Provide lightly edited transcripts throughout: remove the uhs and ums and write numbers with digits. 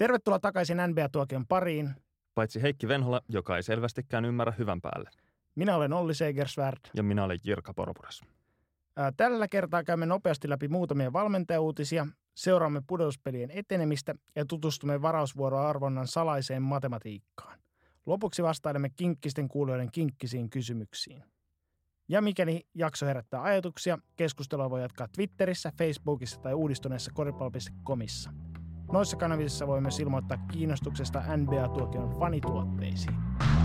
Tervetuloa takaisin NBA-tuokion pariin. Paitsi Heikki Venhola, joka ei selvästikään ymmärrä hyvän päälle. Minä olen Olli Segersvärd. Ja minä olen Jirka Poropuras. Tällä kertaa käymme nopeasti läpi muutamia valmentajauutisia, seuraamme pudotuspelien etenemistä ja tutustumme varausvuoroarvonnan salaiseen matematiikkaan. Lopuksi vastailemme kinkkisten kuulijoiden kinkkisiin kysymyksiin. Ja mikäli jakso herättää ajatuksia, keskustelua voi jatkaa Twitterissä, Facebookissa tai uudistuneessa koripallo.comissa. Noissa kanavissa voi myös ilmoittaa kiinnostuksesta NBA-tuokion fanituotteisiin.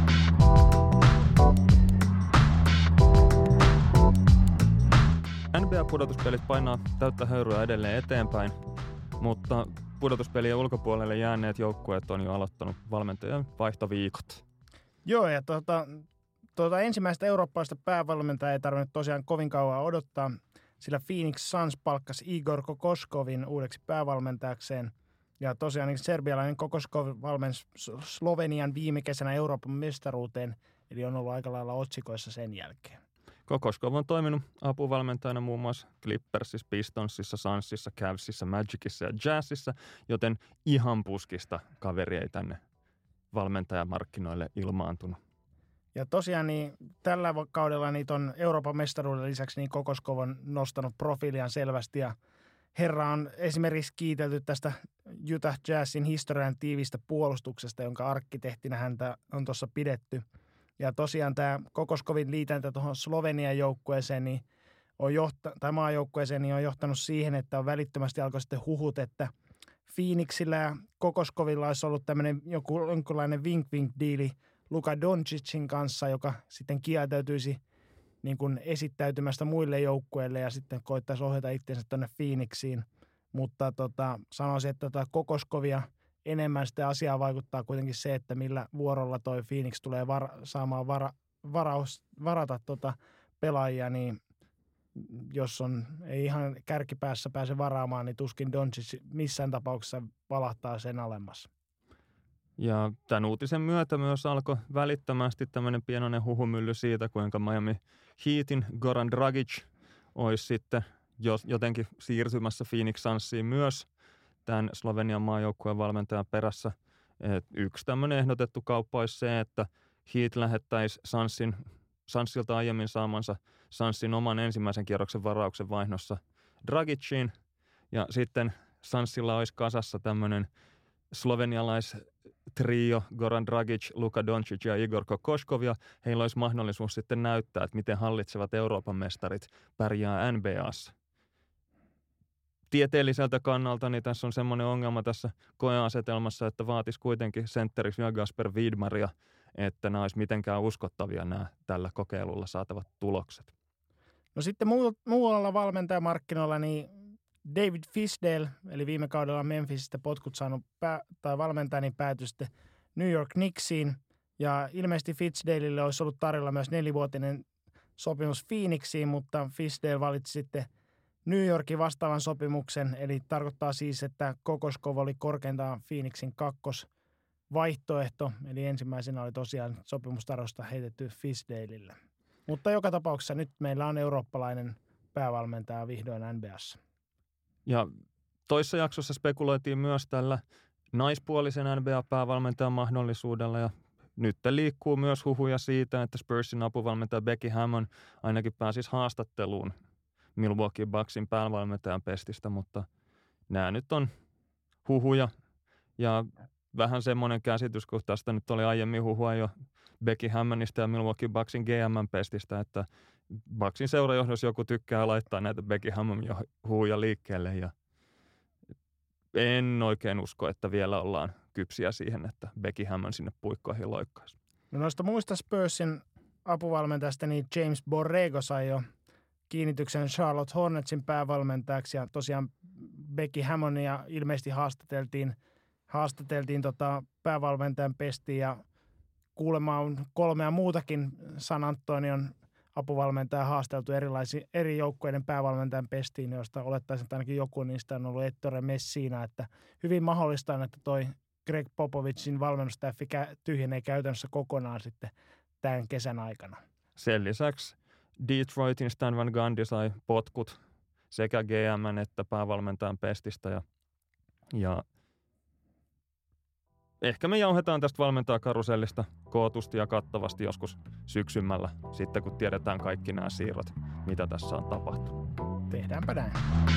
NBA-pudotuspelit painaa täyttä höyryä edelleen eteenpäin, mutta pudotuspelien ulkopuolelle jääneet joukkueet on jo aloittanut valmentajien vaihtoviikot. Joo, ja ensimmäistä eurooppalaista päävalmentajaa ei tarvinnut tosiaan kovin kauan odottaa, sillä Phoenix Suns palkkasi Igor Kokoskovin uudeksi päävalmentajakseen. Ja tosiaan niin serbialainen Kokoskov valmensi Slovenian viime kesänä Euroopan mestaruuteen, eli on ollut aika lailla otsikoissa sen jälkeen. Kokoskov on toiminut apuvalmentajana muun muassa Clippersissa, Pistonsissa, Sunsissa, Cavsissa, Magicissa ja Jazzissa, joten ihan puskista kaveri ei tänne valmentajamarkkinoille ilmaantunut. Ja tosiaan niin tällä kaudella niitä on Euroopan mestaruuden lisäksi niin Kokoskov on nostanut profiiliaan selvästi ja herra on esimerkiksi kiitelty tästä Utah Jazzin historian tiivistä puolustuksesta, jonka arkkitehtinä häntä on tuossa pidetty. Ja tosiaan tämä Kokoskovin liitäntä tuohon Slovenian joukkueeseen niin maajoukkueeseen niin on johtanut siihen, että on välittömästi alkoi sitten huhut, että Phoenixillä ja Kokoskovilla olisi ollut tämmöinen jonkunlainen wink-wink-diili Luka Doncicin kanssa, joka sitten kieltäytyisi niin kuin esittäytymästä muille joukkueille ja sitten koittaisi ohjata itsensä tuonne Phoenixiin. Mutta sanoisin, että Kokoskovia enemmän sitten asiaa vaikuttaa kuitenkin se, että millä vuorolla toi Phoenix tulee saamaan varata pelaajia, niin jos ei ihan kärkipäässä pääse varaamaan, niin tuskin Doncic missään tapauksessa valahtaa sen alemmas. Ja tämän uutisen myötä myös alkoi välittömästi tämmöinen pienoinen huhumylly siitä, kuinka Miami Heatin Goran Dragic olisi sitten jotenkin siirtymässä Phoenix Sunsiin myös tämän Slovenian maajoukkueen valmentajan perässä. Yksi tämmöinen ehdotettu kauppa olisi se, että Heat lähettäisi Sunsilta aiemmin saamansa Sunsin oman ensimmäisen kierroksen varauksen vaihdossa Dragiciin. Ja sitten Sunsilla olisi kasassa tämmöinen slovenialais-trio Goran Dragic, Luka Doncic ja Igor Kokoskov, ja heillä olisi mahdollisuus sitten näyttää, että miten hallitsevat Euroopan mestarit pärjää NBA:ssa. Tieteelliseltä kannalta niin tässä on semmoinen ongelma tässä koeasetelmassa, että vaatisi kuitenkin sentteriksi vielä Gasper Widmaria, että nämä olisi mitenkään uskottavia nämä tällä kokeilulla saatavat tulokset. No sitten muualla valmentajamarkkinoilla niin David Fisdale, eli viime kaudella Memphisistä potkut saanut valmentaja, niin päätyi sitten New York Knicksiin. Ja ilmeisesti Fisdalelle olisi ollut tarjolla myös 4-vuotinen sopimus Phoenixiin, mutta Fisdale valitsi sitten New Yorkin vastaavan sopimuksen. Eli tarkoittaa siis, että Kokoskov oli korkeintaan Phoenixin kakkosvaihtoehto. Eli ensimmäisenä oli tosiaan sopimustarjosta heitetty Fisdalelle. Mutta joka tapauksessa nyt meillä on eurooppalainen päävalmentaja vihdoin NBA:ssa. Ja toissa jaksossa spekuloitiin myös tällä naispuolisen NBA-päävalmentajan mahdollisuudella, ja nyt liikkuu myös huhuja siitä, että Spursin apuvalmentaja Becky Hammon ainakin pääsisi haastatteluun Milwaukee Bucksin päävalmentajan pestistä, mutta nämä nyt on huhuja ja vähän semmoinen käsitys, kun tästä nyt oli aiemmin huhua jo Becky Hammonista ja Milwaukee Bucksin GM-pestistä, että Bucksin seurajohdossa joku tykkää laittaa näitä Becky Hammon huhuja liikkeelle, ja en oikein usko, että vielä ollaan kypsiä siihen, että Becky Hammon sinne puikkoihin loikkaisi. No noista muista Spursin apuvalmentajasta, niin James Borrego sai jo kiinnityksen Charlotte Hornetsin päävalmentajaksi, ja tosiaan Becky Hammonia ilmeisesti haastateltiin päävalmentajan pestiin, ja kuulemma on 3 muutakin San Antonion apuvalmentaja haasteltu eri joukkueiden päävalmentajan pestiin, joista olettaisin, että ainakin joku niistä on ollut Ettore Messina, että hyvin mahdollista on, että toi Greg Popovicin valmennustaffi tyhjenee käytännössä kokonaan sitten tämän kesän aikana. Sen lisäksi Detroitin Stan Van Gundy sai potkut sekä GM:n että päävalmentajan pestistä, ja ehkä me jauhetaan tästä valmentajakarusellista kootusti ja kattavasti joskus syksymällä, sitten kun tiedetään kaikki nämä siirrot, mitä tässä on tapahtunut. Tehdäänpä näin.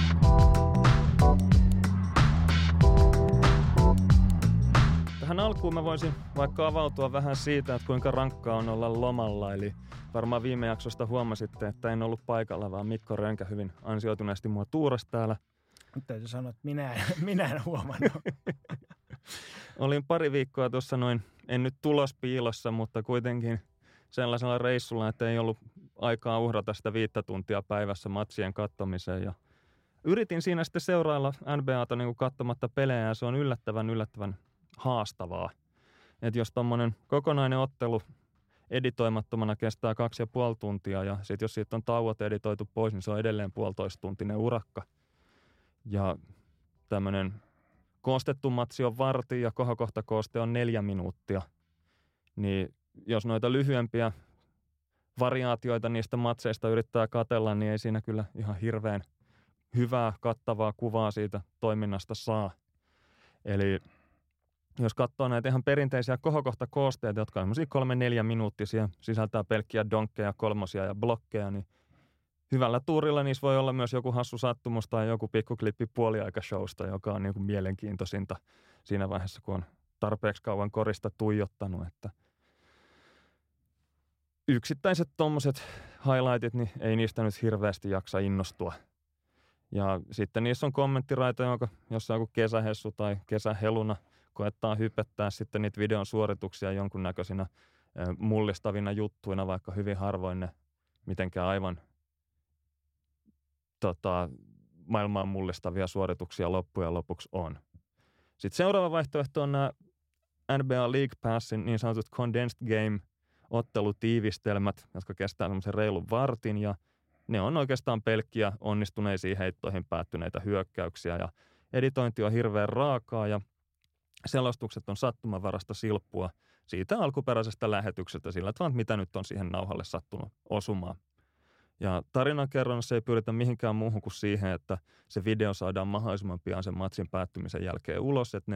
Tähän alkuun mä voisin vaikka avautua vähän siitä, että kuinka rankkaa on olla lomalla. Eli varmaan viime jaksosta huomasitte, että en ollut paikalla, vaan Mikko Rönkä hyvin ansioituneesti mua tuurasi täällä. Täytyy sanoa, että minä en huomannut. Olin pari viikkoa tuossa noin, en nyt tulospiilossa, mutta kuitenkin sellaisella reissulla, että ei ollut aikaa uhrata sitä 5 tuntia päivässä matsien kattomiseen. Ja yritin siinä sitten seurailla NBAta niin kuin katsomatta pelejä ja se on yllättävän haastavaa. Että jos tommonen kokonainen ottelu editoimattomana kestää 2,5 tuntia ja sitten jos siitä on tauot editoitu pois, niin se on edelleen 1,5-tuntinen urakka. Ja tämmöinen koostettu matsi on varti ja kohokohtakooste on 4 minuuttia. Niin jos noita lyhyempiä variaatioita niistä matseista yrittää katsella, niin ei siinä kyllä ihan hirveän hyvää kattavaa kuvaa siitä toiminnasta saa. Eli jos katsoo näitä ihan perinteisiä kohokohtakoosteita, jotka on semmoisia 3-4 minuuttisia, sisältää pelkkiä donkkeja, kolmosia ja blokkeja, niin hyvällä tuurilla niissä voi olla myös joku hassu sattumus tai joku pikkuklippi puoliaikashowsta, joka on niin kuin mielenkiintoisinta siinä vaiheessa, kun on tarpeeksi kauan korista tuijottanut. Että yksittäiset tommoset highlightit, niin ei niistä nyt hirveästi jaksa innostua. Ja sitten niissä on kommenttiraita, jossa joku kesähessu tai kesäheluna koettaa hypettää sitten niitä videon suorituksia jonkunnäköisinä mullistavina juttuina, vaikka hyvin harvoin ne mitenkään aivan maailmaan mullistavia suorituksia loppujen lopuksi on. Sitten seuraava vaihtoehto on nämä NBA League Passin niin sanotut condensed game-ottelutiivistelmät, jotka kestää semmoisen reilun vartin ja ne on oikeastaan pelkkiä onnistuneisiin heittoihin päättyneitä hyökkäyksiä ja editointi on hirveän raakaa ja selostukset on sattumanvarasta silppua siitä alkuperäisestä lähetyksestä sillä tavalla, mitä nyt on siihen nauhalle sattunut osumaan. Ja tarinankerronnassa ei pyritä mihinkään muuhun kuin siihen, että se video saadaan mahdollisimman pian sen matsin päättymisen jälkeen ulos, että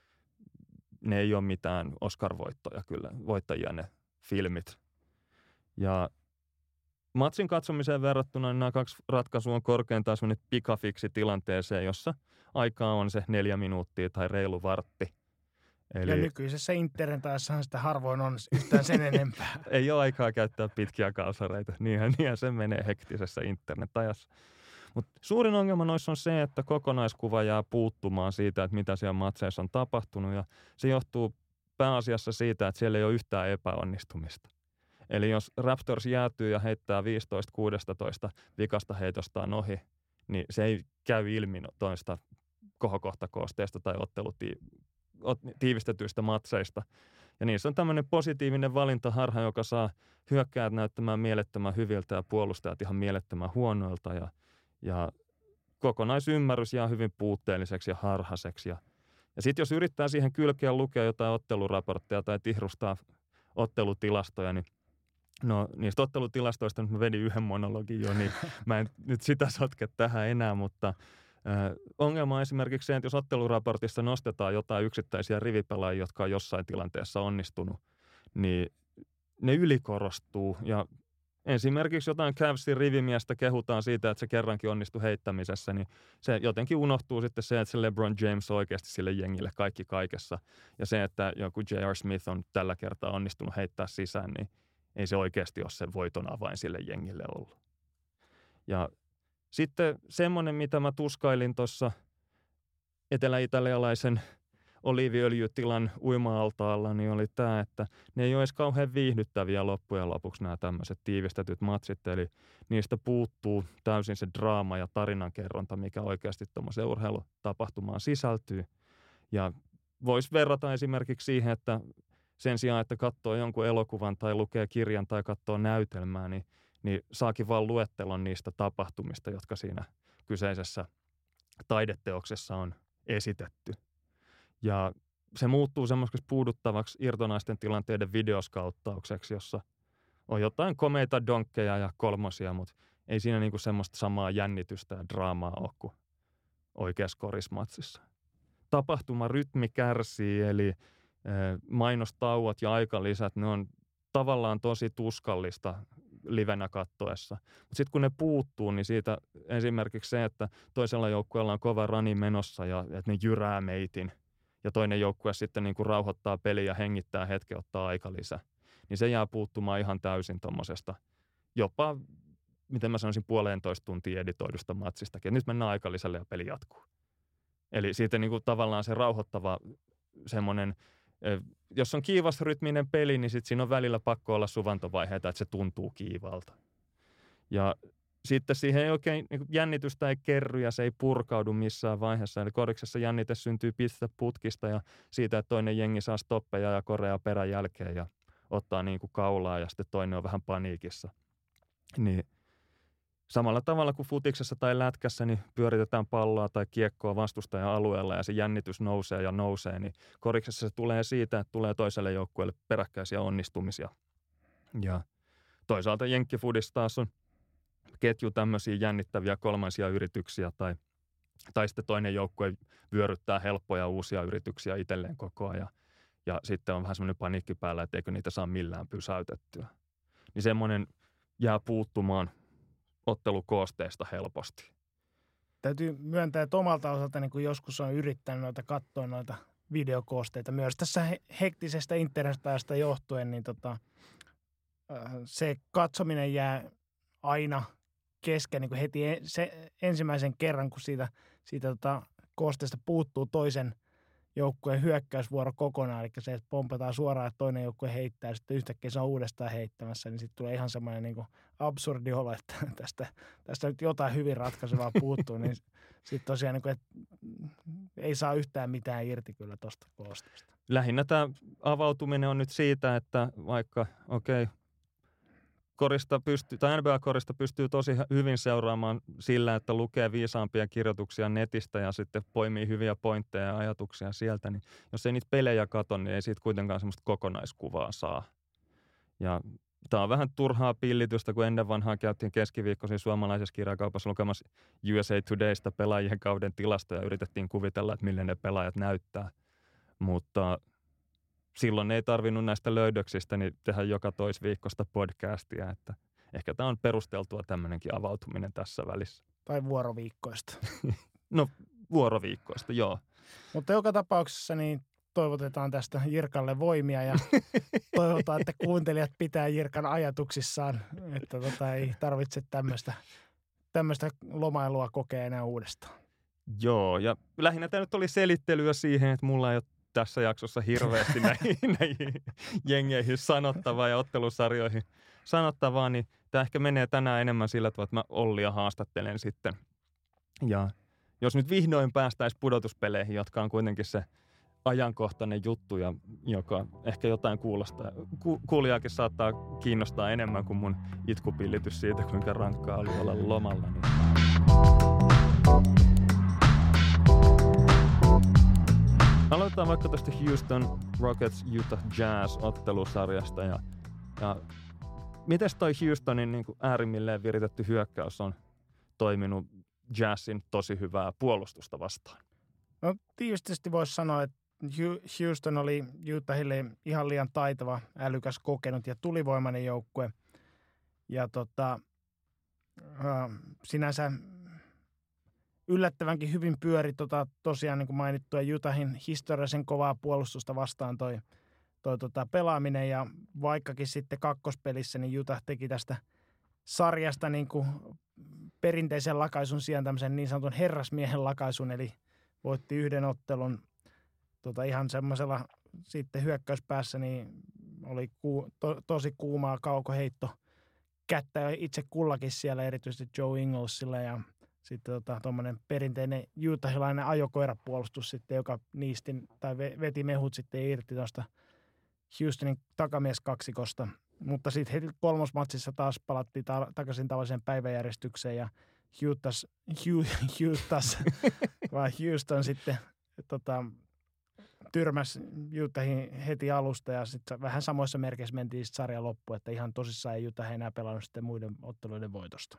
ne ei ole mitään Oscar-voittoja kyllä, voittajia ne filmit. Ja matsin katsomiseen verrattuna niin nämä 2 ratkaisua on korkeintaan sellainen pikafiksi tilanteeseen, jossa aikaa on se 4 minuuttia tai reilu vartti. Eli ja nykyisessä internetassahan sitä harvoin on yhtään sen enempää. Ei ole aikaa käyttää pitkiä kalsareita. Niinhän se menee hektisessä internetajassa. Mutta suurin ongelma noissa on se, että kokonaiskuva jää puuttumaan siitä, että mitä siellä matseissa on tapahtunut. Ja se johtuu pääasiassa siitä, että siellä ei ole yhtään epäonnistumista. Eli jos Raptors jäätyy ja heittää 15-16 vikasta heitostaan ohi, niin se ei käy ilmi toista kohokohtakoosteesta tai tiivistetyistä matseista. Ja niissä on tämmöinen positiivinen valintaharha, joka saa hyökkäät näyttämään mielettömän hyviltä ja puolustajat ihan mielettömän huonoilta. Ja kokonaisymmärrys jää hyvin puutteelliseksi ja harhaiseksi. Ja sitten jos yrittää siihen kylkeen lukea jotain otteluraportteja tai tihrustaa ottelutilastoja, niin no niistä ottelutilastoista nyt mä vedin yhden monologin jo, niin mä en nyt sitä sotke tähän enää, mutta ongelma on esimerkiksi se, että jos otteluraportissa nostetaan jotain yksittäisiä rivipelaajia, jotka on jossain tilanteessa onnistunut, niin ne ylikorostuu. Ja esimerkiksi jotain Cavsin rivimiestä kehutaan siitä, että se kerrankin onnistui heittämisessä, niin se jotenkin unohtuu sitten se, että se LeBron James on oikeasti sille jengille kaikki kaikessa. Ja se, että joku J.R. Smith on tällä kertaa onnistunut heittää sisään, niin ei se oikeasti ole se voiton avain sille jengille ollut. Ja sitten semmoinen, mitä mä tuskailin tuossa etelä-italialaisen oliiviöljytilan uima-altaalla, niin oli tämä, että ne ei ole edes kauhean viihdyttäviä loppujen lopuksi nämä tämmöiset tiivistetyt matsit. Eli niistä puuttuu täysin se draama ja tarinankerronta, mikä oikeasti tuommoiseen urheilutapahtumaan sisältyy. Ja voisi verrata esimerkiksi siihen, että sen sijaan, että katsoo jonkun elokuvan tai lukee kirjan tai katsoo näytelmää, niin saakin vaan luettelon niistä tapahtumista, jotka siinä kyseisessä taideteoksessa on esitetty. Ja se muuttuu semmoiseksi puuduttavaksi irtonaisten tilanteiden videoskauttaukseksi, jossa on jotain komeita donkkeja ja kolmosia, mutta ei siinä niinku semmoista samaa jännitystä ja draamaa ole kuin oikeassa korismatsissa. Tapahtumarytmi kärsii, eli mainostauot ja aikalisät, ne on tavallaan tosi tuskallista livenä kattoessa. Mutta sitten kun ne puuttuu, niin siitä esimerkiksi se, että toisella joukkueella on kova rani menossa ja että ne jyrää meitin ja toinen joukkue sitten niin kuin rauhoittaa peliä ja hengittää hetken, ottaa aikalisä, niin se jää puuttumaan ihan täysin tuommoisesta jopa, miten mä sanoisin, 1,5 tuntia editoidusta matsistakin. Et nyt mennään aikalisälle ja peli jatkuu. Eli siitä niin kuin tavallaan se rauhoittava semmoinen, jos on kiivas rytminen peli, niin sitten siinä on välillä pakko olla suvantovaiheita, että se tuntuu kiivalta. Ja sitten siihen ei oikein, niin jännitystä ei kerry ja se ei purkaudu missään vaiheessa. Eli koriksessa jännite syntyy pitkä putkista ja siitä, että toinen jengi saa stoppeja ja korea perän jälkeen ja ottaa niin kuin kaulaa ja sitten toinen on vähän paniikissa. Niin samalla tavalla kuin futiksessa tai lätkässä, niin pyöritetään palloa tai kiekkoa vastustajan alueella ja se jännitys nousee ja nousee, niin koriksessa se tulee siitä, että tulee toiselle joukkueelle peräkkäisiä onnistumisia. Ja toisaalta jenkkifudissa taas on ketju tämmöisiä jännittäviä kolmansia yrityksiä tai sitten toinen joukkue vyöryttää helppoja uusia yrityksiä itselleen koko ajan. Ja sitten on vähän semmoinen paniikki päällä, että eikö niitä saa millään pysäytettyä. Niin semmoinen jää puuttumaan ottelukoosteesta helposti. Täytyy myöntää, että omalta osalta niin kun joskus on yrittänyt katsoa noita videokoosteita myös tässä hektisestä internetistä johtuen, niin se katsominen jää aina kesken niin kuin heti se ensimmäisen kerran, kun siitä koosteesta puuttuu toisen joukkueen hyökkäysvuoro kokonaan, eli se, että pompataan suoraan, että toinen joukkue heittää ja sitten yhtäkkiä se on uudestaan heittämässä, niin sitten tulee ihan semmoinen niin kuin absurdi olo, että tästä nyt jotain hyvin ratkaisevaa puuttuu, niin sitten tosiaan, niin kuin, että ei saa yhtään mitään irti kyllä tuosta koosteesta. Lähinnä tämä avautuminen on nyt siitä, että vaikka, NBA-korista pystyy tosi hyvin seuraamaan sillä, että lukee viisaampia kirjoituksia netistä ja sitten poimii hyviä pointteja ja ajatuksia sieltä, niin jos ei niitä pelejä katso, niin ei siitä kuitenkaan semmoista kokonaiskuvaa saa. Ja tämä on vähän turhaa pillitystä, kun ennen vanhaa käytiin keskiviikkoisin suomalaisessa kirjakaupassa lukemassa USA Todaysta pelaajien kauden tilastoja ja yritettiin kuvitella, että millä ne pelaajat näyttää. Mutta silloin ei tarvinnut näistä löydöksistä niin tehdä joka toisviikkoista podcastia, että ehkä tämä on perusteltua tämmöinenkin avautuminen tässä välissä. Tai vuoroviikkoista. No vuoroviikkoista, joo. Mutta joka tapauksessa niin toivotetaan tästä Jirkalle voimia ja toivotaan, että kuuntelijat pitää Jirkan ajatuksissaan, että ei tarvitse tämmöistä lomailua kokea enää uudestaan. Joo, ja lähinnä tämä nyt oli selittelyä siihen, että mulla ei ole tässä jaksossa hirveästi näihin jengeihin sanottavaa ja ottelusarjoihin sanottavaa, niin tämä ehkä menee tänään enemmän sillä tavalla, että mä Ollia haastattelen sitten. Ja jos nyt vihdoin päästäisiin pudotuspeleihin, jotka on kuitenkin se ajankohtainen juttu, ja joka ehkä jotain kuulijaakin saattaa kiinnostaa enemmän kuin mun itkupillitys siitä, kuinka rankkaa oli olla lomalla. Niin aloitetaan vaikka tästä Houston Rockets Utah Jazz-ottelusarjasta. Ja mites toi Houstonin niin kuin äärimmilleen viritetty hyökkäys on toiminut Jazzin tosi hyvää puolustusta vastaan? No tiivistästi voisi sanoa, että Houston oli Utahille ihan liian taitava, älykäs, kokenut ja tulivoimainen joukkue. Ja sinänsä yllättävänkin hyvin pyöri tosiaan niin kuin mainittua Utahin historiallisen kovaa puolustusta vastaan toi pelaaminen. Ja vaikkakin sitten kakkospelissä niin Utah teki tästä sarjasta niin kuin perinteisen lakaisun sijaan tämmöisen niin sanotun herrasmiehen lakaisun, eli voitti yhden ottelun ihan semmoisella sitten hyökkäyspäässä, niin oli tosi kuumaa kaukoheitto kättä itse kullakin siellä, erityisesti Joe Inglesilla, ja sitten tuommoinen perinteinen utahilainen ajokoirapuolustus sitten, joka niistin tai veti mehut sitten irti tuosta Houstonin takamieskaksikosta. Mutta sitten heti kolmosmatsissa taas palattiin takaisin tavalliseen päiväjärjestykseen ja Houston sitten tyrmäsi Utahin heti alusta ja sitten vähän samoissa merkeissä mentiin sarjan loppuun, että ihan tosissaan ei Utah enää pelannut sitten muiden otteluiden voitosta.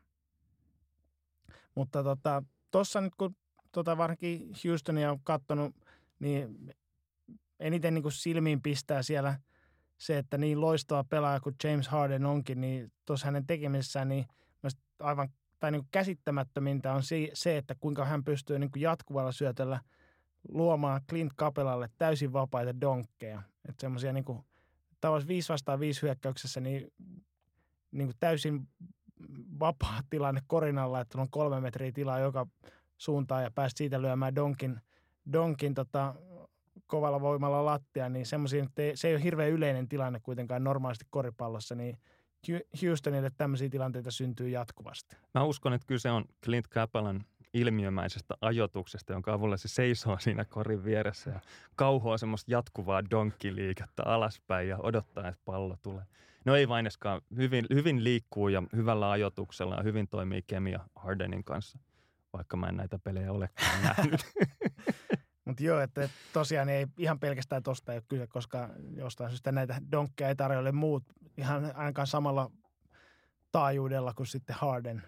Mutta tuossa nyt kun varsinkin Houstonia on katsonut, niin eniten niin kuin silmiin pistää siellä se, että niin loistava pelaaja kuin James Harden onkin, niin tuossa hänen tekemisessään niin aivan tai niin kuin käsittämättömintä on se, että kuinka hän pystyy niin kuin jatkuvalla syötöllä luomaan Clint Capelalle täysin vapaita donkkeja. Että semmoisia niin kuin tavallaan 5-5 hyökkäyksessä niin kuin täysin vapaa tilanne korinalla, että on 3 metriä tilaa joka suuntaan ja pääst siitä lyömään donkin kovalla voimalla lattia, niin semmoisia, se ei ole hirveän yleinen tilanne kuitenkaan normaalisti koripallossa, niin Houstonille tämmöisiä tilanteita syntyy jatkuvasti. Mä uskon, että kyse on Clint Capelan ilmiömäisestä ajoituksesta, jonka avulla se seisoo siinä korin vieressä ja kauhoa semmoista jatkuvaa donkkiliikettä alaspäin ja odottaa, että pallo tulee. No ei vaineskaan, hyvin liikkuu ja hyvällä ajoituksella ja hyvin toimii kemia Hardenin kanssa, vaikka mä en näitä pelejä olekaan nähnyt. Mutta joo, että tosiaan ei ihan pelkästään tosta ei ole kyse, koska jostain syystä näitä donkkeja ei tarjolle muut ihan ainakaan samalla taajuudella kuin sitten Harden.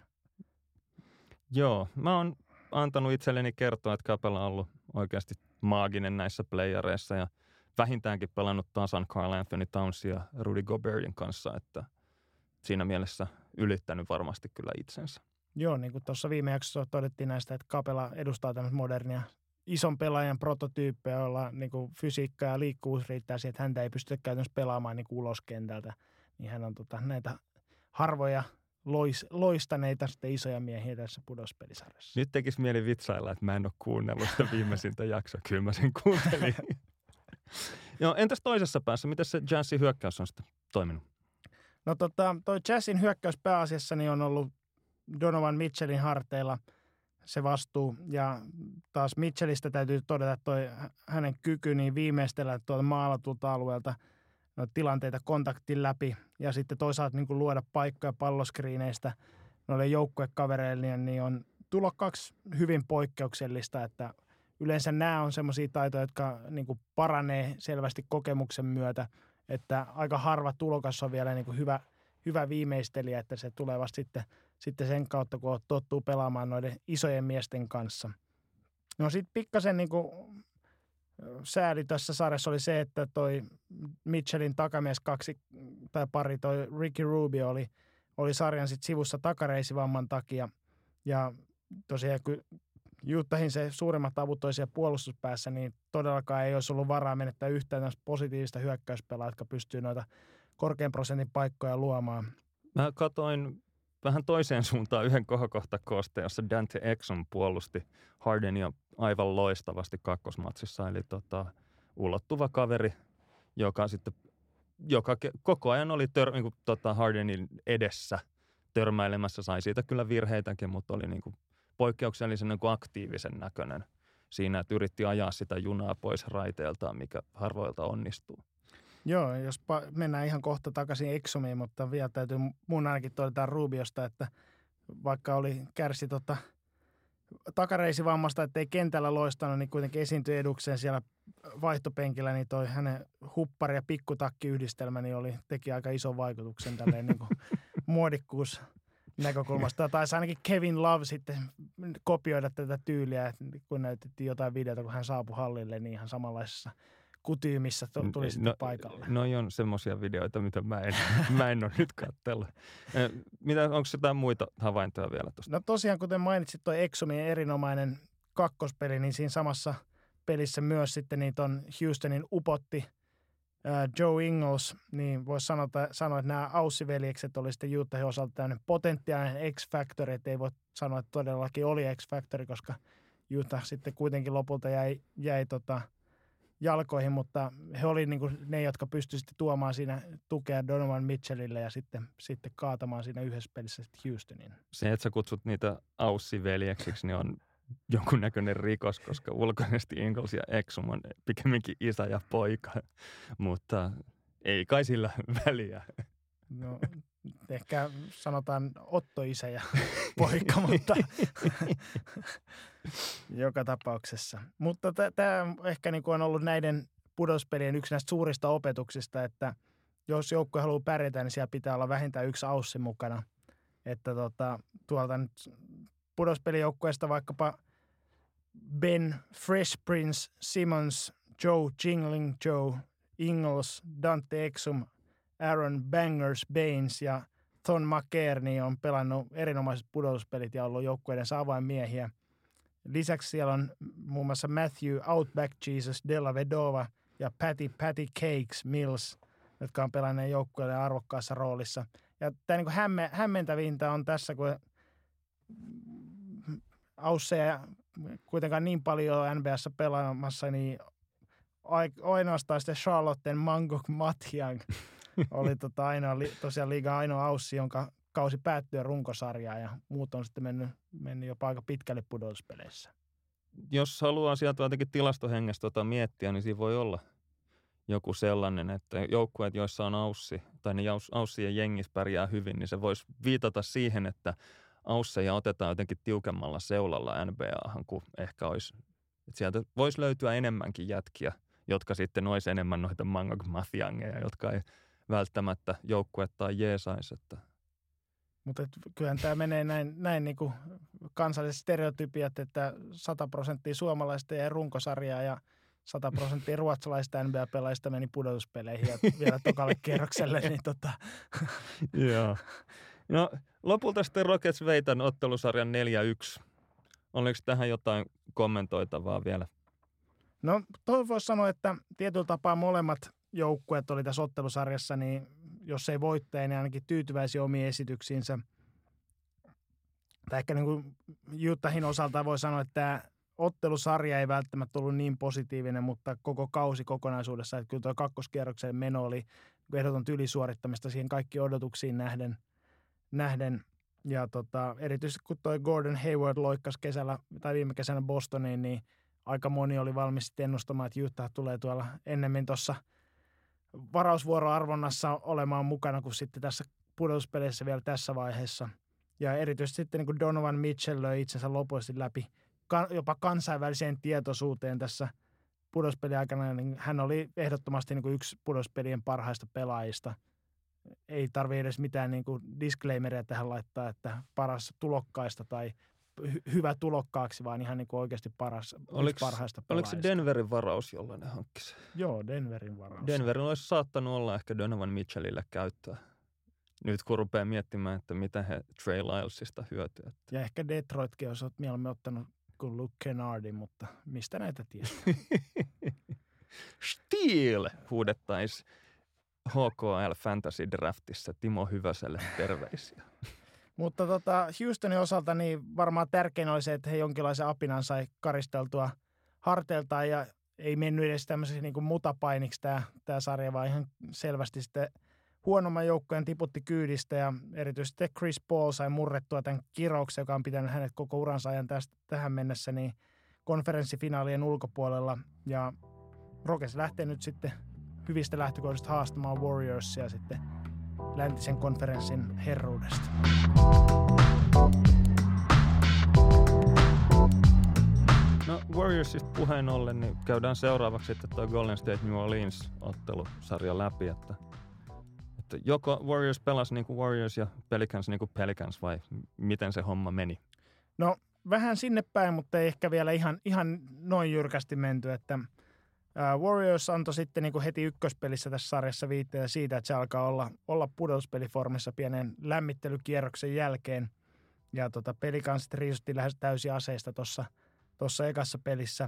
Joo, mä oon antanut itselleni kertoa, että Capela on ollut oikeasti maaginen näissä playereissa ja vähintäänkin pelannut tasan Karl Anthony Townsin ja Rudy Gobertin kanssa, että siinä mielessä ylittänyt varmasti kyllä itsensä. Joo, niin kuin tuossa viime jaksossa todettiin näistä, että Capela edustaa tämmöistä modernia ison pelaajan prototyyppejä, jolla niin kuin fysiikka ja liikkuvuus riittää siihen, että häntä ei pystytä käytännössä pelaamaan niin kuin ulos kentältä. Niin hän on näitä harvoja loistaneita sitten isoja miehiä tässä pudospelisarjassa. Nyt tekisi mieli vitsailla, että mä en ole kuunnellut sitä viimeisintä jaksoa. Kyllä mä sen kuuntelin. Joo, entäs toisessa päässä? Miten se Jazzin hyökkäys on sitten toiminut? No toi Jazzin hyökkäys pääasiassa niin on ollut Donovan Mitchellin harteilla se vastuu. Ja taas Mitchellistä täytyy todeta, että toi hänen kyky niin viimeistellä tuolta maalatulta alueelta tilanteita kontaktin läpi ja sitten toisaalta niin kuin luoda paikkoja palloskriineistä noille joukkuekavereille, niin on tulokkaksi hyvin poikkeuksellista, että yleensä nämä on semmoisia taitoja, jotka niin kuin paranee selvästi kokemuksen myötä, että aika harva tulokas on vielä niin kuin hyvä viimeistelijä, että se tulee vasta sitten sen kautta, kun tottuu pelaamaan noiden isojen miesten kanssa. No sitten pikkasen niin kuin sääli tässä sarjassa oli se, että toi Mitchellin takamies pari, toi Ricky Rubio oli sarjan sit sivussa takareisivamman takia. Ja tosiaan kun Utahin se suurimmat avut oli siellä puolustuspäässä, niin todellakaan ei olisi ollut varaa menettää yhtään positiivista hyökkäyspelaa, jotka pystyy noita korkean prosentin paikkoja luomaan. Mä katoin vähän toiseen suuntaan yhden kohokohtakooste, jossa Dante Exum puolusti Hardenia aivan loistavasti kakkosmatsissa. Eli ulottuva kaveri, joka koko ajan oli Hardenin edessä törmäilemässä. Sai siitä kyllä virheitäkin, mutta oli niin kuin poikkeuksellisen niin kuin aktiivisen näköinen siinä, että yritti ajaa sitä junaa pois raiteeltaan, mikä harvoilta onnistuu. Joo, jos mennään ihan kohta takaisin Exumiin, mutta vielä täytyy mun ainakin todeta Rubiosta, että vaikka kärsi takareisivammasta, ettei kentällä loistanut, niin kuitenkin esiintyi edukseen siellä vaihtopenkillä, niin toi hänen huppari- ja pikkutakki-yhdistelmä niin teki aika ison vaikutuksen tälleen niin kuin muodikkuus näkökulmasta. Taisi ainakin Kevin Love sitten kopioida tätä tyyliä, että kun näytettiin jotain videota, kun hän saapui hallille, niin ihan samanlaisessa kutyymissä tuli sitten paikalle. Noi on semmoisia videoita, mitä mä en ole nyt katsellut. Onko jotain muita havaintoja vielä tuosta? No tosiaan, kuten mainitsit, tuo Exumin erinomainen kakkospeli, niin siinä samassa pelissä myös sitten niin ton Houstonin upotti Joe Ingles, niin voisi sanoa, että nämä Aussi-veljekset oli sitten Utahin osalta tämmöinen potentiaalinen X-Factor, että ei voi sanoa, että todellakin oli X-Factori, koska Utah sitten kuitenkin lopulta jäi jalkoihin, mutta he oli niin kuin ne, jotka pystyivät tuomaan siinä tukea Donovan Mitchellille ja sitten kaatamaan siinä yhdessä pelissä sitten Houstonin. Se, että sä kutsut niitä Aussi-veljeksiksi, niin on jonkunnäköinen rikos, koska ulkoisesti Ingles ja Exum on pikemminkin isä ja poika, mutta ei kai sillä väliä. No, ehkä sanotaan Otto-isä ja poika, mutta joka tapauksessa. Mutta tämä ehkä niin kuin on ollut näiden pudotuspelien yksi näistä suurista opetuksista, että jos joukkue haluaa pärjätä, niin siellä pitää olla vähintään yksi Aussi mukana. Että tuolta nyt pudotuspelijoukkueesta vaikkapa Ben Fresh Prince Simmons Joe Jingling Joe Ingles, Dante Exum, Aaron Bangers Baines ja Thon McKerney on pelannut erinomaiset pudotuspelit ja ollut joukkueiden avainmiehiä. Lisäksi siellä on muun muassa Matthew Outback Jesus Della Vedova ja Patty Cakes Mills, jotka on pelanneet joukkueiden arvokkaassa roolissa. Ja tämä niin kuin hämmentävintä on tässä, kun Ausseja kuitenkaan niin paljon NBA:ssa pelaamassa, niin ainoastaan sitten Charlotten Mangok Mathiang oli tosiaan liigan ainoa Aussi, jonka kausi päättyi runkosarjaan ja muut on sitten mennyt jopa aika pitkälle pudotuspeleissä. Jos haluaa sieltä jotenkin tilastohengestä miettiä, niin siinä voi olla joku sellainen, että joukkueet, joissa on Aussi tai ne Aussien jengissä pärjää hyvin, niin se voisi viitata siihen, että Ausseja otetaan jotenkin tiukemmalla seulalla NBAhan kuin ehkä olisi. Että sieltä voisi löytyä enemmänkin jätkiä, jotka sitten olisi enemmän noita Mangok Mathiangeja, jotka ei välttämättä joukkuetta jeesaisi. Mutta kyllähän tämä menee näin niin kuin kansalliset stereotypiat, että 100% suomalaista jäi runkosarjaa ja 100% ruotsalaista NBA-pelaajista meni pudotuspeleihin ja vielä tokalle kierrokselle. Niin Joo. No lopulta sitten Rockets vei tämän ottelusarjan 4-1. Oliko tähän jotain kommentoitavaa vielä? No toi voisi sanoa, että tietyllä tapaa molemmat joukkueet oli tässä ottelusarjassa, niin jos ei voittaja, niin ainakin tyytyväisiä omiin esityksiinsä. Tai ehkä niin kuin Utahin osalta voi sanoa, että tämä ottelusarja ei välttämättä ollut niin positiivinen, mutta koko kausi kokonaisuudessa, että kyllä tuo kakkoskierroksen meno oli ehdotonta ylisuorittamista siihen kaikki odotuksiin nähden. Ja erityisesti kun tuo Gordon Hayward loikkasi viime kesänä Bostoniin, niin aika moni oli valmis ennustamaan, että Utah tulee tuolla ennemmin tuossa varausvuoroarvonnassa olemaan mukana kuin sitten tässä pudotuspeleissä vielä tässä vaiheessa. Ja erityisesti sitten niin kuin Donovan Mitchell löi itsensä lopullisesti läpi jopa kansainväliseen tietoisuuteen tässä pudotuspelin aikana, niin hän oli ehdottomasti niin kuin yksi pudotuspelien parhaista pelaajista. Ei tarvitse edes mitään niin kuin disclaimeria tähän laittaa, että paras tulokkaista tai hyvä tulokkaaksi, vaan ihan niin kuin oikeasti parhaista pelaajista. Oliko se Denverin varaus, jolla ne hankkisi? Joo, Denverin varaus. Denverin olisi saattanut olla ehkä Donovan Mitchellille käyttöä. Nyt kun rupeaa miettimään, että mitä he Trey Lylesista hyötyvät. Ja ehkä Detroitkin olisi mieluummin ottanut kuin Luke Kennardin, mutta mistä näitä tiedät? Steel huudettaisiin HKL Fantasy Draftissa Timo Hyvöselle terveisiä. Mutta Houstonin osalta niin varmaan tärkein oli se, että he jonkinlaisen apinan sai karisteltua harteiltaan ja ei mennyt edes tämmöisessä niin kuin mutapainiksi tämä sarja, vaan ihan selvästi sitten huonomman joukkojen tiputti kyydistä ja erityisesti Chris Paul sai murrettua tämän kirouksen, joka on pitänyt hänet koko uransa ajan tähän mennessä, niin konferenssifinaalien ulkopuolella. Ja Rockets lähtee nyt sitten hyvistä lähtökohdista haastamaan Warriorsia sitten läntisen konferenssin herruudesta. No Warriorsista puheen ollen, niin käydään seuraavaksi sitten tuo Golden State New Orleans-ottelusarja läpi, että joko Warriors pelasi niin kuin Warriors ja Pelicans niin kuin Pelicans vai miten se homma meni? No vähän sinne päin, mutta ei ehkä vielä ihan noin jyrkästi menty, että Warriors antoi sitten niin kuin heti ykköspelissä tässä sarjassa viitteitä siitä, että se alkaa olla pudotuspeliformissa pienen lämmittelykierroksen jälkeen. Ja Pelicans sitten riisutti lähes täysin aseista tuossa ekassa pelissä.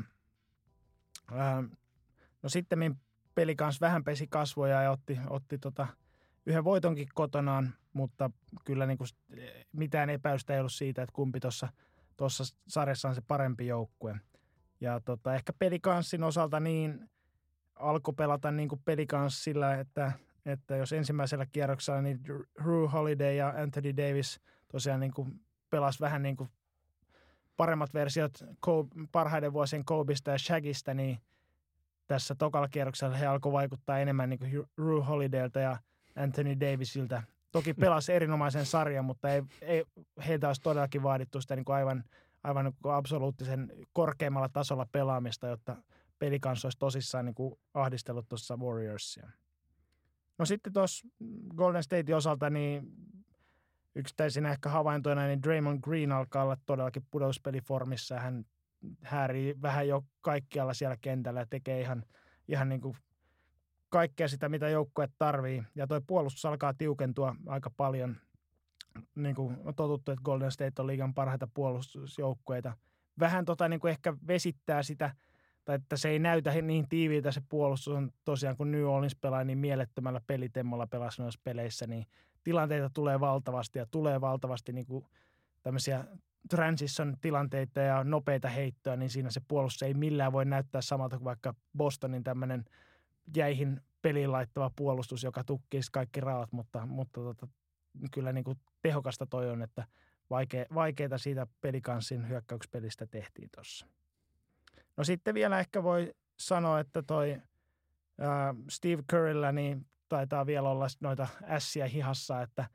No sitten Pelicans vähän pesi kasvoja ja otti yhden voitonkin kotonaan, mutta kyllä niin kuin mitään epäystä ei ollut siitä, että kumpi tuossa sarjassa on se parempi joukkue. Ja ehkä Pelicansin osalta niin alkoi pelata niin kuin Pelicans sillä, että jos ensimmäisellä kierroksella niin Drew Holiday ja Anthony Davis tosiaan niin kuin pelasi vähän niin kuin paremmat versiot parhaiden vuosien Kobesta ja Shagista, niin tässä tokalla kierroksella he alkoi vaikuttaa enemmän niin kuin Drew Holidaylta ja Anthony Davisilta. Toki pelasi erinomaisen sarjan, mutta ei heiltä olisi todellakin vaadittu sitä niin kuin aivan niin kuin absoluuttisen korkeimmalla tasolla pelaamista, jotta Pelicans olisi tosissaan niin kuin ahdistellut tuossa Warriorsia. No sitten tuossa Golden Statein osalta niin yksittäisinä ehkä havaintoina, niin Draymond Green alkaa olla todellakin pudotuspeliformissa. Hän häärii vähän jo kaikkialla siellä kentällä ja tekee ihan niin kuin kaikkea sitä, mitä joukkue tarvii. Ja toi puolustus alkaa tiukentua aika paljon. Niin kuin on totuttu, että Golden State on liigan parhaita puolustusjoukkueita. Vähän niin kuin ehkä vesittää sitä, tai että se ei näytä niin tiiviiltä se puolustus on tosiaan, kun New Orleans pelaa niin mielettömällä pelitemmolla pelasi noissa peleissä, niin tilanteita tulee valtavasti niin kuin tämmöisiä transition-tilanteita ja nopeita heittoja, niin siinä se puolustus ei millään voi näyttää samalta kuin vaikka Bostonin tämmöinen jäihin peliin laittava puolustus, joka tukkisi kaikki raot, mutta kyllä niin kuin tehokasta toi on, että vaikeita siitä Pelicansin hyökkäyspelistä tehtiin tuossa. No sitten vielä ehkä voi sanoa, että toi Steve Kerrillä niin taitaa vielä olla noita ässiä hihassa, että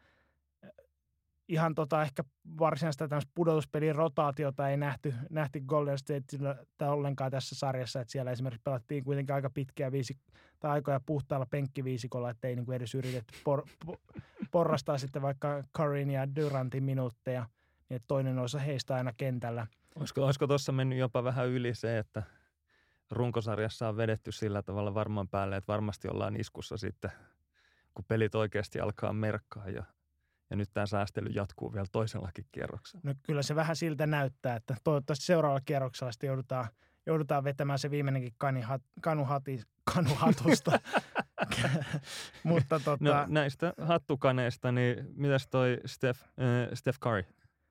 ihan ehkä varsinaista tämmöistä pudotuspelin rotaatiota ei nähty Golden Stateilla ollenkaan tässä sarjassa, että siellä esimerkiksi pelattiin kuitenkin aika pitkiä aikoja puhtaalla penkkiviisikolla, että ei niin kuin edes yritetty porrastaa sitten vaikka Curryn ja Durantin minuutteja, niin että toinen osa heistä aina kentällä. Olisiko tuossa mennyt jopa vähän yli se, että runkosarjassa on vedetty sillä tavalla varmaan päälle, että varmasti ollaan iskussa sitten, kun pelit oikeasti alkaa merkkaa ja nyt tämä säästely jatkuu vielä toisellakin kierroksella. No kyllä se vähän siltä näyttää, että toivottavasti seuraavalla kierroksella sitten joudutaan vetämään se viimeinenkin kanuhatusta. Mutta No näistä hattukaneista, niin mitäs toi Steph Curry?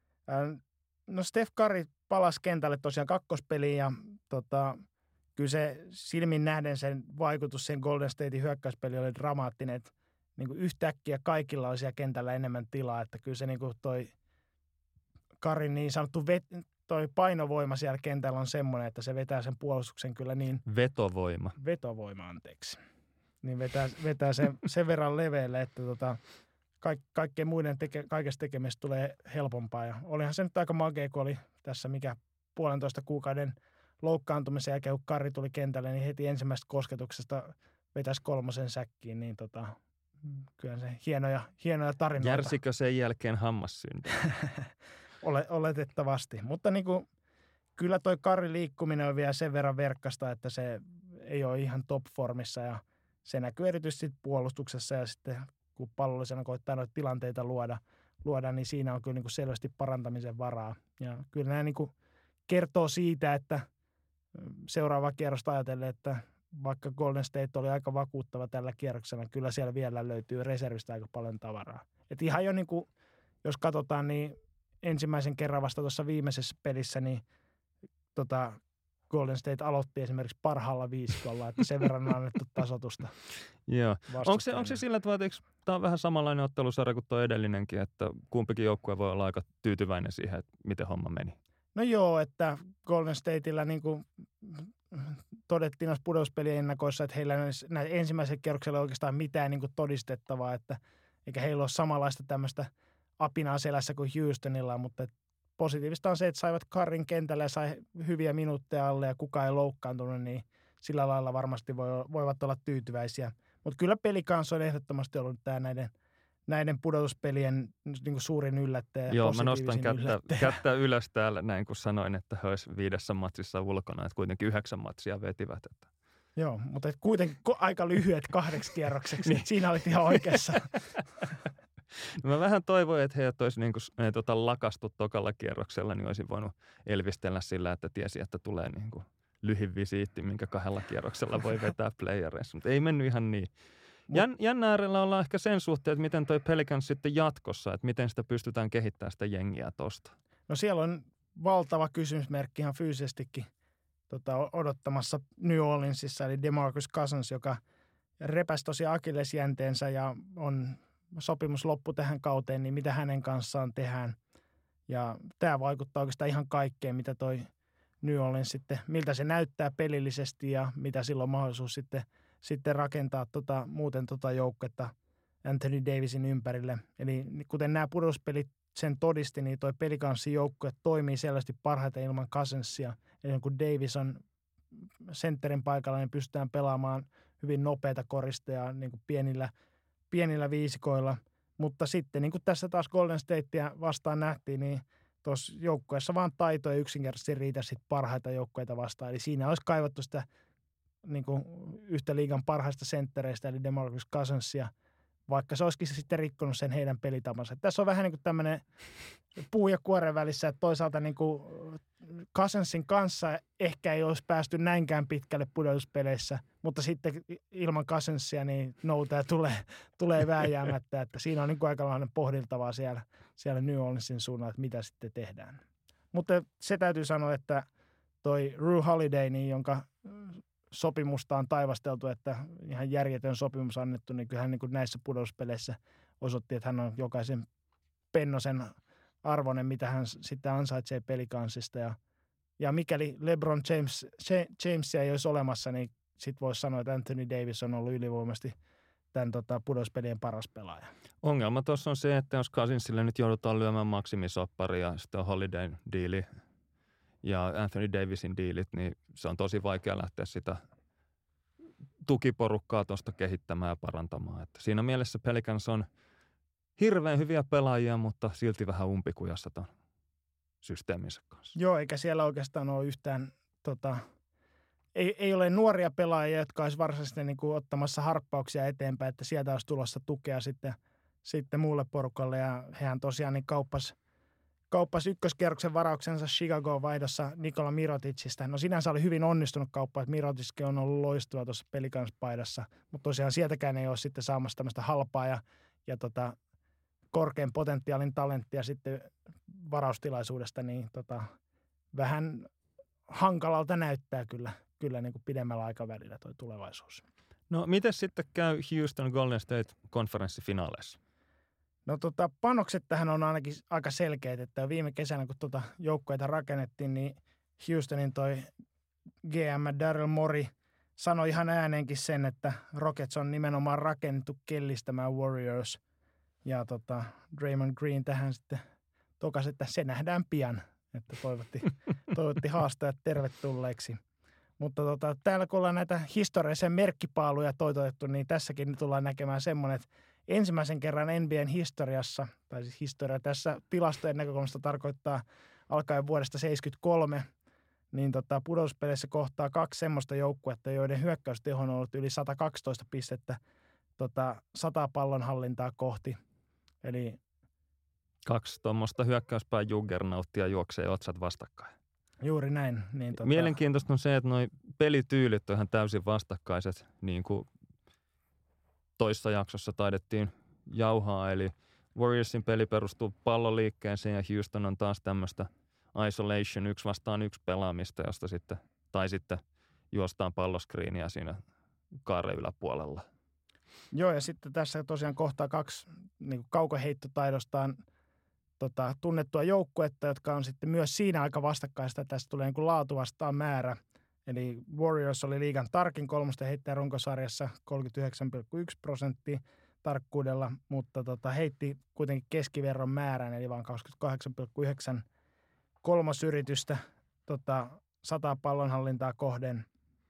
No Steph Curry palasi kentälle tosiaan kakkospeliin ja kyllä se silmin nähden sen vaikutus sen Golden Statein hyökkäyspeli oli dramaattinen, että niin kuin yhtäkkiä kaikilla on siellä kentällä enemmän tilaa, että kyllä se niin kuin toi Curryn niin sanottu toi painovoima siellä kentällä on semmoinen, että se vetää sen puolustuksen kyllä niin... Vetovoima, anteeksi. Niin vetää sen verran leveälle, että kaikkeen muiden kaikesta tekemistä tulee helpompaa. Ja olihan se nyt aika makea, kun oli tässä 1,5 kuukauden loukkaantumisen jälkeen, kun Curry tuli kentälle, niin heti ensimmäisestä kosketuksesta vetäisi 3 säkkiin, niin kyllä se hienoja tarinoita. Järsikö sen jälkeen hammassynti? Oletettavasti, mutta niin kuin, kyllä toi Curryn liikkuminen on vielä sen verran verkkasta, että se ei ole ihan top-formissa ja se näkyy erityisesti puolustuksessa ja sitten kun pallollisena koittaa noita tilanteita luoda, niin siinä on kyllä niin kuin selvästi parantamisen varaa. Ja kyllä nämä niin kuin kertoo siitä, että seuraava kierrosta ajatellen, että vaikka Golden State oli aika vakuuttava tällä kierroksella, kyllä siellä vielä löytyy reservistä aika paljon tavaraa. Et ihan jo niin kuin, jos katsotaan, niin ensimmäisen kerran vasta tuossa viimeisessä pelissä, niin Golden State aloitti esimerkiksi parhaalla viisikolla, että sen verran on annettu tasoitusta. Joo. Onko se sillä tavalla, että tämä on vähän samanlainen ottelusarja kuin tuo edellinenkin, että kumpikin joukkue voi olla aika tyytyväinen siihen, että miten homma meni? No joo, että Golden Stateillä niin kuin todettiin noissa pudotuspelien ennakoissa, että heillä ei ensimmäisellä kierroksella oikeastaan mitään niin kuin todistettavaa, että eikä heillä ole samanlaista tämmöistä apinaa selässä kuin Houstonilla, mutta positiivista on se, että saivat Curryn kentälle ja sai hyviä minuutteja alle ja kukaan ei loukkaantunut, niin sillä lailla varmasti voivat olla tyytyväisiä. Mutta kyllä Pelicans on ehdottomasti ollut tämä näiden pudotuspelien niin kuin suurin yllättäjä. Joo, mä nostan kättä ylös täällä näin, kun sanoin, että he olisi 5 matsissa ulkona, että kuitenkin 9 matsia vetivät. Että. Joo, mutta kuitenkin aika lyhyet 2 kierrokseksi. Niin. Siinä olit ihan oikeassa. Mä vähän toivoin, että heidät olisi niin kuin, lakastu tokalla kierroksella, niin olisin voinut elvistellä sillä, että tiesi, että tulee niin kuin lyhin visiitti, minkä 2 kierroksella voi vetää playereissa. Mutta ei mennyt ihan niin. Jännä äärellä ollaan ehkä sen suhteen, että miten toi Pelicans sitten jatkossa, että miten sitä pystytään kehittämään sitä jengiä tosta. No siellä on valtava kysymysmerkki ihan fyysisestikin odottamassa New Orleansissa, eli DeMarcus Cousins, joka repäsi tosiaan akillesjänteensä ja on sopimus loppu tähän kauteen, niin mitä hänen kanssaan tehdään. Ja tämä vaikuttaa oikeastaan ihan kaikkeen, mitä toi New Orleans sitten, miltä se näyttää pelillisesti ja mitä sillä on mahdollisuus sitten rakentaa muuten joukkuetta Anthony Davisin ympärille. Eli kuten nämä pudotuspelit sen todisti, niin toi Pelicansin joukkue toimii selvästi parhaiten ilman Cousinsia. Eli kun Davis on sentterin paikalla, niin pystytään pelaamaan hyvin nopeita koristeja niin kuin pienillä viisikoilla. Mutta sitten niin kuin tässä taas Golden Statea vastaan nähtiin, niin tuossa joukkueessa vaan taito ja yksinkertaisesti riitä sit parhaita joukkueita vastaan. Eli siinä olisi kaivattu sitä niin kuin yhtä liigan parhaista senttereistä, eli DeMarcus Cousinsia, vaikka se olisikin sitten rikkonut sen heidän pelitapansa. Tässä on vähän niin kuin tämmöinen puu ja kuoren välissä, että toisaalta niin kuin Cousinsin kanssa ehkä ei olisi päästy näinkään pitkälle pudotuspeleissä, mutta sitten ilman Cousinsia niin noutaja tulee vääjäämättä, että siinä on niin kuin aikalainen pohdiltavaa siellä New Orleansin suunnalla, että mitä sitten tehdään. Mutta se täytyy sanoa, että toi Jrue Holiday, niin jonka sopimusta on taivasteltu, että ihan järjetön sopimus annettu, niin kyllähän niin kuin näissä pudotuspeleissä osoitti, että hän on jokaisen pennosen arvoinen, mitä hän sitten ansaitsee pelikansista. Ja mikäli LeBron Jamesia ei olisi olemassa, niin sitten voisi sanoa, että Anthony Davis on ollut ylivoimaisesti tämän pudotuspelien paras pelaaja. Ongelma tuossa on se, että jos Cousinsille nyt joudutaan lyömään maksimisoppari ja sitten on Holidayn diili ja Anthony Davisin diilit, niin se on tosi vaikea lähteä sitä tukiporukkaa tuosta kehittämään ja parantamaan. Että siinä mielessä Pelicans on hirveän hyviä pelaajia, mutta silti vähän umpikujassa ton systeeminsä kanssa. Joo, eikä siellä oikeastaan ole yhtään, ei ole nuoria pelaajia, jotka olisi varsinaisesti niin kuin ottamassa harppauksia eteenpäin, että sieltä olisi tulossa tukea sitten muulle porukalle. Ja hehän tosiaan niin kauppasi ykköskierroksen varauksensa Chicagoon vaihdossa Nikola Miroticista. No sinänsä oli hyvin onnistunut kauppa, että Mirotickin on ollut loistava tuossa Pelicans-paidassa, mutta tosiaan sieltäkään ei ole sitten saamassa tämmöistä halpaa ja korkean potentiaalin talenttia sitten varaustilaisuudesta, niin vähän hankalalta näyttää kyllä niin kuin pidemmällä aikavälillä tuo tulevaisuus. No miten sitten käy Houston Golden State konferenssifinaaleissa? No panokset tähän on ainakin aika selkeät, että viime kesänä kun joukkueita rakennettiin, niin Houstonin toi GM Daryl Morey sanoi ihan ääneenkin sen, että Rockets on nimenomaan rakennettu kellistämään Warriors. Ja Draymond Green tähän sitten tokasi, että se nähdään pian, että toivotti haastajat tervetulleeksi. Mutta täällä kun ollaan näitä historiallisia merkkipaaluja toitotettu, niin tässäkin tullaan näkemään semmoinen, että ensimmäisen kerran NBA:n historiassa, tai siis historia tässä tilastojen näkökulmasta tarkoittaa alkaen vuodesta 1973, niin pudotuspeleissä kohtaa kaksi semmoista joukkuetta, joiden hyökkäysteho on ollut yli 112 pistettä 100 pallonhallintaa kohti. Eli kaksi tuommoista hyökkäyspään juggernauttia juoksee otsat vastakkain. Juuri näin. Niin Mielenkiintoista on se, että nuo pelityylit on ihan täysin vastakkaiset, niin kuin toissa jaksossa taidettiin jauhaa. Eli Warriorsin peli perustuu palloliikkeeseen ja Houston on taas tämmöistä isolation 1-vastaan-1 pelaamista, josta sitten juostaan palloskriiniä siinä kaaren yläpuolella. Joo, ja sitten tässä tosiaan kohtaa kaksi niin kaukoheittotaidostaan tunnettua joukkuetta, jotka on sitten myös siinä aika vastakkaista. Tästä tulee niin kuin laatu vastaan määrä. Eli Warriors oli liigan tarkin kolmosten heittäjän runkosarjassa 39,1% tarkkuudella, mutta heitti kuitenkin keskiverron määrän, eli vain 28,9 kolmosyritystä 100 pallonhallintaa kohden.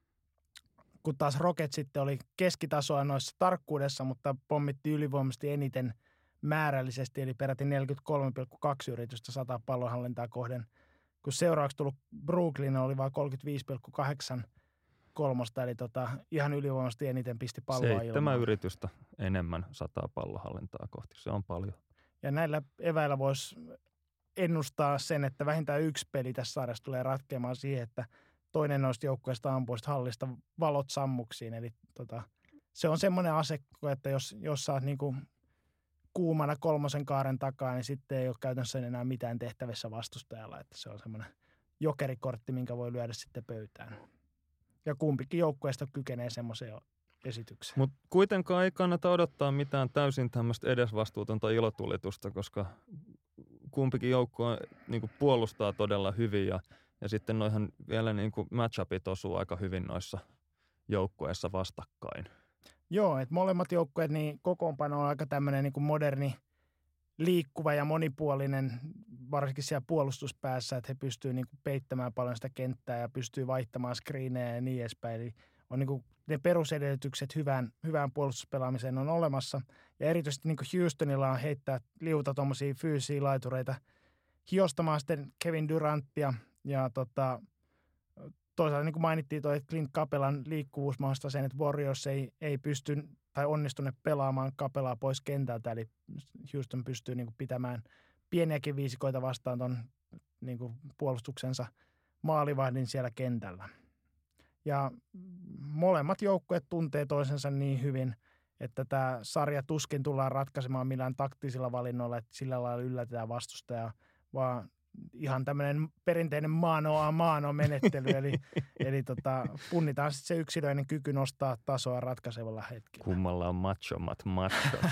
Kun taas Rockets sitten oli keskitasoa noissa tarkkuudessa, mutta pommitti ylivoimaisesti eniten määrällisesti, eli peräti 43,2 yritystä 100 pallonhallintaa kohden. Kun seuraavaksi tullut Brooklyn oli vain 35,8 kolmosta, eli ihan ylivoimaisesti eniten pisti palloa ilmaan. 7 yritystä enemmän 100 pallonhallintaa kohti, se on paljon. Ja näillä eväillä voisi ennustaa sen, että vähintään yksi peli tässä sarjassa tulee ratkeamaan siihen, että toinen noista joukkueista ampuista hallista valot sammuksiin. Eli se on semmoinen asekko, että jos sä oot niinku kuumana kolmosen kaaren takaa, niin sitten ei ole käytännössä enää mitään tehtävissä vastustajalla. Että se on semmoinen jokerikortti, minkä voi lyödä sitten pöytään. Ja kumpikin joukkueesta kykenee semmoiseen esitykseen. Mutta kuitenkaan ei kannata odottaa mitään täysin tämmöistä edesvastuutonta ilotulitusta, koska kumpikin joukkue niinku puolustaa todella hyvin ja sitten noihan vielä niinku matchupit osuu aika hyvin noissa joukkueissa vastakkain. Joo, että molemmat joukkueet, niin kokoonpano on aika tämmöinen niin kuin moderni, liikkuva ja monipuolinen, varsinkin siellä puolustuspäässä, että he pystyvät niin kuin peittämään paljon sitä kenttää ja pystyy vaihtamaan screenejä ja niin edespäin. Eli on niin kuin ne perusedellytykset hyvään puolustuspelaamiseen on olemassa. Ja erityisesti niin kuin Houstonilla on heittää liuta tuommoisia fyysisiä laitureita hiostamaan sitten Kevin Durantia ja toisaalta niin kuin mainittiin toi, että Clint Capelan liikkuvuus mahdollistaa sen, että Warriors ei pysty tai onnistuneet pelaamaan Capelaa pois kentältä, eli Houston pystyy niin kuin pitämään pieniäkin viisikoita vastaan ton niin kuin puolustuksensa maalivahdin siellä kentällä. Ja molemmat joukkueet tuntee toisensa niin hyvin, että tämä sarja tuskin tullaan ratkaisemaan millään taktisilla valinnoilla, että sillä lailla yllätetään vastustajaa, vaan ihan tämmöinen perinteinen mano menettely, eli punnitaan sitten se yksilöinen kyky nostaa tasoa ratkaisevalla hetkellä. Kummalla on machommat machot.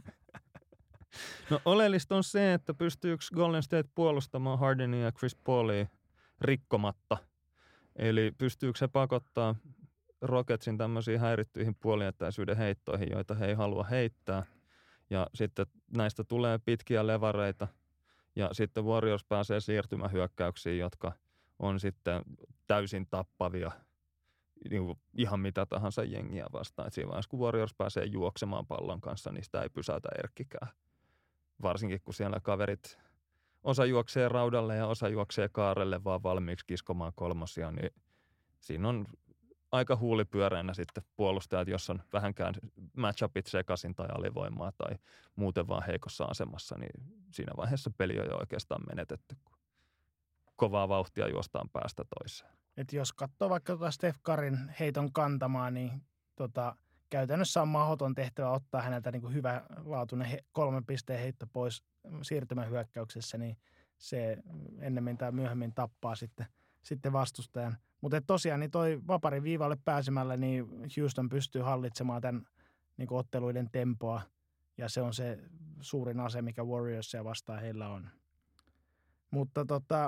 No oleellista on se, että pystyykö Golden State puolustamaan Hardenia ja Chris Paulia rikkomatta. Eli pystyykö se pakottaa Rocketsin tämmöisiin häirittyihin puolietäisyyden heittoihin, joita he ei halua heittää. Ja sitten näistä tulee pitkiä levareita. Ja sitten Warriors pääsee siirtymähyökkäyksiin, jotka on sitten täysin tappavia niin kuin ihan mitä tahansa jengiä vastaan. Et siinä vaiheessa, kun Warriors pääsee juoksemaan pallon kanssa, niin sitä ei pysäytä erkkikään. Varsinkin, kun siellä kaverit osa juoksee raudalle ja osa juoksee kaarelle vaan valmiiksi kiskomaan kolmosia, niin siinä on aika huulipyöreänä sitten puolustajat, jos on vähänkään matchupit sekaisin tai alivoimaa tai muuten vaan heikossa asemassa, niin siinä vaiheessa peli on jo oikeastaan menetetty, kun kovaa vauhtia juostaan päästä toiseen. Et jos katsoo vaikka Steph Curryn heiton kantamaa, niin käytännössä on mahdoton tehtävä ottaa häneltä niin kuin hyvälaatuinen 3 pisteen heitto pois siirtymähyökkäyksessä, niin se ennemmin tai myöhemmin tappaa sitten vastustajan. Mutta tosiaan niin toi vaparin viivalle pääsemällä, niin Houston pystyy hallitsemaan tämän niin kuin otteluiden tempoa, ja se on se suurin ase, mikä Warriorsia vastaan heillä on. Mutta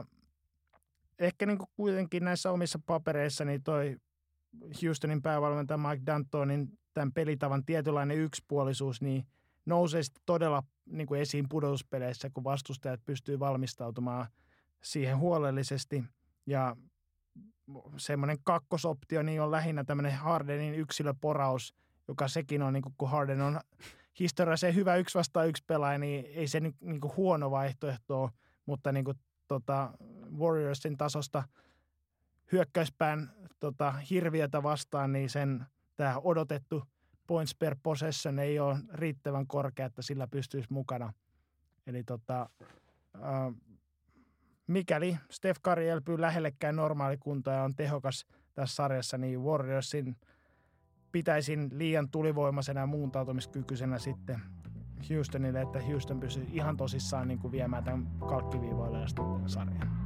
ehkä niin kuin kuitenkin näissä omissa papereissa, niin toi Houstonin päävalmentaja Mike D'Antonin tämän pelitavan tietynlainen yksipuolisuus, niin nousee sitten todella niin kuin esiin pudotuspeleissä, kun vastustajat pystyy valmistautumaan siihen huolellisesti. Ja semmoinen kakkosoptio niin on lähinnä tämmöinen Hardenin yksilöporaus, joka sekin on, niin kun Harden on historiassa hyvä 1-1 pelaaja, niin ei se niin kuin huono vaihtoehto ole, mutta niin kuin Warriorsin tasosta hyökkäyspään hirviötä vastaan, niin tämä odotettu points per possession ei ole riittävän korkea, että sillä pystyisi mukana. Eli mikäli Steph Curry elpyy lähellekään normaalikuntoa ja on tehokas tässä sarjassa, niin Warriorsin pitäisin liian tulivoimaisena ja muuntautumiskykyisenä sitten Houstonille, että Houston pysyy ihan tosissaan niin kuin viemään tämän kalkkiviivoille ja sitten sarjan.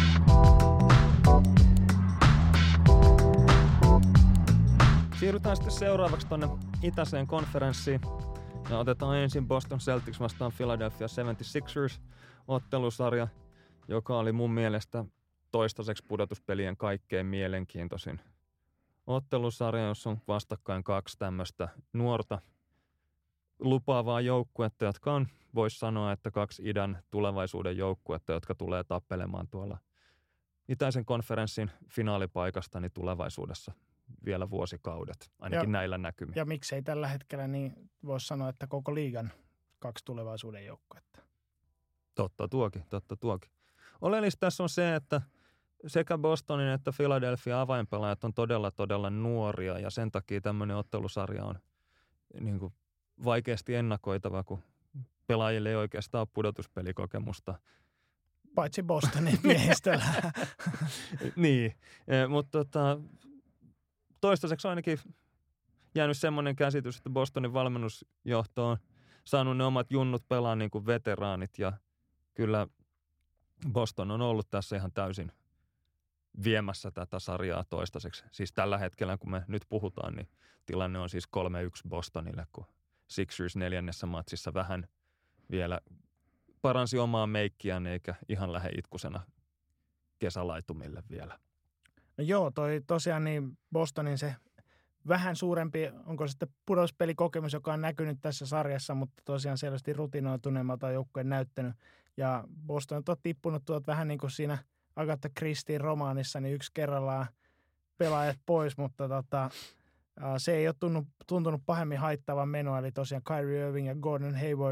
Siirrytään sitten seuraavaksi tuonne itäiseen konferenssiin ja otetaan ensin Boston Celtics vastaan Philadelphia 76ers ottelusarja, joka oli mun mielestä toistaiseksi pudotuspelien kaikkein mielenkiintoisin ottelusarja, jossa on vastakkain 2 tämmöistä nuorta lupaavaa joukkuetta, jotka on, voisi sanoa, että 2 idän tulevaisuuden joukkuetta, jotka tulee tappelemaan tuolla itäisen konferenssin finaalipaikasta niin tulevaisuudessa vielä vuosikaudet, ainakin näillä näkymin. Ja miksei tällä hetkellä, niin voisi sanoa, että koko liigan 2 tulevaisuuden joukkuetta. Totta tuokin. Oleellista tässä on se, että sekä Bostonin että Philadelphia avainpelaajat on todella nuoria ja sen takia tämmöinen ottelusarja on niin kuin vaikeasti ennakoitava, kun pelaajille ei oikeastaan ole pudotuspelikokemusta. Paitsi Bostonin miehistöllä. Niin, mutta toistaiseksi ainakin jäänyt semmoinen käsitys, että Bostonin valmennusjohto on saanut ne omat junnut pelaa niin kuin veteraanit ja kyllä Boston on ollut tässä ihan täysin viemässä tätä sarjaa toistaiseksi. Siis tällä hetkellä, kun me nyt puhutaan, niin tilanne on siis 3-1 Bostonille, kun Sixers 4. matsissa vähän vielä paransi omaa meikkiään eikä ihan lähde itkusena kesälaitumille vielä. No joo, tosiaan niin Bostonin se vähän suurempi, onko sitten pudotuspelikokemus, joka on näkynyt tässä sarjassa, mutta tosiaan selvästi rutinoituneemmalta joukkueen näyttänyt. Ja Boston on tippunut vähän niin kuin siinä Agatha Christien romaanissa, niin yksi kerrallaan pelaajat pois, mutta se ei ole tuntunut pahemmin haittavan menoa. Eli tosiaan Kyrie Irving ja Gordon Hayward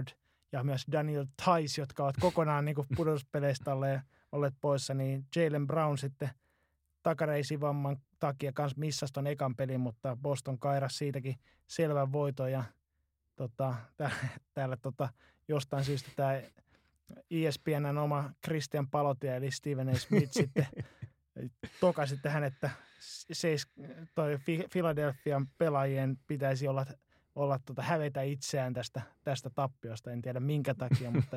ja myös Daniel Tice, jotka ovat kokonaan niin kuin pudotuspeleistä olleet poissa, niin Jaylen Brown sitten takareisivamman takia kanssa missasi ton ekan pelin, mutta Boston kairasi siitäkin selvän voiton ja täällä jostain syystä tämä ESPN:n oma Christian Palotia eli Stephen A. Smith sitten tokasi tähän, että toi Philadelphian pelaajien pitäisi olla hävetä itseään tästä tappiosta. En tiedä minkä takia, mutta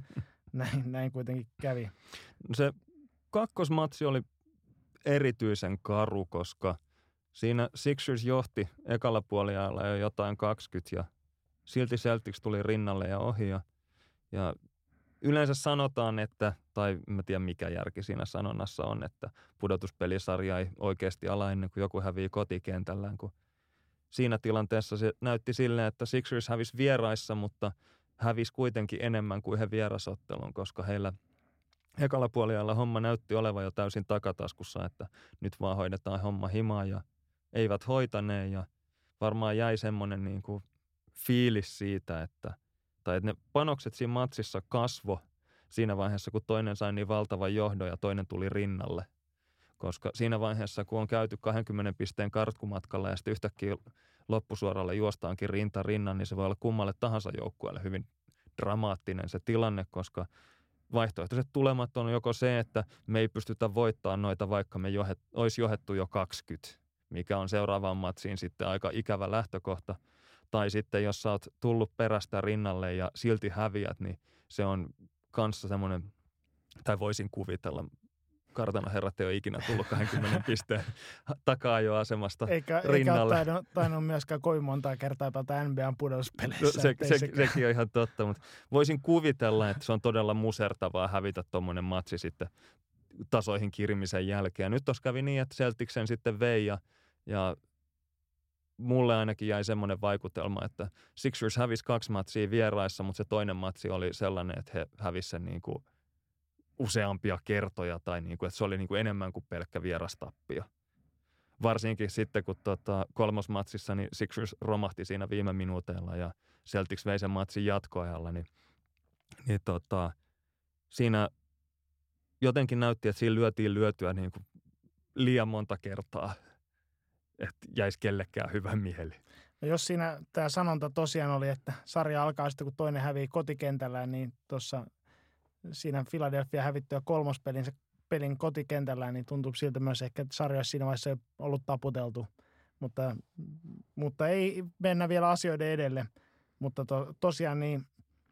näin kuitenkin kävi. Se kakkosmatsi oli erityisen karu, koska siinä Sixers johti ekalla puoliajalla jo jotain 20 ja silti Celtics tuli rinnalle ja ohi. Ja yleensä sanotaan, että, tai en tiedä mikä järki siinä sanonnassa on, että pudotuspelisarja ei oikeasti ala ennen kuin joku hävii kotikentällään, kun siinä tilanteessa se näytti silleen, että Sixers hävisi vieraissa, mutta hävisi kuitenkin enemmän kuin he vierasottelun, koska heillä ekalla puoliajalla homma näytti olevan jo täysin takataskussa, että nyt vaan hoidetaan homma himaan ja eivät hoitaneen ja varmaan jäi semmoinen niin kuin fiilis siitä, että ne panokset siinä matsissa kasvo siinä vaiheessa, kun toinen sai niin valtavan johdon ja toinen tuli rinnalle. Koska siinä vaiheessa, kun on käyty 20 pisteen kartkumatkalla ja sitten yhtäkkiä loppusuoralla juostaankin rinta rinnan, niin se voi olla kummalle tahansa joukkueelle hyvin dramaattinen se tilanne, koska vaihtoehtoiset tulemat on joko se, että me ei pystytä voittamaan noita, vaikka me olisi johettu jo 20, mikä on seuraavaan matsiin sitten aika ikävä lähtökohta. Tai sitten, jos sä oot tullut perästä rinnalle ja silti häviät, niin se on kanssa semmoinen, tai voisin kuvitella, kartanoherrat ei ole ikinä tullut 20 pisteen taka-ajoasemasta rinnalle. Eikä ole tainnut myöskään kovin montaa kertaa pelata NBA:n pudotuspeleissä. Sekin on ihan totta, mutta voisin kuvitella, että se on todella musertavaa hävitä tuommoinen matsi sitten tasoihin kirimisen jälkeen. Nyt tuossa kävi niin, että Celticsen sitten vei ja mulle ainakin jäi semmoinen vaikutelma, että Sixers hävisi 2 matsia vieraissa, mutta se toinen matsi oli sellainen, että he hävisivät sen niin kuin useampia kertoja tai niin kuin, että se oli niin kuin enemmän kuin pelkkä vierastappio. Varsinkin sitten, kun kolmosmatsissa niin Sixers romahti siinä viime minuuteilla ja Celtics vei sen matsin jatkoajalla, niin siinä jotenkin näytti, että siinä lyötiin lyötyä niin kuin liian monta kertaa, että jäisi kellekään hyvä mieli. No jos siinä tämä sanonta tosiaan oli, että sarja alkaa sitten, kun toinen hävii kotikentällään, niin tuossa siinä Philadelphia hävittyä pelin kotikentällään, niin tuntuu siltä myös ehkä, että sarja siinä vaiheessa ei ollut taputeltu. Mutta ei mennä vielä asioiden edelle. Mutta tosiaan niin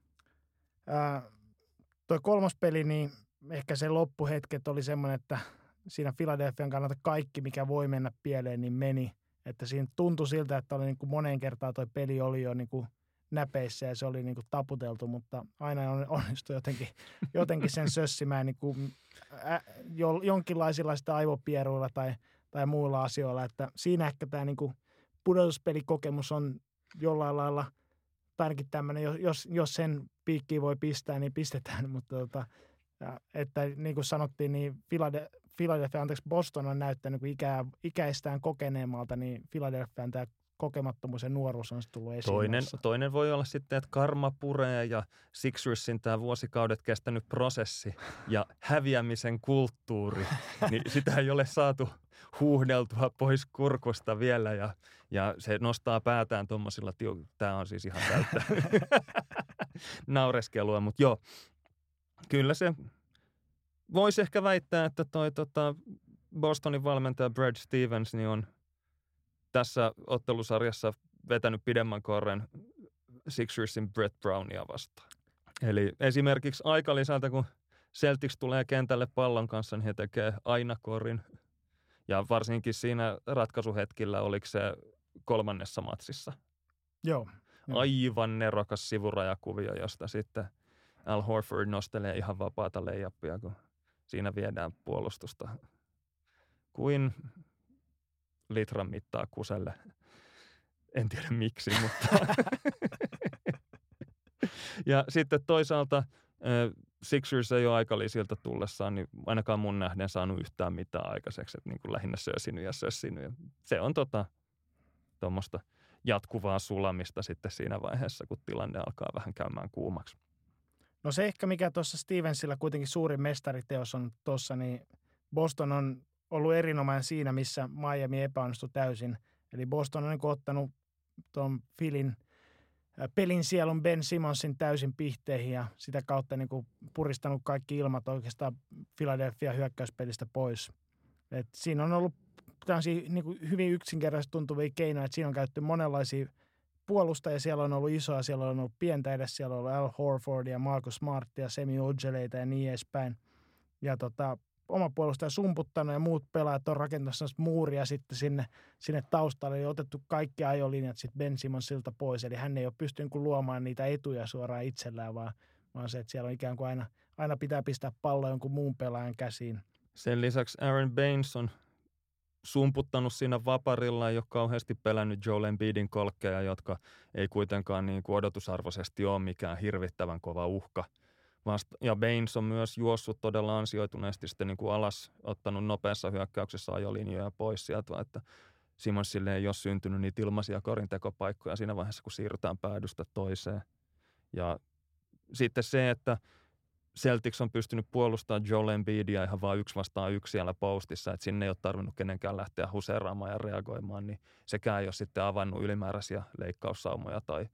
toi 3. peli, niin ehkä se loppuhetket oli semmoinen, että siinä Philadelphian kannalta kaikki, mikä voi mennä pieleen, niin meni. Että siinä tuntui siltä, että oli niin kuin moneen kertaan toi peli oli jo niin kuin näpeissä ja se oli niin kuin taputeltu, mutta aina onnistui jotenkin sen sössimään niin kuin jonkinlaisilla sitä aivopieruilla tai muilla asioilla. Että siinä ehkä tämä niin kuin pudotuspelikokemus on jollain lailla, tai ainakin tämmöinen, jos sen piikkiin voi pistää, niin pistetään. Mutta että niin kuin sanottiin, niin Boston on näyttänyt ikäistään kokeneemmalta, niin Philadelphiaan tämä kokemattomuus ja nuoruus on tullut esiin. Toinen voi olla sitten, että karma puree ja Sixersin tämä vuosikaudet kestänyt prosessi ja häviämisen kulttuuri, niin sitä ei ole saatu huuhdeltua pois kurkusta vielä ja se nostaa päätään tuommoisilla, tämä on siis ihan täyttä naureskelua, mutta joo, kyllä se voisi ehkä väittää, että toi Bostonin valmentaja Brad Stevens niin on tässä ottelusarjassa vetänyt pidemmän korren Sixersin Brett Brownia vastaan. Eli esimerkiksi aikalisältä, kun Celtics tulee kentälle pallon kanssa, niin he tekee aina korin. Ja varsinkin siinä ratkaisuhetkillä, oliko se 3. matsissa. Joo. Aivan nerokas sivurajakuvio, josta sitten Al Horford nostelee ihan vapaata leijappia, kun siinä viedään puolustusta kuin litran mittaa kuselle. En tiedä miksi, mutta ja sitten toisaalta Sixers ei ole aikalisilta tullessaan, niin ainakaan mun nähden saanut yhtään mitään aikaiseksi, että niin kuin lähinnä sössinyt. Se on tuommoista jatkuvaa sulamista sitten siinä vaiheessa, kun tilanne alkaa vähän käymään kuumaksi. No se ehkä mikä tuossa Stevensillä kuitenkin suurin mestariteos on tuossa, niin Boston on ollut erinomainen siinä, missä Miami epäonnistui täysin. Eli Boston on niin ottanut tuon Philin pelin sielun Ben Simmonsin täysin pihteihin ja sitä kautta niin kuin puristanut kaikki ilmat oikeastaan Philadelphia hyökkäyspelistä pois. Et siinä on ollut tämmöisiä niin kuin hyvin yksinkertaisesti tuntuvia keinoja, että siinä on käytetty monenlaisia puolustajia. Siellä on ollut isoa, siellä on ollut pientä edes, siellä on ollut Al Horfordia, Marcus Smartia, Semi Ojeleita ja niin edespäin. Ja oma puolustaja sumputtanut ja muut pelaajat on rakentanut sellaista muuria sitten sinne taustalle. Eli otettu kaikki ajolinjat sitten Ben Simmonsilta pois. Eli hän ei ole pystynyt luomaan niitä etuja suoraan itsellään, vaan se, että siellä on ikään kuin aina pitää pistää pallo jonkun muun pelaajan käsiin. Sen lisäksi Aaron Baines on sumputtanut siinä vaparilla, ei ole kauheasti pelännyt Joel Embiidin kolkkeja, jotka ei kuitenkaan niin kuin odotusarvoisesti ole mikään hirvittävän kova uhka. Ja Baines on myös juossut todella ansioituneesti sitten niin kuin alas, ottanut nopeassa hyökkäyksessä ajolinjoja pois sieltä, että Simmonsille ei ole syntynyt niitä ilmaisia korintekopaikkoja siinä vaiheessa, kun siirrytään päädystä toiseen. Ja sitten se, että Celtics on pystynyt puolustamaan Joel Embiidia ihan vaan 1-1 siellä postissa, että sinne ei ole tarvinnut kenenkään lähteä huseeraamaan ja reagoimaan, niin sekään ei ole sitten avannut ylimääräisiä leikkaussaumoja tai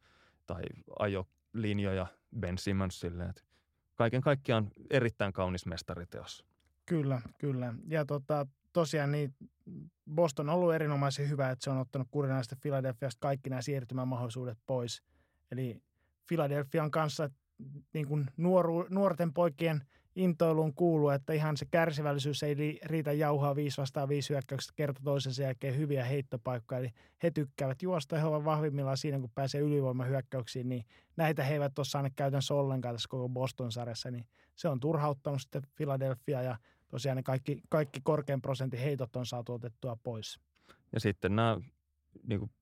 ajolinjoja Ben Simmonsille. Että kaiken kaikkiaan erittäin kaunis mestariteos. Kyllä. Ja tosiaan niin Boston on ollut erinomaisen hyvä, että se on ottanut kurinalaisesta Philadelphiasta kaikki nämä siirtymämahdollisuudet pois. Eli Philadelphian kanssa niin kuin nuorten poikien intoiluun kuuluu, että ihan se kärsivällisyys ei riitä jauhaa 5-5 hyökkäyksestä kerta toisensa jälkeen hyviä heittopaikkoja. Eli he tykkäävät juosta ja he ovat vahvimmillaan siinä, kun pääsee ylivoimahyökkäyksiin, niin näitä he eivät ole saaneet käytännössä ollenkaan tässä koko Boston-sarjassa, niin se on turhauttanut sitten Philadelphia ja tosiaan ne kaikki korkean prosentin heitot on saatu otettua pois. Ja sitten nämä niin kuin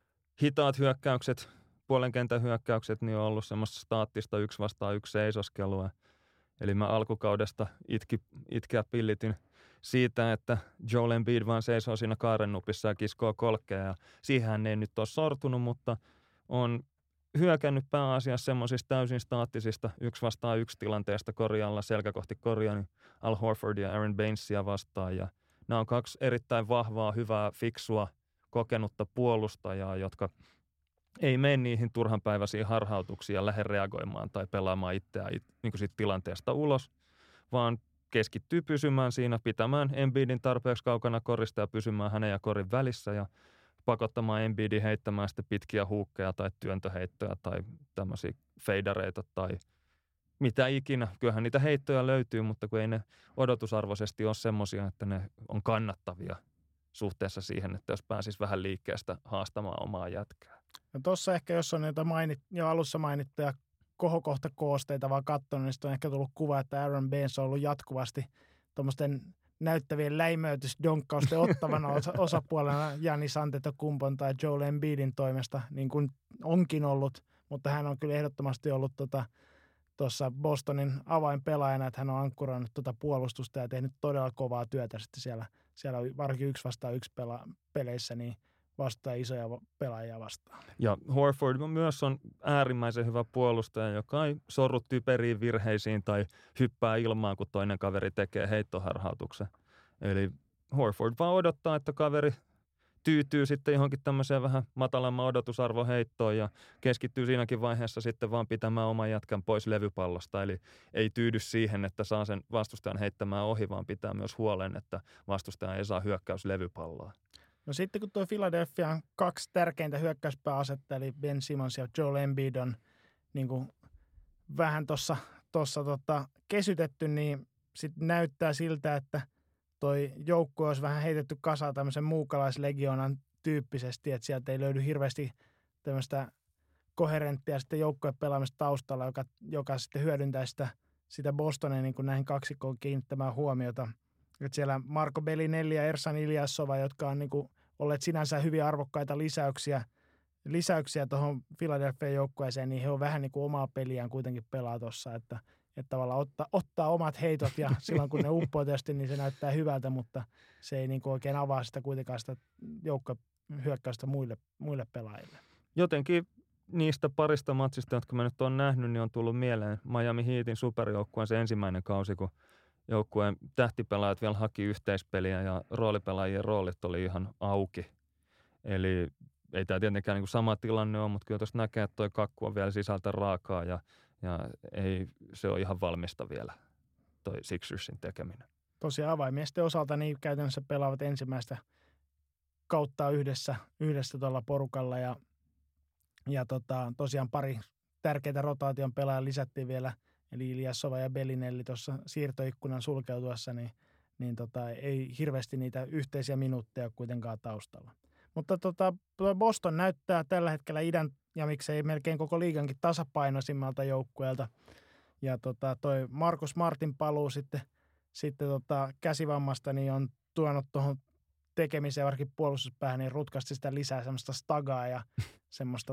hitaat hyökkäykset, puolen kentän hyökkäykset, niin on ollut semmoista staattista 1-1 seisoskelua. Eli mä alkukaudesta itkeä pillitin siitä, että Joel Embiid vaan seisoo siinä kaarennupissa ja kiskoo kolkkeja. Ja siihen hän ei nyt ole sortunut, mutta on hyökännyt pääasiassa semmoisista täysin staattisista 1-1 tilanteesta korjalla selkä kohti korjaa, niin Al Horford ja Aaron Bainesia vastaan. Ja nämä on kaksi erittäin vahvaa, hyvää, fiksua, kokenutta puolustajaa, jotka ei mene niihin turhanpäiväisiin harhautuksiin ja lähde reagoimaan tai pelaamaan itseään niin kuin siitä tilanteesta ulos, vaan keskittyy pysymään siinä, pitämään Embiidin tarpeeksi kaukana korista ja pysymään hänen ja korin välissä ja pakottamaan Embiidin heittämään sitten pitkiä huukkeja tai työntöheittoja tai tämmöisiä feidareita tai mitä ikinä. Kyllähän niitä heittoja löytyy, mutta kun ei ne odotusarvoisesti ole semmoisia, että ne on kannattavia suhteessa siihen, että jos pääsisi vähän liikkeestä haastamaan omaa jätkää. No tuossa ehkä, jos on niitä jo alussa mainittuja kohokohtakoosteita vaan katsonut, niin sitten on ehkä tullut kuva, että Aaron Baines on ollut jatkuvasti tuommoisten näyttävien läimöitysdonkkausten ottavana osapuolena Giannis Antetokounmpon tai Joel Embiidin toimesta, niin kuin onkin ollut, mutta hän on kyllä ehdottomasti ollut tuossa Bostonin avainpelaajana, että hän on ankkuroinut puolustusta ja tehnyt todella kovaa työtä sitten siellä varsinkin 1-1 peleissä, niin vastaa isoja pelaajia vastaan. Ja Horford myös on äärimmäisen hyvä puolustaja, joka ei sorru typeriin virheisiin tai hyppää ilmaan, kun toinen kaveri tekee heittoharhautuksen. Eli Horford vaan odottaa, että kaveri tyytyy sitten johonkin tämmöiseen vähän matalamman odotusarvon heittoon ja keskittyy siinäkin vaiheessa sitten vaan pitämään oman jätkän pois levypallosta. Eli ei tyydy siihen, että saa sen vastustajan heittämään ohi, vaan pitää myös huolen, että vastustaja ei saa hyökkäyslevypalloa. No sitten kun tuo Philadelphian kaksi tärkeintä hyökkäyspääasetta, eli Ben Simmons ja Joel Embiid on niin kuin vähän tuossa kesytetty, niin sitten näyttää siltä, että toi joukkue olisi vähän heitetty kasaan tämmöisen muukalaislegionan tyyppisesti, että sieltä ei löydy hirveästi tämmöistä koherenttia sitten joukkuepelaamista taustalla, joka sitten hyödyntäisi sitä Bostonin niin kuin näihin kaksikkoon kiinnittämään huomiota. Että siellä Marco Bellinelli ja Ersan Ilyasova, jotka on niin kuin olleet sinänsä hyvin arvokkaita lisäyksiä tuohon Philadelphia joukkueeseen, niin he on vähän niin kuin omaa peliään kuitenkin pelaa tuossa, että tavallaan ottaa omat heitot ja silloin kun ne uppoo tietysti, niin se näyttää hyvältä, mutta se ei niin kuin oikein avaa sitä kuitenkaan sitä joukkuehyökkäystä muille pelaajille. Jotenkin niistä parista matsista, jotka mä nyt oon nähnyt, niin on tullut mieleen Miami Heatin superjoukkueen se ensimmäinen kausi, kun joukkueen tähtipelaajat vielä haki yhteispeliä ja roolipelaajien roolit oli ihan auki. Eli ei tämä tietenkään niin kuin sama tilanne ole, mutta kyllä tuossa näkee, että toi kakku on vielä sisältä raakaa ja ei se ole ihan valmista vielä, toi Sixersin tekeminen. Tosiaan avaimiesten osalta niin käytännössä pelaavat ensimmäistä kautta yhdessä tuolla porukalla ja tosiaan pari tärkeitä rotaation pelaajaa lisättiin vielä, eli Ilyasova ja Bellinelli tuossa siirtoikkunan sulkeutuessa, niin ei hirveästi niitä yhteisiä minuutteja kuitenkaan taustalla. Mutta Boston näyttää tällä hetkellä idän ja miksei melkein koko liigankin tasapainoisimmalta joukkueelta. Ja toi Marcus Martin paluu sitten käsivammasta, niin on tuonut tuohon tekemiseen varsinkin puolustuspäähän, niin rutkasti sitä lisää semmoista stagaa ja semmoista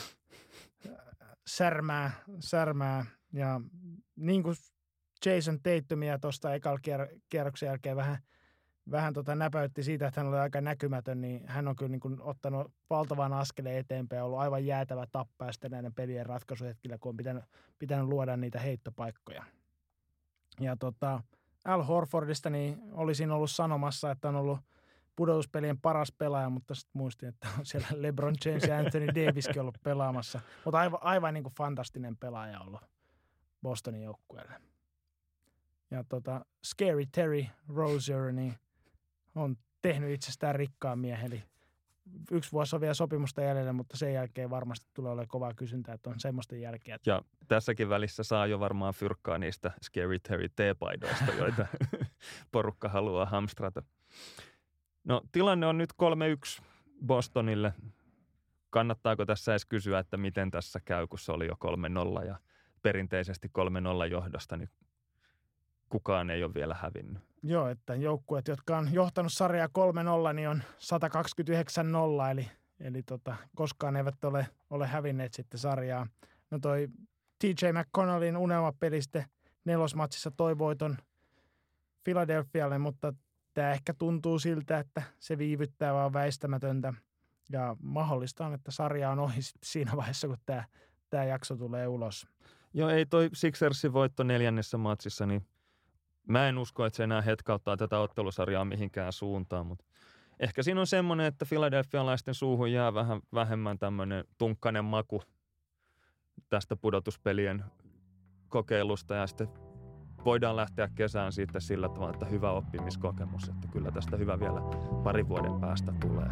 särmää. Ja niin kuin Jason Tatumia tuosta ekalla kierroksen jälkeen vähän näpäytti siitä, että hän oli aika näkymätön, niin hän on kyllä niin kuin ottanut valtavan askeleen eteenpäin ja ollut aivan jäätävä tappaja sitten näiden pelien ratkaisuhetkillä, kun on pitänyt luoda niitä heittopaikkoja. Ja Al Horfordista niin olisin ollut sanomassa, että on ollut pudotuspelien paras pelaaja, mutta sitten muistin, että on siellä LeBron James ja Anthony Daviskin ollut pelaamassa. Mutta aivan niin kuin fantastinen pelaaja ollut Bostonin joukkueelle. Ja Scary Terry Rozier niin on tehnyt itsestään rikkaan miehen, eli 1 vuosi on vielä sopimusta jäljellä, mutta sen jälkeen varmasti tulee olemaan kovaa kysyntää, että on semmoista jälkeä. Ja tässäkin välissä saa jo varmaan fyrkkaa niistä Scary Terry T-paidoista, joita porukka haluaa hamstrata. No tilanne on nyt 3-1 Bostonille. Kannattaako tässä edes kysyä, että miten tässä käy, kun se oli jo 3-0 ja perinteisesti 3-0 johdosta, niin kukaan ei ole vielä hävinnyt. Joo, että joukkueet, jotka on johtanut sarjaa 3-0, niin on 129-0, eli koskaan eivät ole hävinneet sitten sarjaa. No toi TJ McConnellin unelmapeli sitten 4. matsissa toi voiton Philadelphialle, mutta tämä ehkä tuntuu siltä, että se viivyttää vaan väistämätöntä. Ja mahdollista on, että sarja on ohi siinä vaiheessa, kun tämä jakso tulee ulos. Joo, ei toi Sixersin voitto 4. matsissa, niin mä en usko, että se enää hetkauttaa tätä ottelusarjaa mihinkään suuntaan, mutta ehkä siinä on semmoinen, että Philadelphialaisten suuhun jää vähän vähemmän tämmöinen tunkkainen maku tästä pudotuspelien kokeilusta ja sitten voidaan lähteä kesään siitä sillä tavalla, että hyvä oppimiskokemus, että kyllä tästä hyvä vielä 2 vuoden päästä tulee.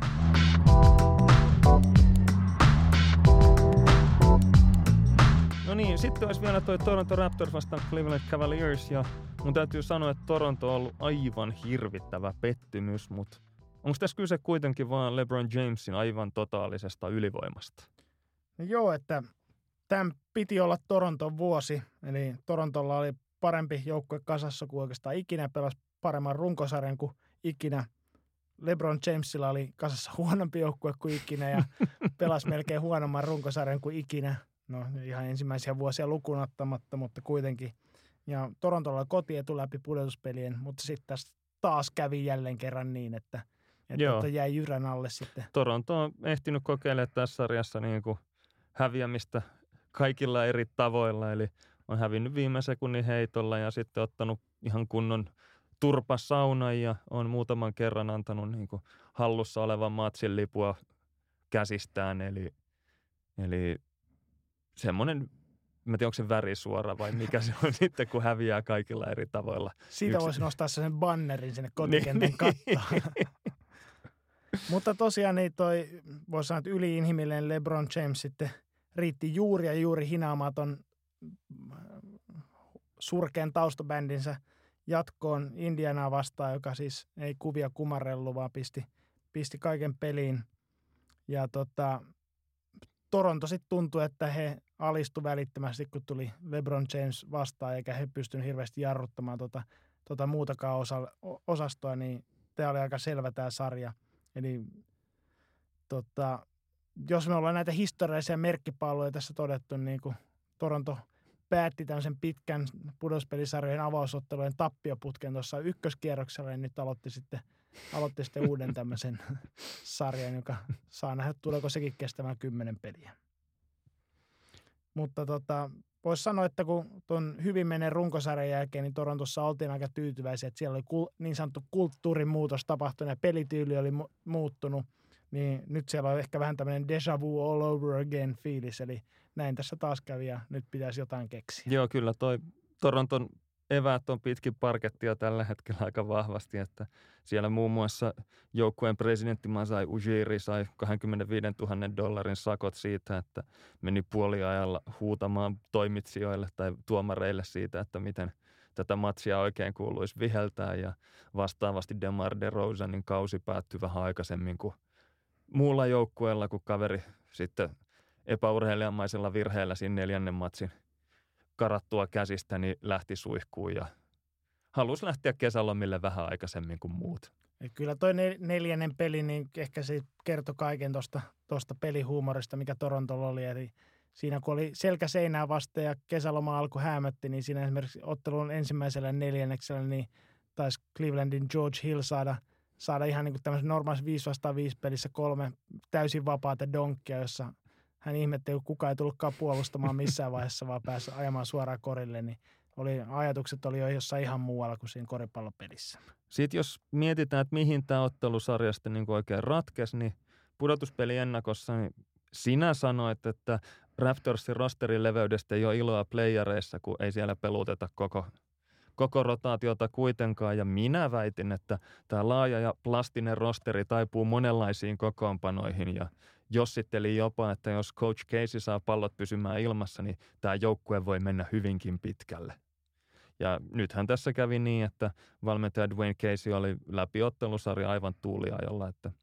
No niin, sitten olisi vielä toi Toronto Raptors vastaan Cleveland Cavaliers ja mun täytyy sanoa, että Toronto on ollut aivan hirvittävä pettymys, mutta onko tässä kyse kuitenkin vaan LeBron Jamesin aivan totaalisesta ylivoimasta? No joo, että tämän piti olla Toronton vuosi, eli Torontolla oli parempi joukkue kasassa kuin oikeastaan ikinä, pelasi paremman runkosarjan kuin ikinä. LeBron Jamesilla oli kasassa huonompi joukkue kuin ikinä ja pelasi melkein huonomman runkosarjan kuin ikinä. No ihan ensimmäisiä vuosia lukuun ottamatta, mutta kuitenkin. Ja Torontolla oli kotietu läpi pudotuspelien, mutta sitten tässä taas kävi jälleen kerran niin, että jäi jyrän alle sitten. Toronto on ehtinyt kokeilemaan tässä sarjassa niin kuin häviämistä kaikilla eri tavoilla, eli on hävinnyt viime sekunnin heitolla ja sitten ottanut ihan kunnon turpasaunan ja on muutaman kerran antanut niin kuin hallussa olevan matsin lipua käsistään, eli semmoinen, mä tiedän, onko se värisuora vai mikä se on sitten, kun häviää kaikilla eri tavoilla. Siitä voisi nostaa sen bannerin sinne kotikentän kattoon. Mutta tosiaan niin toi, voisi sanoa, että yliinhimillinen LeBron James sitten riitti juuri hinaamaan ton surkean taustabändinsä jatkoon Indianaa vastaan, joka siis ei kuvia kumarrellut, vaan pisti kaiken peliin. Ja Toronto sitten tuntui, että he alistu välittömästi, kun tuli LeBron James vastaan, eikä he pystynyt hirveästi jarruttamaan muutakaan osastoa, niin tämä oli aika selvä tämä sarja. Eli jos me ollaan näitä historiallisia merkkipalloja tässä todettu, niin kun Toronto päätti tämmöisen pitkän pudotuspelisarjojen avausottelujen tappioputken tuossa ykköskierroksella, niin nyt aloitti sitten uuden tämmöisen sarjan, joka saa nähdä, tuleeko sekin kestämään 10 peliä. Mutta voisi sanoa, että kun tuon hyvin menee runkosarjan jälkeen, niin Torontossa oltiin aika tyytyväisiä, että siellä oli niin sanottu kulttuurimuutos tapahtunut ja pelityyli oli muuttunut, niin nyt siellä on ehkä vähän tämmöinen déjà vu all over again -fiilis, eli näin tässä taas kävi ja nyt pitäisi jotain keksiä. Joo, kyllä toi Toronton eväät on pitkin parkettia tällä hetkellä aika vahvasti, että siellä muun muassa joukkueen presidentti Masai Ujiri sai $25,000 sakot siitä, että meni puoliajalla huutamaan toimitsijoille tai tuomareille siitä, että miten tätä matsia oikein kuuluisi viheltää, ja vastaavasti DeMar DeRozanin kausi päättyi vähän aikaisemmin kuin muulla joukkueella, kun kaveri sitten epäurheilijamaisella virheellä siinä 4. matsin karattua käsistä, niin lähti suihkuun ja halusi lähteä kesälomille vähän aikaisemmin kuin muut. Ja kyllä toi 4. peli, niin ehkä se kertoi kaiken tuosta pelihuumorista, mikä Torontolla oli. Eli siinä kun oli selkä seinää vasten ja kesäloma alkoi häämötti, niin siinä esimerkiksi ottelun ensimmäisellä 4. niin taisi Clevelandin George Hill saada ihan niin kuin tämmöisen normaalissa 5-5 pelissä 3 täysin vapaata donkkia, jossa hän ihmetteli, kun kukaan ei tullutkaan puolustamaan missään vaiheessa, vaan pääsi ajamaan suoraan korille, niin ajatukset oli jo jossain ihan muualla kuin siinä koripallopelissä. Sitten jos mietitään, että mihin tämä ottelusarjasta niin oikein ratkesi, niin pudotuspeli ennakossa niin sinä sanoit, että Raptorsin rosterin leveydestä ei ole iloa playereissa, kun ei siellä peluteta koko rotaatiota kuitenkaan, ja minä väitin, että tämä laaja ja plastinen rosteri taipuu monenlaisiin kokoonpanoihin, ja jossitteli jopa, että jos Coach Casey saa pallot pysymään ilmassa, niin tämä joukkue voi mennä hyvinkin pitkälle. Ja nythän tässä kävi niin, että valmentaja Dwayne Casey oli läpi ottelusarja aivan tuuliajolla, että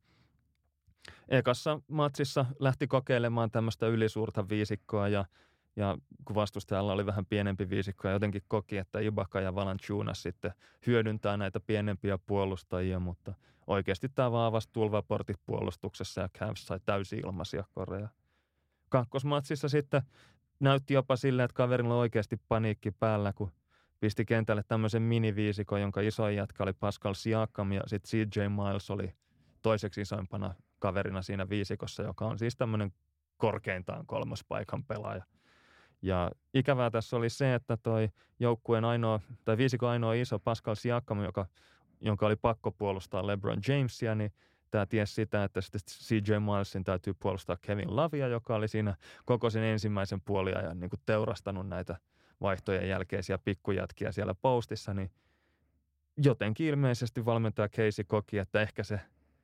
ekassa matsissa lähti kokeilemaan tämmöistä ylisuurta viisikkoa, ja kun vastustajalla oli vähän pienempi viisikko ja jotenkin koki, että Ibaka ja Valanciunas sitten hyödyntää näitä pienempiä puolustajia, mutta oikeasti tämä vaan avasi tulvaportit puolustuksessa ja Cavs sai täysin ilmaisia koreja. Kakkosmatsissa sitten näytti jopa silleen, että kaverilla on oikeasti paniikki päällä, kun pisti kentälle tämmöisen miniviisikon, jonka isoin jätkä oli Pascal Siakam, ja sitten CJ Miles oli toiseksi isoimpana kaverina siinä viisikossa, joka on siis tämmöinen korkeintaan 3. paikan pelaaja. Ja ikävää tässä oli se, että toi joukkueen viisikon ainoa iso Pascal Siakam, jonka oli pakko puolustaa LeBron Jamesia, niin tämä tiesi sitä, että sitten CJ Milesin täytyy puolustaa Kevin Lovea, joka oli siinä koko sen ensimmäisen puoliajan niin kuin teurastanut näitä vaihtojen jälkeisiä pikkujätkiä siellä postissa, niin jotenkin ilmeisesti valmentaja Casey koki, että ehkä se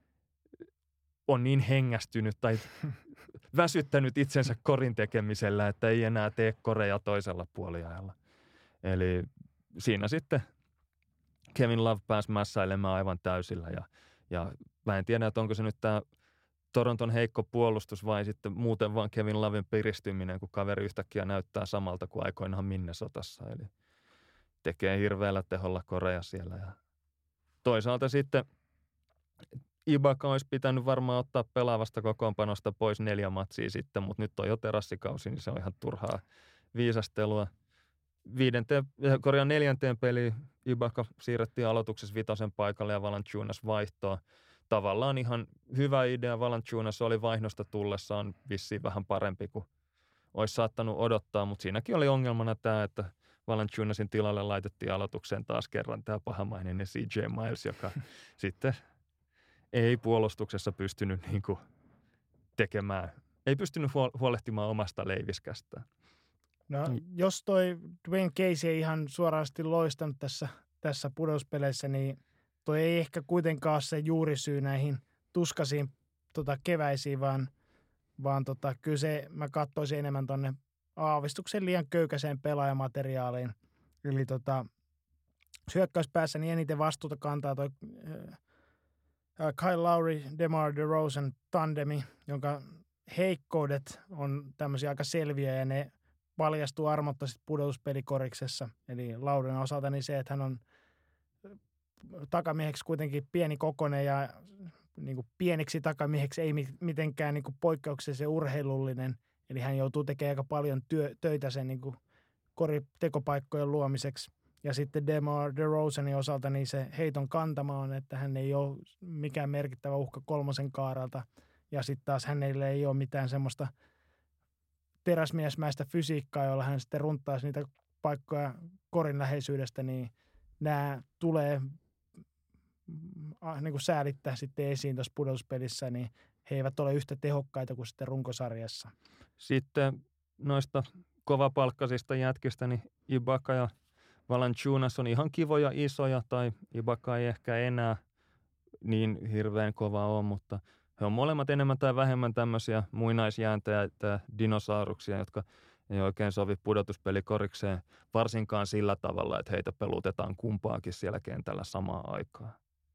on niin hengästynyt tai väsyttänyt itsensä korin tekemisellä, että ei enää tee koreja toisella puoliajalla. Eli siinä sitten Kevin Love pääsi mässäilemään aivan täysillä, ja mä en tiedä, että onko se nyt tämä Toronton heikko puolustus vai sitten muuten vaan Kevin Loven piristyminen, kun kaveri yhtäkkiä näyttää samalta kuin aikoinaan Minnesotassa. Eli tekee hirveällä teholla koreja siellä. Ja toisaalta sitten Ibaka olisi pitänyt varmaan ottaa pelaavasta kokoonpanosta pois 4 matsia sitten, mutta nyt on jo terassikausi, niin se on ihan turhaa viisastelua. 4. peliin Ibaka siirrettiin aloituksessa 5. paikalle ja Valanciunas vaihtoa. Tavallaan ihan hyvä idea. Valanciunas oli vaihdosta tullessaan vissiin vähän parempi kuin olisi saattanut odottaa, mutta siinäkin oli ongelmana tämä, että Valanciunasin tilalle laitettiin aloitukseen taas kerran tämä pahamainen CJ Miles, joka sitten ei puolustuksessa pystynyt niin kuin tekemään, ei pystynyt huolehtimaan omasta leiviskästään. No, jos toi Dwayne Casey ei ihan suorasti loistanut tässä pudotuspeleissä, niin toi ei ehkä kuitenkaan ole se juurisyy näihin tuskaisiin keväisiin, vaan kyllä se, mä katsoisin enemmän tonne aavistuksen liian köykäiseen pelaajamateriaaliin. Eli hyökkäyspäässä niin eniten vastuuta kantaa toi Kyle Lowry, DeMar DeRozan tandemi, jonka heikkoudet on tämmöisiä aika selviä ja ne paljastuu armotta pudotuspelikoriksessa. Eli Lauryn osalta niin se, että hän on takamieheksi kuitenkin pieni kokoinen ja niin kuin pieneksi takamieheksi ei mitenkään niin kuin poikkeuksellisen urheilullinen. Eli hän joutuu tekemään aika paljon töitä sen niin kuin koritekopaikkojen luomiseksi. Ja sitten DeMar DeRozanin osalta niin se heiton kantama on, että hän ei ole mikään merkittävä uhka 3. kaaralta. Ja sitten taas hänelle ei ole mitään semmoista teräsmiesmäistä fysiikkaa, jolla hän sitten runtaisi niitä paikkoja korin läheisyydestä, niin nämä tulee niin kuin säälittää sitten esiin tuossa pudotuspelissä, niin he eivät ole yhtä tehokkaita kuin sitten runkosarjassa. Sitten noista kovapalkkaisista jätkistä, niin Ibaka ja Valanciunas on ihan kivoja isoja, tai Ibaka ei ehkä enää niin hirveän kova ole, mutta he on molemmat enemmän tai vähemmän tämmöisiä muinaisjääntejä tai dinosauruksia, jotka ei oikein sovi pudotuspelikorikseen varsinkaan sillä tavalla, että heitä pelutetaan kumpaakin siellä kentällä samaan aikaan.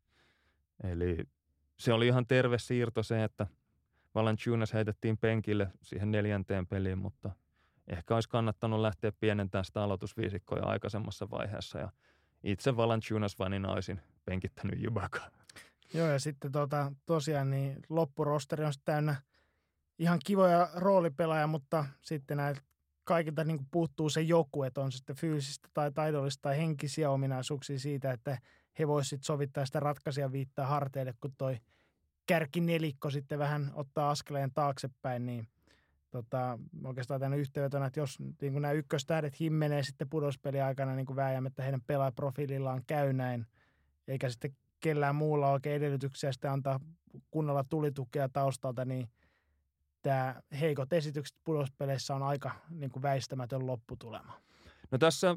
Eli se oli ihan terve siirto se, että Valanciunas heitettiin penkille siihen 4. peliin, mutta ehkä olisi kannattanut lähteä pienentämään sitä aloitusviisikkoja aikaisemmassa vaiheessa ja itse Valanciunas-vanina olisin penkittänyt Ibakaa. Joo, ja sitten tosiaan niin loppurosteri on täynnä ihan kivoja roolipelaajia, mutta sitten näiltä kaikilta niin kuin puuttuu se joku, että on sitten fyysistä tai taidollista tai henkisiä ominaisuuksia siitä, että he voisivat sovittaa sitä ratkaisijan viittaa harteille, kun toi kärkinelikko sitten vähän ottaa askeleen taaksepäin, niin oikeastaan tämän yhteenvetona, että jos niin kuin nämä ykköstähdet himmenee sitten pudotuspelin aikana niin kuin vääjäämättä heidän pelaajaprofiilillaan käy näin, eikä sitten kellään muulla oikein edellytyksiä sitten antaa kunnolla tulitukea taustalta, niin tämä heikot esitykset pudotuspeleissä on aika niin kuin väistämätön lopputulema. No tässä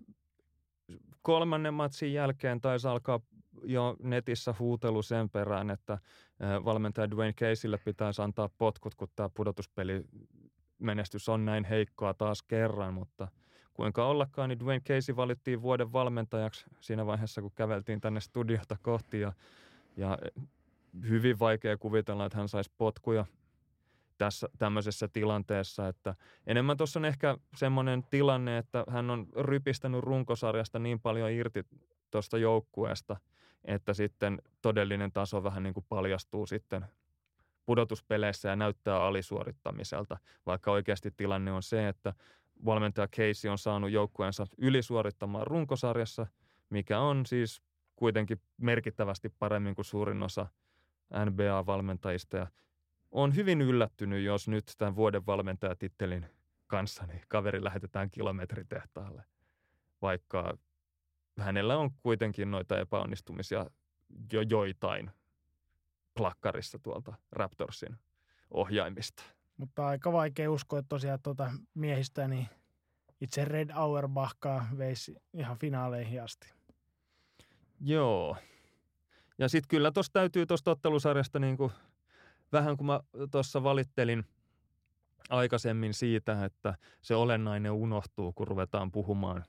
3. matsin jälkeen taisi alkaa jo netissä huutelu sen perään, että valmentaja Dwayne Caseylle pitäisi antaa potkut, kun tämä pudotuspeli menestys on näin heikkoa taas kerran, mutta kuinka ollakaan, niin Dwayne Casey valittiin vuoden valmentajaksi siinä vaiheessa, kun käveltiin tänne studiota kohti ja hyvin vaikea kuvitella, että hän saisi potkuja tässä tämmöisessä tilanteessa, että enemmän tuossa on ehkä semmoinen tilanne, että hän on rypistänyt runkosarjasta niin paljon irti tuosta joukkueesta, että sitten todellinen taso vähän niin kuin paljastuu sitten pudotuspeleissä ja näyttää alisuorittamiselta, vaikka oikeasti tilanne on se, että valmentaja Casey on saanut joukkueensa ylisuorittamaan runkosarjassa, mikä on siis kuitenkin merkittävästi paremmin kuin suurin osa NBA-valmentajista. Ja olen hyvin yllättynyt, jos nyt tämän vuoden valmentajatittelin kanssa niin kaveri lähetetään kilometritehtaalle, vaikka hänellä on kuitenkin noita epäonnistumisia jo joitain plakkarissa tuolta Raptorsin ohjaimista. Mutta aika vaikea uskoa, että tosiaan miehistä niin itse Red Auerbachkaa veisi ihan finaaleihin asti. Joo. Ja sitten kyllä tuossa täytyy tuosta ottelusarjasta niin kuin, vähän kun mä tuossa valittelin aikaisemmin siitä, että se olennainen unohtuu, kun ruvetaan puhumaan,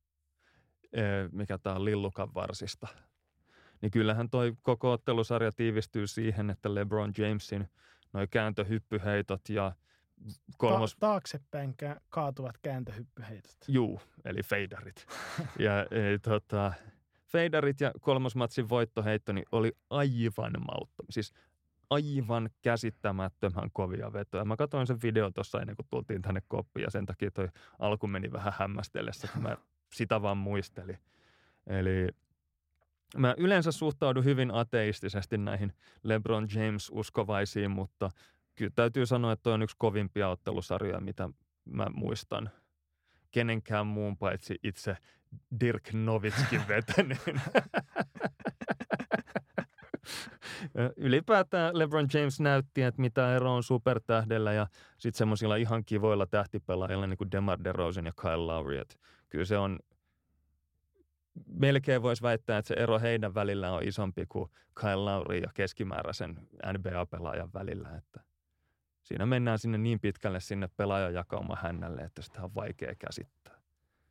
mikä tää on Lillukan varsista. Niin kyllähän toi koko ottelusarja tiivistyy siihen, että LeBron Jamesin noi kääntöhyppyheitot ja taaksepäin kaatuvat kääntöhyppyheitot. Juu, eli feidarit. Ja feidarit ja kolmosmatsin voittoheitto niin oli aivan mauttomia. Siis aivan käsittämättömän kovia vetoja. Mä katsoin sen video tuossa ennen kuin tultiin tänne koppiin ja sen takia toi alku meni vähän hämmästellessä, kun mä sitä vaan muistelin. Eli mä yleensä suhtaudun hyvin ateistisesti näihin LeBron James-uskovaisiin, mutta kyllä täytyy sanoa, että toi on yksi kovimpia ottelusarjoja, mitä mä muistan. Kenenkään muun paitsi itse Dirk Nowitzkin vetäneen. Ylipäätään LeBron James näytti, että mitä ero on supertähdellä ja sitten semmoisilla ihan kivoilla tähtipelaajilla niin kuin DeMar DeRozan ja Kyle Lowry. Että kyllä se on, melkein voisi väittää, että se ero heidän välillä on isompi kuin Kyle Lowry ja keskimääräisen NBA-pelaajan välillä. Että siinä mennään sinne niin pitkälle sinne pelaajajakauman hännälle, että sitä on vaikea käsittää.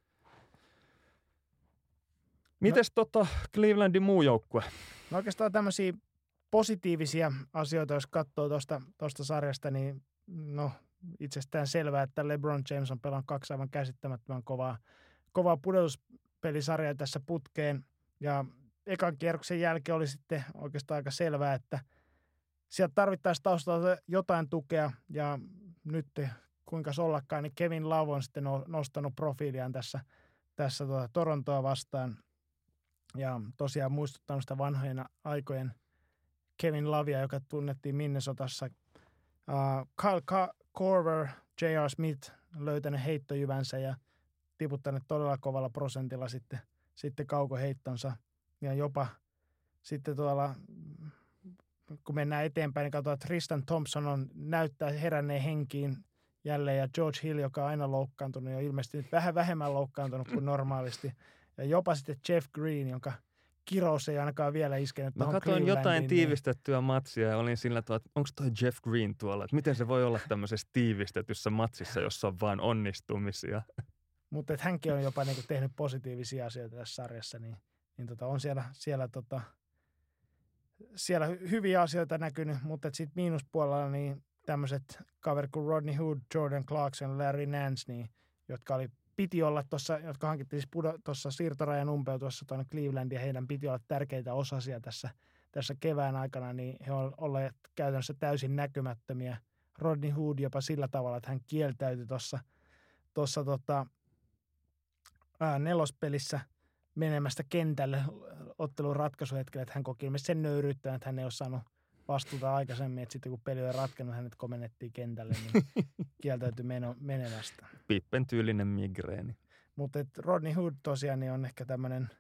Mites Clevelandin muu joukkue? No oikeastaan tämmöisiä positiivisia asioita, jos katsoo tuosta sarjasta, niin no itsestään selvää, että LeBron James on pelannut 2 aivan käsittämättömän kovaa pudotuspelisarjaa tässä putkeen. Ja ekan kierroksen jälkeen oli sitten oikeastaan aika selvää, että sieltä tarvittaisiin taustalta jotain tukea. Ja nyt kuinka ollakaan, niin Kevin Love on sitten nostanut profiiliaan tässä Torontoa vastaan. Ja tosiaan muistuttanut sitä vanhojen aikojen Kevin Lovea, joka tunnettiin Minnesotassa. Kyle Korver, J.R. Smith löytänyt heittojyvänsä ja tiputtanut todella kovalla prosentilla sitten kaukoheittonsa. Ja jopa sitten tuolla, kun mennään eteenpäin, niin katsotaan, että Tristan Thompson näyttää heränneen henkiin jälleen. Ja George Hill, joka on aina loukkaantunut, on ilmeisesti nyt vähän vähemmän loukkaantunut kuin normaalisti. Ja jopa sitten Jeff Green, jonka kirous ei ainakaan vielä iskenyt tuohon Clevelandiin. Mä katsoin jotain tiivistettyä matsia ja olin sillä tavalla, että onko toi Jeff Green tuolla? Että miten se voi olla tämmöisessä tiivistetyssä matsissa, jossa on vaan onnistumisia? Mutta hänkin on jopa niinku tehnyt positiivisia asioita tässä sarjassa, niin on siellä hyviä asioita näkynyt, mutta sitten miinuspuolella niin tämmöiset kaverit kuin Rodney Hood, Jordan Clarkson, Larry Nance, niin, piti olla tuossa, jotka hankittiin tuossa siirtorajan umpeutuessa tuonne Clevelandiin, ja heidän piti olla tärkeitä osasia tässä kevään aikana, niin he on olleet käytännössä täysin näkymättömiä. Rodney Hood jopa sillä tavalla, että hän kieltäytyi tuossa nelospelissä menemästä kentälle ottelun ratkaisuhetkellä, että hän koki ilmeisesti sen nöyryyttä, että hän ei ole saanut vastuuta aikaisemmin, että sitten kun peli on ratkennut, hänet komennettiin kentälle, niin kieltäytyi menemästä. Pippen tyylinen migreeni. Mutta Rodney Hood tosiaan niin on ehkä tämmöinen,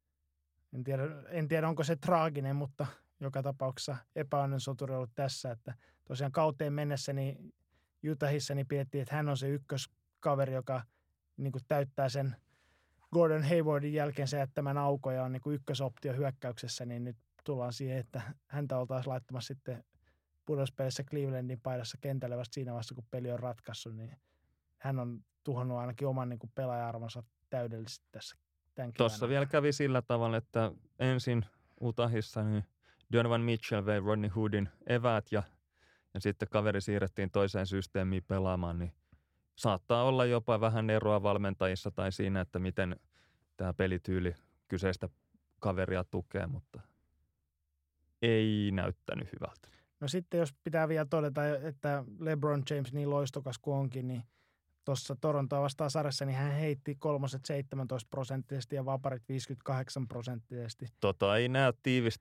en tiedä onko se traaginen, mutta joka tapauksessa epäonnen soturi ollut tässä, että tosiaan kauteen mennessä niin Utahissa niin pidettiin, että hän on se ykköskaveri, joka niin kuin täyttää sen Gordon Haywardin jälkeen se jättämän aukon ja on niin kuin ykkösoptio hyökkäyksessä, niin nyt tullaan siihen, että häntä oltaisiin laittamassa sitten pudotuspelissä Clevelandin paidassa kentälle vasta siinä vaiheessa, kun peli on ratkaissut, niin hän on tuhonnut ainakin oman niin kuin pelaaja-arvonsa täydellisesti tässä tämän kevään. Tuossa vielä kävi sillä tavalla, että ensin Utahissa niin Donovan Mitchell vei Rodney Hoodin eväät ja sitten kaveri siirrettiin toiseen systeemiin pelaamaan, niin saattaa olla jopa vähän eroa valmentajissa tai siinä, että miten tämä pelityyli kyseistä kaveria tukee, mutta ei näyttänyt hyvältä. No sitten jos pitää vielä todeta, että LeBron James niin loistokas kuin onkin, niin tuossa Torontoa vastaan sarjassa, niin hän heitti kolmoset 17% ja vaparit 58%. Ei näe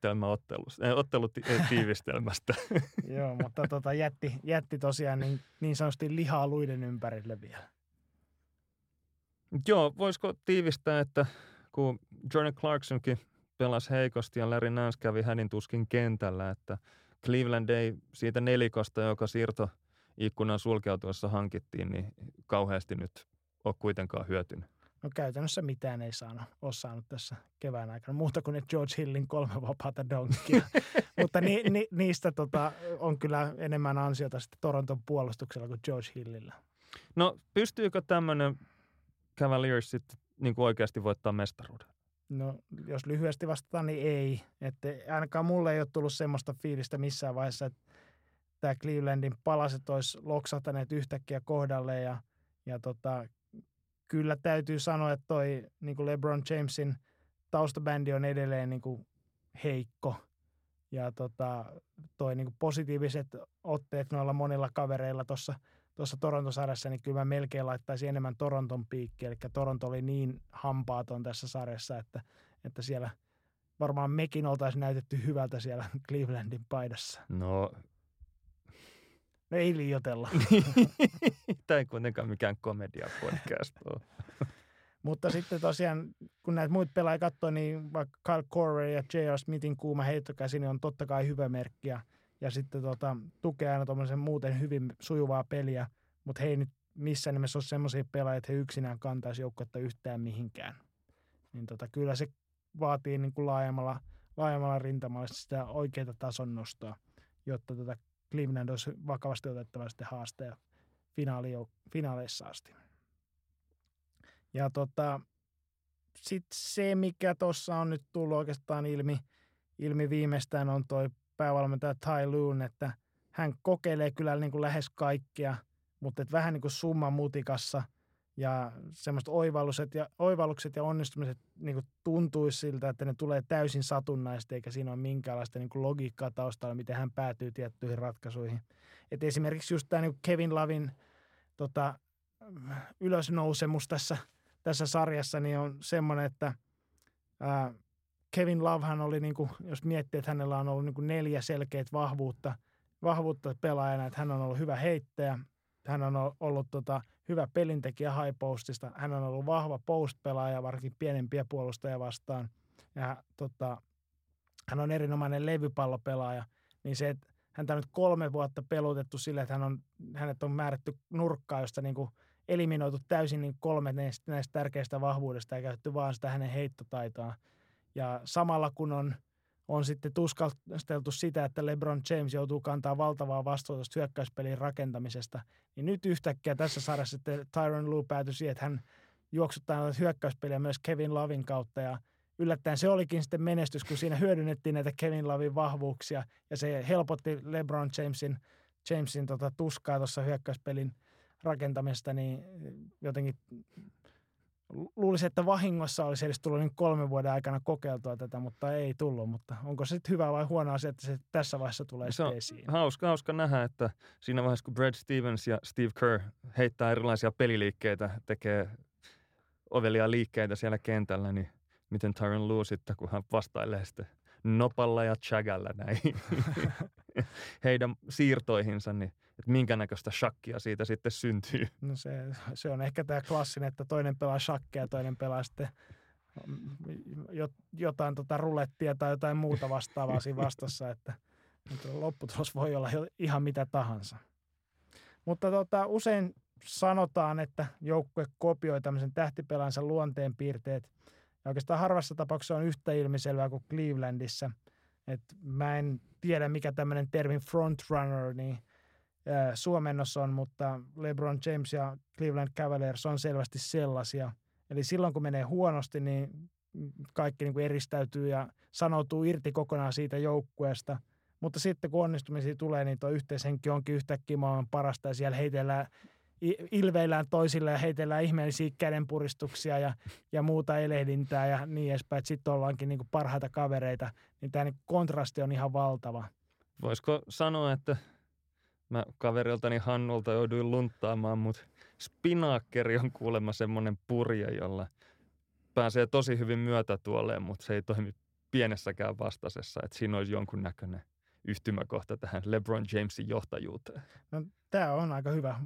ottelutiivistelmästä. Joo, mutta jätti tosiaan niin sanotusti lihaa luiden ympärille vielä. Joo, voisiko tiivistää, että kun Jordan Clarksonkin pelasi heikosti ja Larry Nance kävi hänen tuskin kentällä, että Cleveland ei siitä nelikosta, joka siirtoikkunan sulkeutuessa hankittiin, niin kauheasti nyt ole kuitenkaan hyötynyt. No käytännössä mitään ei ole saanut tässä kevään aikana, muuta kuin ne George Hillin 3 vapaata donkkia. Mutta niistä on kyllä enemmän ansiota sitten Toronton puolustuksella kuin George Hillillä. No pystyykö tämmöinen Cavaliers sitten niin kuin oikeasti voittaa mestaruuden? No jos lyhyesti vastataan, niin ei. Että ainakaan mulle ei ole tullut semmoista fiilistä missään vaiheessa, että tämä Clevelandin palaset olisi loksahtaneet yhtäkkiä kohdalle ja kyllä täytyy sanoa, että toi niin kuin LeBron Jamesin taustabändi on edelleen niin kuin heikko ja toi niin kuin positiiviset otteet noilla monilla kavereilla tuossa Toronto-sarjassa, niin kyllä mä melkein laittaisin enemmän Toronton piikkiä. Eli Toronto oli niin hampaaton tässä sarjassa, että siellä varmaan mekin oltaisiin näytetty hyvältä siellä Clevelandin paidassa. No ei liioitella. Tämä ei kuitenkaan mikään komedia-podcast ole. Mutta sitten tosiaan, kun näitä muita pelaajia katsoo, niin vaikka Kyle Korver ja J.R. Smithin kuuma heittokäsi, niin on totta kai hyvä merkki. Ja sitten tukee aina tuommoisen muuten hyvin sujuvaa peliä, mutta he ei nyt missään nimessä ole semmoisia pelaajia, että he yksinään kantaisi joukkuetta yhtään mihinkään. Niin kyllä se vaatii niin kuin laajemmalla rintamalla sitä oikeaa tason nostoa, jotta Cleveland olisi vakavasti otettava sitten haasteja finaaleissa asti. Ja sitten se, mikä tuossa on nyt tullut oikeastaan ilmi viimeistään, on toi päävalmentaja Ty Lue, että hän kokeilee kyllä niin kuin lähes kaikkea, mutta et vähän niin kuin summan mutikassa ja semmoiset oivallukset ja onnistumiset niin kuin tuntuisi siltä, että ne tulee täysin satunnaisesti, eikä siinä ole minkäänlaista niin kuin logiikkaa taustalla, miten hän päätyy tiettyihin ratkaisuihin. Et esimerkiksi just tämä niin Kevin Lovin ylösnousemus tässä sarjassa niin on semmoinen, että Kevin Lovehan oli, niin kuin, jos miettii, että hänellä on ollut niin kuin 4 selkeät vahvuutta pelaajana, että hän on ollut hyvä heittäjä, hän on ollut hyvä pelintekijä high postista. Hän on ollut vahva post-pelaaja, varsinkin pienempiä puolustajia vastaan. Ja hän on erinomainen levypallopelaaja. Niin se, että häntä on nyt 3 vuotta pelutettu sille, että hänet on määrätty nurkkaan, josta niin kuin eliminoitu täysin niin 3 näistä tärkeistä vahvuudesta ja käytetty vaan sitä hänen heittotaitoaan. Ja samalla kun on sitten tuskasteltu sitä, että LeBron James joutuu kantaa valtavaa vastuuta hyökkäyspelin rakentamisesta, niin nyt yhtäkkiä tässä sarjassa sitten Tyronn Lue päätyi siihen, että hän juoksuttaa hyökkäyspeliä myös Kevin Lovin kautta ja yllättäen se olikin sitten menestys, kun siinä hyödynnettiin näitä Kevin Lovin vahvuuksia ja se helpotti LeBron Jamesin tuskaa tuossa hyökkäyspelin rakentamista, niin jotenkin luulisin, että vahingossa olisi edes tullut niin 3 vuoden aikana kokeiltua tätä, mutta ei tullut. Mutta onko se sitten hyvä vai huono asia, että se tässä vaiheessa tulee se on esiin? Hauska nähdä, että siinä vaiheessa, kun Brad Stevens ja Steve Kerr heittää erilaisia peliliikkeitä, tekee ovelia liikkeitä siellä kentällä, niin miten Tyronn Lue sitten, kun hän vastailee sitten nopalla ja chagalla näihin heidän siirtoihinsa, niin että minkä näköistä shakkia siitä sitten syntyy. No se on ehkä tämä klassinen, että toinen pelaa shakkia ja toinen pelaa sitten jotain rulettia tai jotain muuta vastaavaa siinä vastassa, että lopputulos voi olla ihan mitä tahansa. Mutta usein sanotaan, että joukkue kopioi tämmöisen tähtipelaajansa luonteenpiirteet. Ja oikeastaan harvassa tapauksessa on yhtä ilmiselvää kuin Clevelandissa. Et mä en tiedä, mikä tämmöinen termi frontrunner niin suomennos on, mutta LeBron James ja Cleveland Cavaliers on selvästi sellaisia. Eli silloin, kun menee huonosti, niin kaikki niin kuin eristäytyy ja sanoutuu irti kokonaan siitä joukkueesta. Mutta sitten, kun onnistumisia tulee, niin tuo yhteishenki onkin yhtäkkiä maailman parasta ja siellä ilveillään toisille ja heitellään ihmeellisiä kädenpuristuksia ja muuta elehdintää ja niin edespäin. Sitten ollaankin niin kuin parhaita kavereita, niin tämä niin kontrasti on ihan valtava. Voisiko sanoa, että mä kaveriltani Hannulta jouduin lunttaamaan, mutta spinaakkeri on kuulemma semmoinen purje, jolla pääsee tosi hyvin myötätuoleen, mutta se ei toimi pienessäkään vastasessa, että siinä olisi jonkunnäköinen yhtymäkohta tähän LeBron Jamesin johtajuuteen. No, tämä on aika hyvä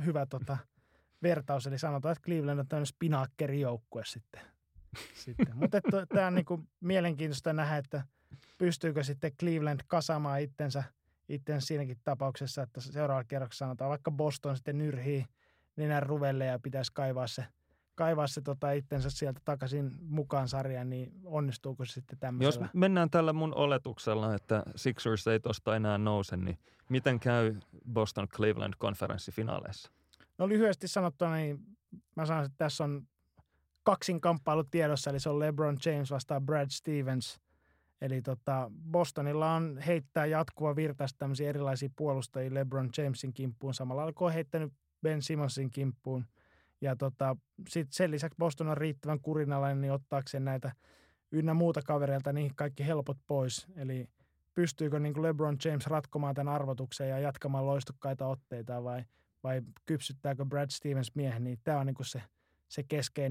vertaus, eli sanotaan, että Cleveland on tämmöinen spinaakkerijoukkue sitten. Mutta tämä on niinku mielenkiintoista nähdä, että pystyykö sitten Cleveland kasaamaan itsensä siinäkin tapauksessa, että seuraavalla kierroksessa sanotaan, vaikka Boston sitten nyrhii nenän ruvelle ja pitäisi kaivaa se itsensä sieltä takaisin mukaan sarjaan, niin onnistuuko se sitten tämmöisellä? Jos mennään tällä mun oletuksella, että Sixers ei tosta enää nouse, niin miten käy Boston Cleveland konferenssifinaaleissa? No lyhyesti sanottuna, niin mä sanoisin, että tässä on kaksinkamppailu tiedossa, eli se on LeBron James vastaan Brad Stevens. Eli Bostonilla on heittää jatkuva virtaista tämmöisiä erilaisia puolustajia LeBron Jamesin kimppuun, samalla lailla kuin on heittänyt Ben Simmonsin kimppuun. Ja sitten sen lisäksi Boston on riittävän kurinalainen, niin ottaakseen näitä ynnä muuta kavereilta niin kaikki helpot pois. Eli pystyykö niin kuin LeBron James ratkomaan tämän arvotuksen ja jatkamaan loistukkaita otteita vai kypsyttääkö Brad Stevens miehen, niin tämä on niin kuin se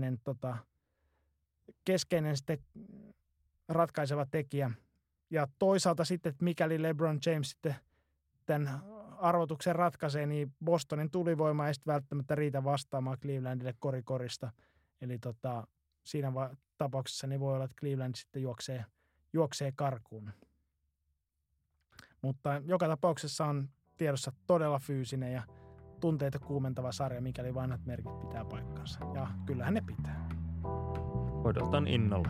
keskeinen sitten ratkaiseva tekijä. Ja toisaalta sitten, että mikäli LeBron James sitten tämän arvotuksen ratkaisee, niin Bostonin tulivoima ei sitten välttämättä riitä vastaamaan Clevelandille korikorista. Eli siinä tapauksessa niin voi olla, että Cleveland sitten juoksee karkuun. Mutta joka tapauksessa on tiedossa todella fyysinen ja tunteita kuumentava sarja, mikäli vanhat merkit pitää paikkansa. Ja kyllähän ne pitää. Odotan innolla.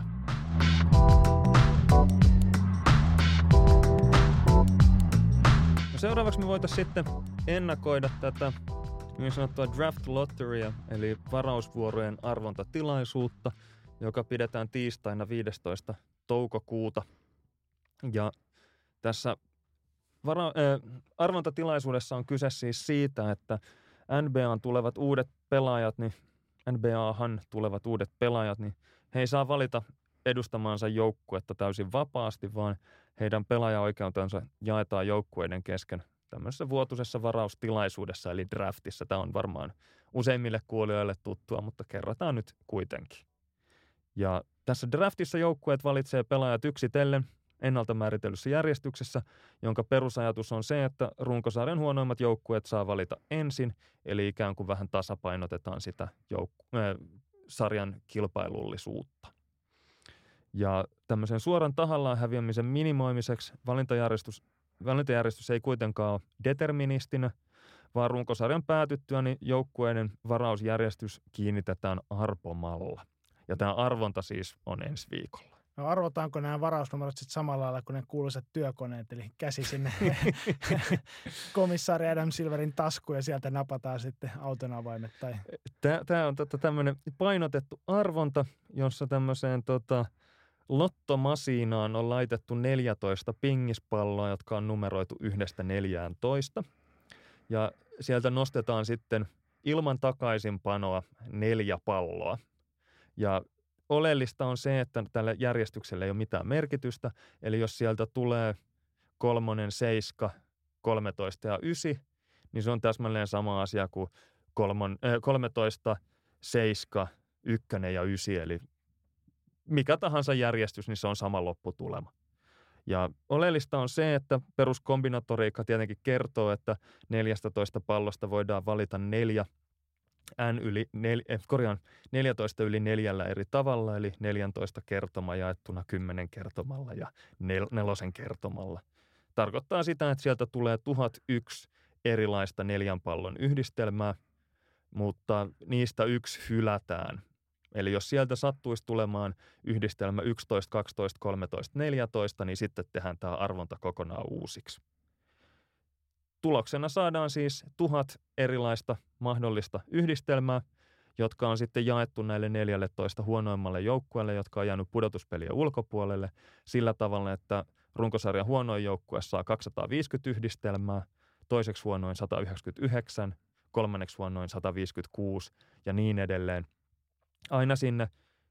No seuraavaksi me voitaisiin sitten ennakoida tätä niin sanottua draft lotterya, eli varausvuorojen arvontatilaisuutta, joka pidetään tiistaina 15. toukokuuta. Ja tässä arvontatilaisuudessa on kyse siis siitä, että NBAhan tulevat uudet pelaajat, niin he ei saa valita edustamaansa joukkuetta täysin vapaasti, vaan heidän pelaajaoikeutensa jaetaan joukkueiden kesken tämmöisessä vuotuisessa varaustilaisuudessa, eli draftissa. Tämä on varmaan useimmille kuulijoille tuttua, mutta kerrataan nyt kuitenkin. Ja tässä draftissa joukkueet valitsee pelaajat yksitellen ennalta määritellyssä järjestyksessä, jonka perusajatus on se, että runkosarjan huonoimmat joukkueet saa valita ensin, eli ikään kuin vähän tasapainotetaan sitä sarjan kilpailullisuutta. Ja tämmöisen suoran tahallaan häviämisen minimoimiseksi valintajärjestys ei kuitenkaan ole deterministinen, vaan runkosarjan päätyttyä niin joukkueiden varausjärjestys kiinnitetään arpomalla. Ja tämä arvonta siis on ensi viikolla. No arvotaanko nämä varausnumerot sitten samalla lailla kuin ne kuuluisat työkoneet, eli käsi sinne komissaari Adam Silverin taskuun ja sieltä napataan sitten auton avaimet? Tai... Tämä on tämmöinen painotettu arvonta, jossa tämmöiseen lottomasiinaan on laitettu 14 pingispalloa, jotka on numeroitu 1–14. Ja sieltä nostetaan sitten ilman takaisinpanoa 4 palloa. Ja oleellista on se, että tällä järjestyksellä ei ole mitään merkitystä. Eli jos sieltä tulee 3, 7, 13 ja 9, niin se on täsmälleen sama asia kuin 13, 7, 1 ja 9. Eli mikä tahansa järjestys, niin se on sama lopputulema. Ja oleellista on se, että peruskombinatoriikka tietenkin kertoo, että 14 pallosta voidaan valita 14 yli 4 eri tavalla, eli 14 kertoma jaettuna 10 kertomalla ja 4 kertomalla. Tarkoittaa sitä, että sieltä tulee 1001 erilaista 4 pallon yhdistelmää, mutta niistä 1 hylätään. Eli jos sieltä sattuisi tulemaan yhdistelmä 11, 12, 13, 14, niin sitten tehdään tämä arvonta kokonaan uusiksi. Tuloksena saadaan siis 1000 erilaista mahdollista yhdistelmää, jotka on sitten jaettu näille 14 huonoimmalle joukkueelle, jotka on jäänyt pudotuspelien ulkopuolelle sillä tavalla, että runkosarjan huonoin joukkue saa 250 yhdistelmää, toiseksi huonoin 199, kolmanneksi huonoin 156 ja niin edelleen. Aina sinne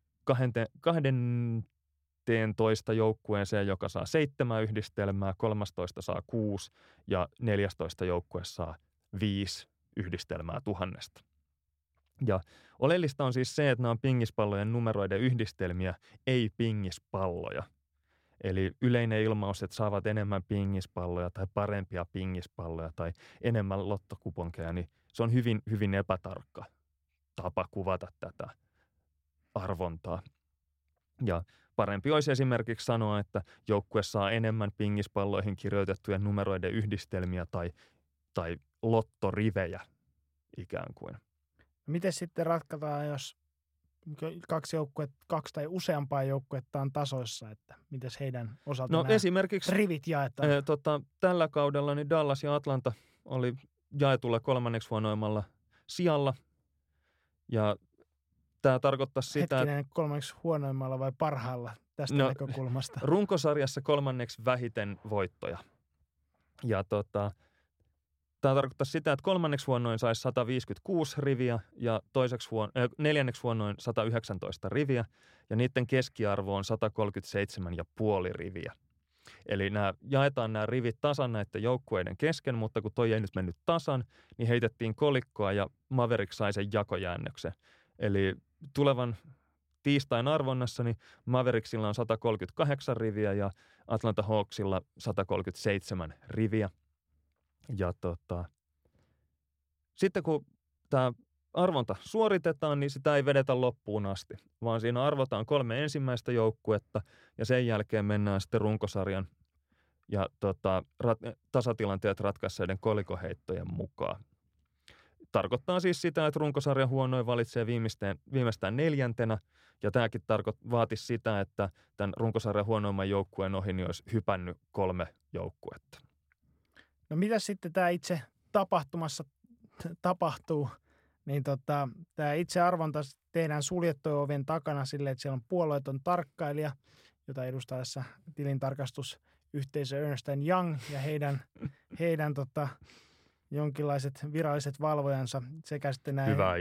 12 joukkueeseen, joka saa 7 yhdistelmää, 13 saa 6 ja 14 joukkue saa 5 yhdistelmää 1000. Ja oleellista on siis se, että nämä on pingispallojen numeroiden yhdistelmiä, ei pingispalloja. Eli yleinen ilmaus, että saavat enemmän pingispalloja tai parempia pingispalloja tai enemmän lottokuponkeja, niin se on hyvin, hyvin epätarkka tapa kuvata tätä arvontaa. Ja parempi olisi esimerkiksi sanoa, että joukkue saa enemmän pingispalloihin kirjoitettuja numeroiden yhdistelmiä tai lottorivejä ikään kuin. Miten sitten ratkataan, jos kaksi tai useampaa joukkuetta on tasoissa, että miten heidän osalta nämä esimerkiksi rivit jaetaan? Tällä kaudella niin Dallas ja Atlanta oli jaetulla 3. huonoimmalla sijalla ja tämä tarkoittaa sitä, hetkinen, 3. huonoimmalla vai parhaalla tästä näkökulmasta? Runkosarjassa 3. vähiten voittoja. Ja tämä tarkoittaa sitä, että 3. huonoin saisi 156 riviä ja 4. huonoin 119 riviä ja niiden keskiarvo on 137,5 riviä. Eli jaetaan nämä rivit tasan näiden joukkueiden kesken, mutta kun toi ei nyt mennyt tasan, niin heitettiin kolikkoa ja Mavericks sai sen jakojäännöksen. Eli tulevan tiistain arvonnassa niin Mavericksilla on 138 riviä ja Atlanta Hawksilla 137 riviä. Ja sitten kun tämä arvonta suoritetaan, niin sitä ei vedetä loppuun asti, vaan siinä arvotaan 3 ensimmäistä joukkuetta ja sen jälkeen mennään sitten runkosarjan ja tasatilanteet ratkaisseiden kolikoheittojen mukaan. Tarkoittaa siis sitä, että runkosarjan huonoin valitsee viimeistään 4. ja tämäkin vaatisi sitä, että tämän runkosarjan huonoimman joukkueen ohi niin olisi hypännyt 3 joukkuetta. No mitä sitten tämä itse tapahtumassa tapahtuu? Niin tämä itse arvonta tehdään suljettujen ovien takana silleen, että siellä on puolueeton tarkkailija, jota edustaa tässä tilintarkastusyhteisö Ernst & Young ja heidän jonkinlaiset viralliset valvojansa sekä sitten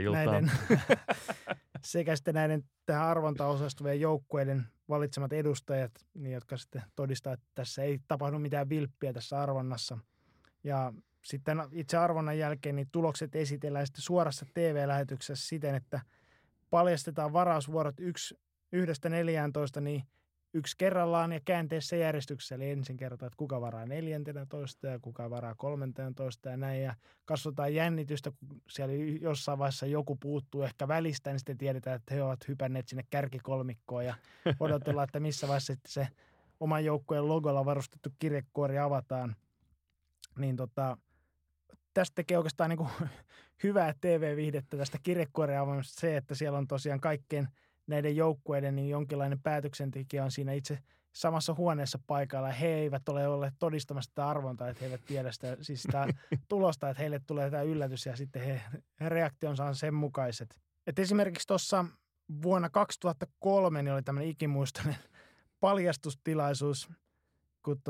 näiden tähän arvontaan osallistuvien joukkueiden valitsemat edustajat, niin jotka sitten todistaa, että tässä ei tapahdu mitään vilppiä tässä arvonnassa. Ja sitten itse arvonnan jälkeen niin tulokset esitellään sitten suorassa TV-lähetyksessä siten, että paljastetaan varausvuorot 1–14 niin yksi kerrallaan ja käänteessä järjestyksessä. Eli ensin kerrotaan, että kuka varaa 14 ja kuka varaa 13 ja näin. Ja kasvataan jännitystä, kun siellä jossain vaiheessa joku puuttuu ehkä välistä, niin sitten tiedetään, että he ovat hypänneet sinne kärkikolmikkoon ja odotellaan, että missä vaiheessa sitten se oman joukkueen logolla varustettu kirjekuori avataan. Niin tästä tekee oikeastaan niin kuin hyvää TV-viihdettä tästä kirjekuoren avaamista se, että siellä on tosiaan kaikkien näiden joukkueiden niin jonkinlainen päätöksentekijä on siinä itse samassa huoneessa paikalla. He eivät ole olleet todistamassa sitä arvontaa, että he eivät tiedä sitä tulosta, että heille tulee tämä yllätys ja sitten he reaktionsa on sen mukaiset. Et esimerkiksi tuossa vuonna 2003 niin oli tämmöinen ikimuistoinen paljastustilaisuus, kun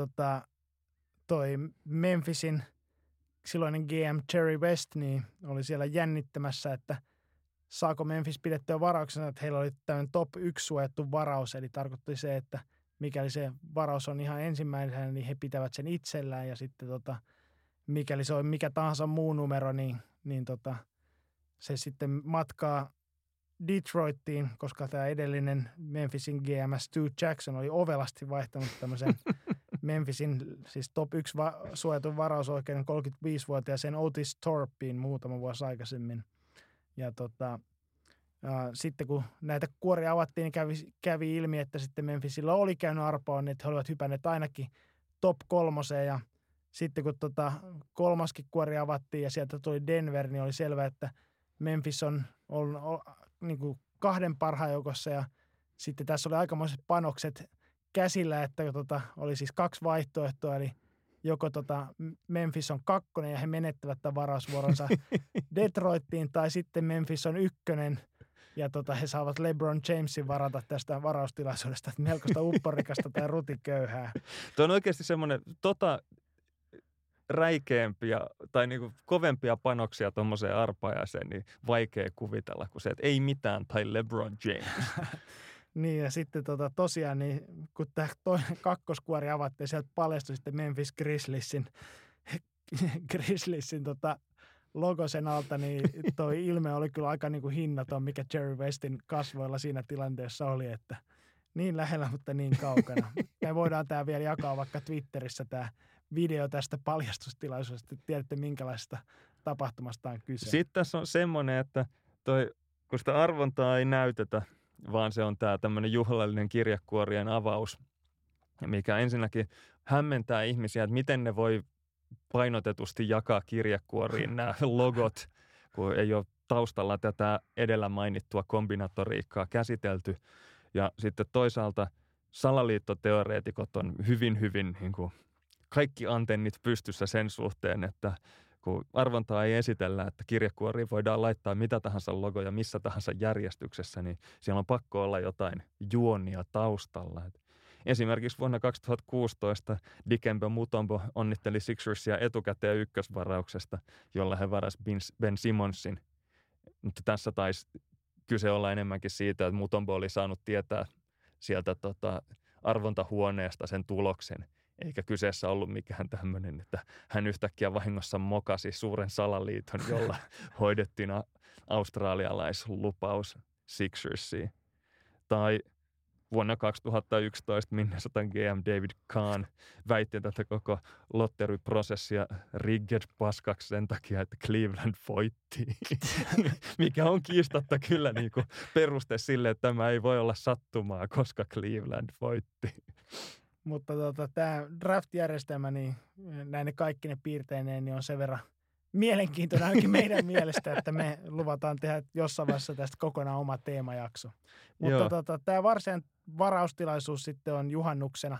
toi Memphisin silloinen GM Jerry West niin oli siellä jännittämässä, että saako Memphis pidettyä varauksena, että heillä oli tämmöinen top 1 suojattu varaus, eli tarkoitti se, että mikäli se varaus on ihan ensimmäisenä, niin he pitävät sen itsellään ja sitten mikäli se on mikä tahansa muu numero, niin se sitten matkaa Detroittiin, koska tämä edellinen Memphisin GM Stu Jackson oli ovelasti vaihtanut tämmöisen Memphisin siis top 1 suojatun varausoikeuden 35-vuotiaaseen Otis Thorpeen muutama vuosi aikaisemmin. Ja sitten kun näitä kuoria avattiin, niin kävi ilmi, että sitten Memphisillä oli käynyt arpoon, että he olivat hypänneet ainakin top 3. Ja sitten kun kolmaskin kuori avattiin ja sieltä tuli Denver, niin oli selvää, että Memphis on niin kuin 2 parhaan joukossa. Ja sitten tässä oli aikamoiset panokset käsillä, että oli siis 2 vaihtoehtoa, eli joko Memphis on 2 ja he menettävät tämän varausvuoronsa Detroittiin, tai sitten Memphis on 1 ja he saavat LeBron Jamesin varata tästä varaustilaisuudesta, että melkoista upporikasta tai rutiköyhää. Tuo on oikeasti semmoinen räikeämpiä tai niinku kovempia panoksia tuommoiseen arpajaiseen, niin vaikea kuvitella kuin se, että ei mitään tai LeBron James. Niin ja sitten tosiaan, niin kun tämä toinen kakkoskuori avattiin, sieltä paljastui sitten Memphis Grizzliesin logo sen alta, niin toi ilme oli kyllä aika niin kuin hinnaton, mikä Jerry Westin kasvoilla siinä tilanteessa oli, että niin lähellä, mutta niin kaukana. Me voidaan tämä vielä jakaa vaikka Twitterissä tämä video tästä paljastustilaisuudesta, että tiedätte minkälaista tapahtumasta on kyse. Sitten tässä on semmoinen, että kun sitä arvontaa ei näytetä, vaan se on tämä tämmöinen juhlallinen kirjekuorien avaus, mikä ensinnäkin hämmentää ihmisiä, että miten ne voi painotetusti jakaa kirjekuoriin nämä logot, kun ei ole taustalla tätä edellä mainittua kombinatoriikkaa käsitelty. Ja sitten toisaalta salaliittoteoreetikot on hyvin niin kuin kaikki antennit pystyssä sen suhteen, että kun arvontaa ei esitellä, että kirjekuoriin voidaan laittaa mitä tahansa logoja missä tahansa järjestyksessä, niin siellä on pakko olla jotain juonia taustalla. Esimerkiksi vuonna 2016 Dikembe Mutombo onnitteli Sixersia etukäteen ykkösvarauksesta, jolla he varasivat Ben Simmonsin. Mutta tässä taisi kyse olla enemmänkin siitä, että Mutombo oli saanut tietää sieltä arvontahuoneesta sen tuloksen. Eikä kyseessä ollut mikään tämmöinen, että hän yhtäkkiä vahingossa mokasi suuren salaliiton, jolla hoidettiin australialaislupaus Sixersiin. Tai vuonna 2011 Minnesotan GM David Kahn väitti tätä koko lotteryprosessia rigged paskaksi sen takia, että Cleveland voitti. Mikä on kiistatta kyllä niin kuin peruste sille, että tämä ei voi olla sattumaa, koska Cleveland voitti. Mutta tämä draft-järjestelmä, niin näin kaikki ne piirteineen, niin on sen verran mielenkiintoinen ainakin meidän mielestä, että me luvataan tehdä jossain vaiheessa tästä kokonaan oma teemajakso. Mutta tämä varsinainen varaustilaisuus sitten on juhannuksena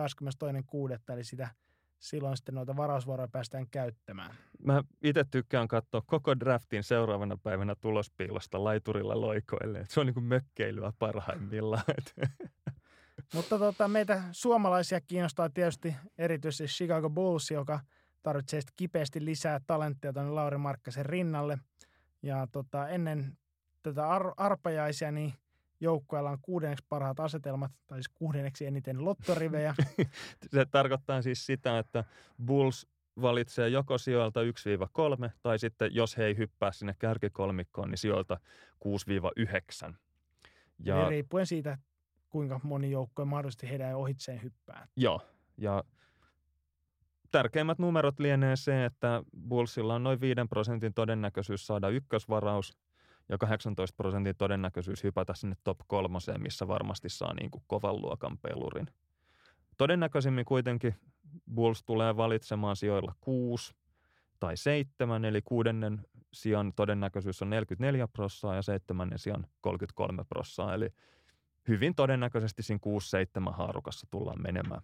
22.6. eli silloin sitten noita varausvuoroja päästään käyttämään. Mä itse tykkään katsoa koko draftin seuraavana päivänä tulospiilosta laiturilla loikoille. Se on niin kuin mökkeilyä parhaimmillaan. Mutta meitä suomalaisia kiinnostaa tietysti erityisesti Chicago Bulls, joka tarvitsee kipeästi lisää talenttia tuonne Lauri Markkasen rinnalle. Ja ennen tätä arpajaisia, niin joukkueella on 6. parhaat asetelmat, tai siis 6. eniten lottorivejä. Se tarkoittaa siis sitä, että Bulls valitsee joko sijoilta 1-3, tai sitten jos he ei hyppää sinne kärkikolmikkoon, niin sijoilta 6-9. Ja riippuen siitä, kuinka moni joukkue mahdollisesti heidän ohitseen hyppää. Joo, ja tärkeimmät numerot lienee se, että Bullsilla on noin 5% todennäköisyys saada ykkösvaraus ja 18% todennäköisyys hypätä sinne top 3, missä varmasti saa niin kuin kovan luokan pelurin. Todennäköisimmin kuitenkin Bulls tulee valitsemaan sijoilla 6 tai 7, eli 6. sijan todennäköisyys on 44% ja 7. sijan 33%, eli hyvin todennäköisesti siinä 6-7 haarukassa tullaan menemään.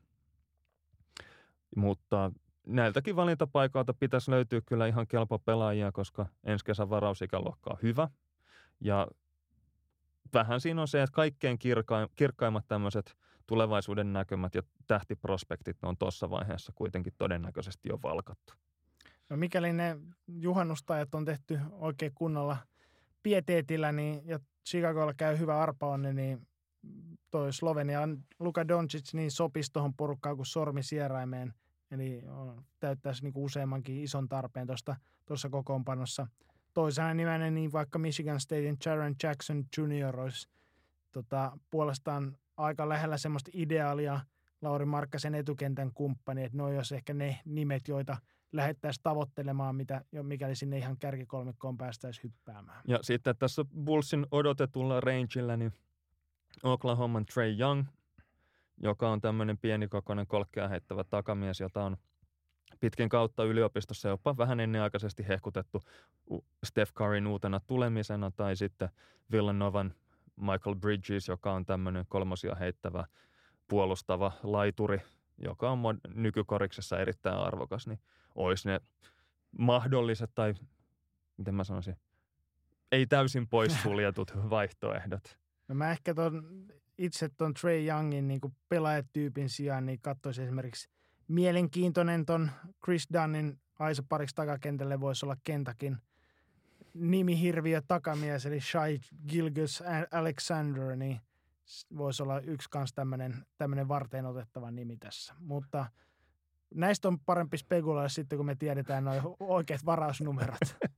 Mutta näiltäkin valintapaikoilta pitäisi löytyä kyllä ihan kelpo pelaajia, koska ensi kesän varausikäluokka on hyvä. Ja vähän siinä on se, että kaikkein kirkkaimmat tämmöiset tulevaisuuden näkymät ja tähtiprospektit on tuossa vaiheessa kuitenkin todennäköisesti jo valkattu. No mikäli ne juhannustajat on tehty oikein kunnolla pieteetillä ja Chicagolla käy hyvä arpaonne, niin toi Slovenian Luka Doncic niin sopisi tuohon porukkaan kuin sormi sieraimeen. Eli täyttäisi niinku useammankin ison tarpeen tuossa kokoonpanossa. Toisena nimenä niin vaikka Michigan Statein Jaren Jackson Jr. olisi puolestaan aika lähellä semmoista ideaalia Lauri Markkasen etukentän kumppani, että ne olisi ehkä ne nimet, joita lähdettäisiin tavoittelemaan, mikäli sinne ihan kärkikolmikkoon päästäisiin hyppäämään. Ja sitten tässä Bullsin odotetulla rangeillä niin Oklahoman Trae Young, joka on tämmöinen pienikokoinen kolkkea heittävä takamies, jota on pitkin kautta yliopistossa jopa vähän ennenaikaisesti hehkutettu Steph Curryn uutena tulemisena, tai sitten Villanovan Michael Bridges, joka on tämmöinen kolmosia heittävä puolustava laituri, joka on nykykoriksessa erittäin arvokas, niin olisi ne mahdolliset tai, miten mä sanoisin, ei täysin poissuljetut vaihtoehdot. No mä ehkä itse ton Trae Youngin niin kuin pelaajatyypin sijaan niin katsoisin esimerkiksi mielenkiintoinen ton Chris Dunnin aisa pariksi takakentälle voisi olla Kentakin nimihirviö takamies, eli Shai Gilgeous-Alexander, niin voisi olla yksi kans tämmöinen varteen otettava nimi tässä. Mutta näistä on parempi spekuloida sitten, kun me tiedetään nuo oikeat varausnumerot.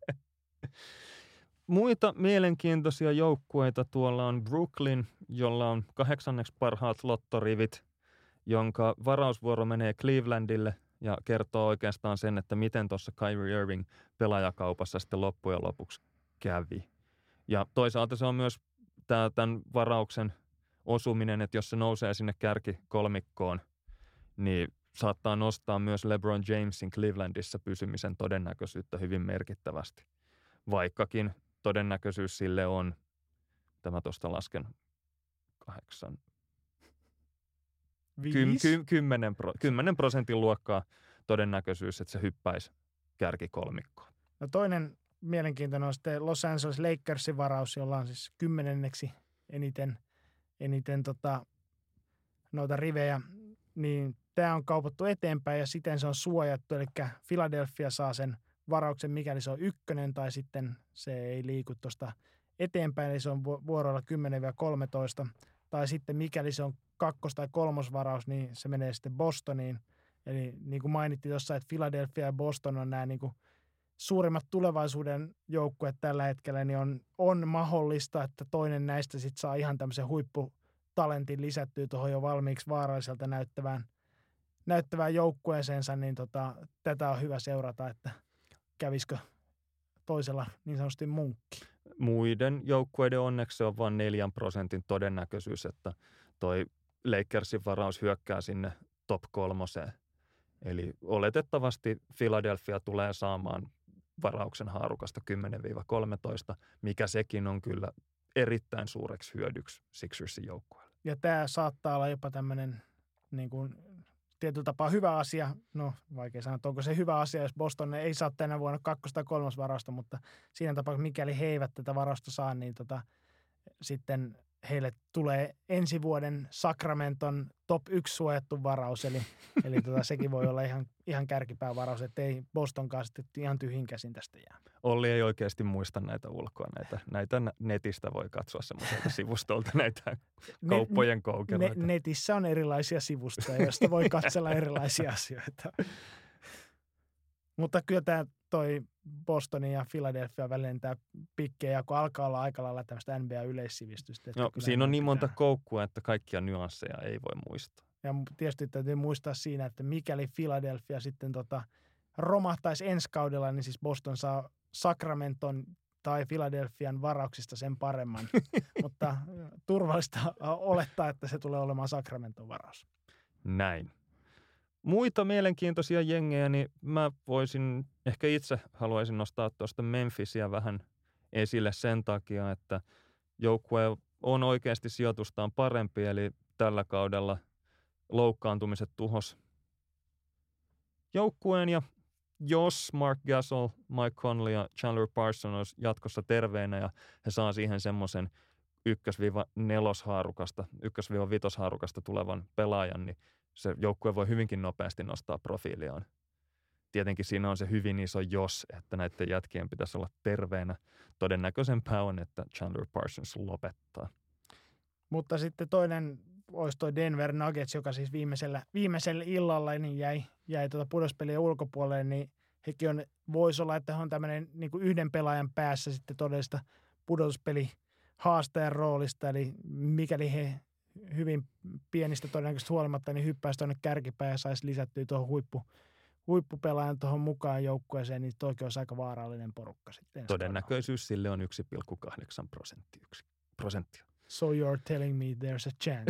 Muita mielenkiintoisia joukkueita tuolla on Brooklyn, jolla on 8. parhaat lottorivit, jonka varausvuoro menee Clevelandille ja kertoo oikeastaan sen, että miten tuossa Kyrie Irving pelaajakaupassa sitten loppujen lopuksi kävi. Ja toisaalta se on myös tämän varauksen osuminen, että jos se nousee sinne kärkikolmikkoon, niin saattaa nostaa myös LeBron Jamesin Clevelandissa pysymisen todennäköisyyttä hyvin merkittävästi. Vaikkakin todennäköisyys sille on, tämä tuosta lasken 8, 10% luokkaa todennäköisyys, että se hyppäisi kärkikolmikkoon. No toinen mielenkiintoinen on sitten Los Angeles Lakersin varaus, jolla on siis 10. eniten noita rivejä, niin tämä on kaupattu eteenpäin ja siten se on suojattu, eli Philadelphia saa sen varauksen, mikäli se on 1 tai sitten se ei liiku tuosta eteenpäin, eli se on vuoroilla 10-13, tai sitten mikäli se on 2. tai 3. varaus, niin se menee sitten Bostoniin. Eli niin kuin mainittiin tuossa, että Philadelphia ja Boston on nämä niin kuin suurimmat tulevaisuuden joukkueet tällä hetkellä, niin on mahdollista, että toinen näistä sitten saa ihan tämmöisen huipputalentin lisättyä tuohon jo valmiiksi vaaralliselta näyttävään joukkueeseensa, niin tätä on hyvä seurata, että kävisikö toisella niin sanotusti munkki. Muiden joukkueiden onneksi on vain 4% todennäköisyys, että toi Lakersin varaus hyökkää sinne top 3. Eli oletettavasti Philadelphia tulee saamaan varauksen haarukasta 10-13, mikä sekin on kyllä erittäin suureksi hyödyksi Sixersin joukkueelle. Ja tämä saattaa olla jopa tämmöinen niin kuin tietyllä tapaa hyvä asia. No vaikea sanoa, että onko se hyvä asia, jos Boston ei saa tänä vuonna 2. tai 3. varausta, mutta siinä tapauksessa mikäli he eivät tätä varausta saa, niin sitten heille tulee ensi vuoden Sacramenton top 1 suojattu varaus, eli sekin voi olla ihan kärkipään varaus, että ei Bostonkaan sitten ihan tyhjin käsin tästä jää. Olli ei oikeasti muista näitä ulkoa, näitä netistä voi katsoa semmoiselta sivustolta näitä kauppojen koukeloita. Netissä on erilaisia sivustoja, joista voi katsella erilaisia asioita. Mutta kyllä tämä toi Bostonin ja Philadelphia välinen tämä pikkejä, kun alkaa olla aika lailla tämmöistä NBA-yleissivistystä. No, siinä on niin monta koukkua, että kaikkia nyansseja ei voi muistaa. Ja tietysti täytyy muistaa siinä, että mikäli Philadelphia sitten romahtaisi ensi kaudella, niin siis Boston saa Sacramenton tai Philadelphian varauksista sen paremman. Mutta turvallista olettaa, että se tulee olemaan Sacramenton varaus. Näin. Muita mielenkiintoisia jengejä, niin mä ehkä itse haluaisin nostaa tuosta Memphisia vähän esille sen takia, että joukkue on oikeasti sijoitustaan parempi, eli tällä kaudella loukkaantumiset tuhos joukkueen, ja jos Mark Gasol, Mike Conley ja Chandler Parsons olisi jatkossa terveinä ja he saa siihen semmoisen 1-4 haarukasta tulevan pelaajan, niin se joukkue voi hyvinkin nopeasti nostaa profiiliaan. Tietenkin siinä on se hyvin iso jos, että näiden jätkien pitäisi olla terveenä. Todennäköisempää on, että Chandler Parsons lopettaa. Mutta sitten toinen olisi toi Denver Nuggets, joka siis viimeisellä illalla niin jäi pudotuspelien ulkopuolelle, niin hekin voisi olla, että he on tämmöinen niin kuin yhden pelaajan päässä sitten todellista pudotuspeli haastajan roolista, eli mikäli he hyvin pienistä todennäköisesti huolimatta, niin hyppäisi tuonne kärkipään ja saisi lisättyä tuohon huippupelaajan tuohon mukaan joukkueeseen, niin toikin olisi aika vaarallinen porukka sitten. Todennäköisyys sille on 1,8%. So you're telling me there's a chance.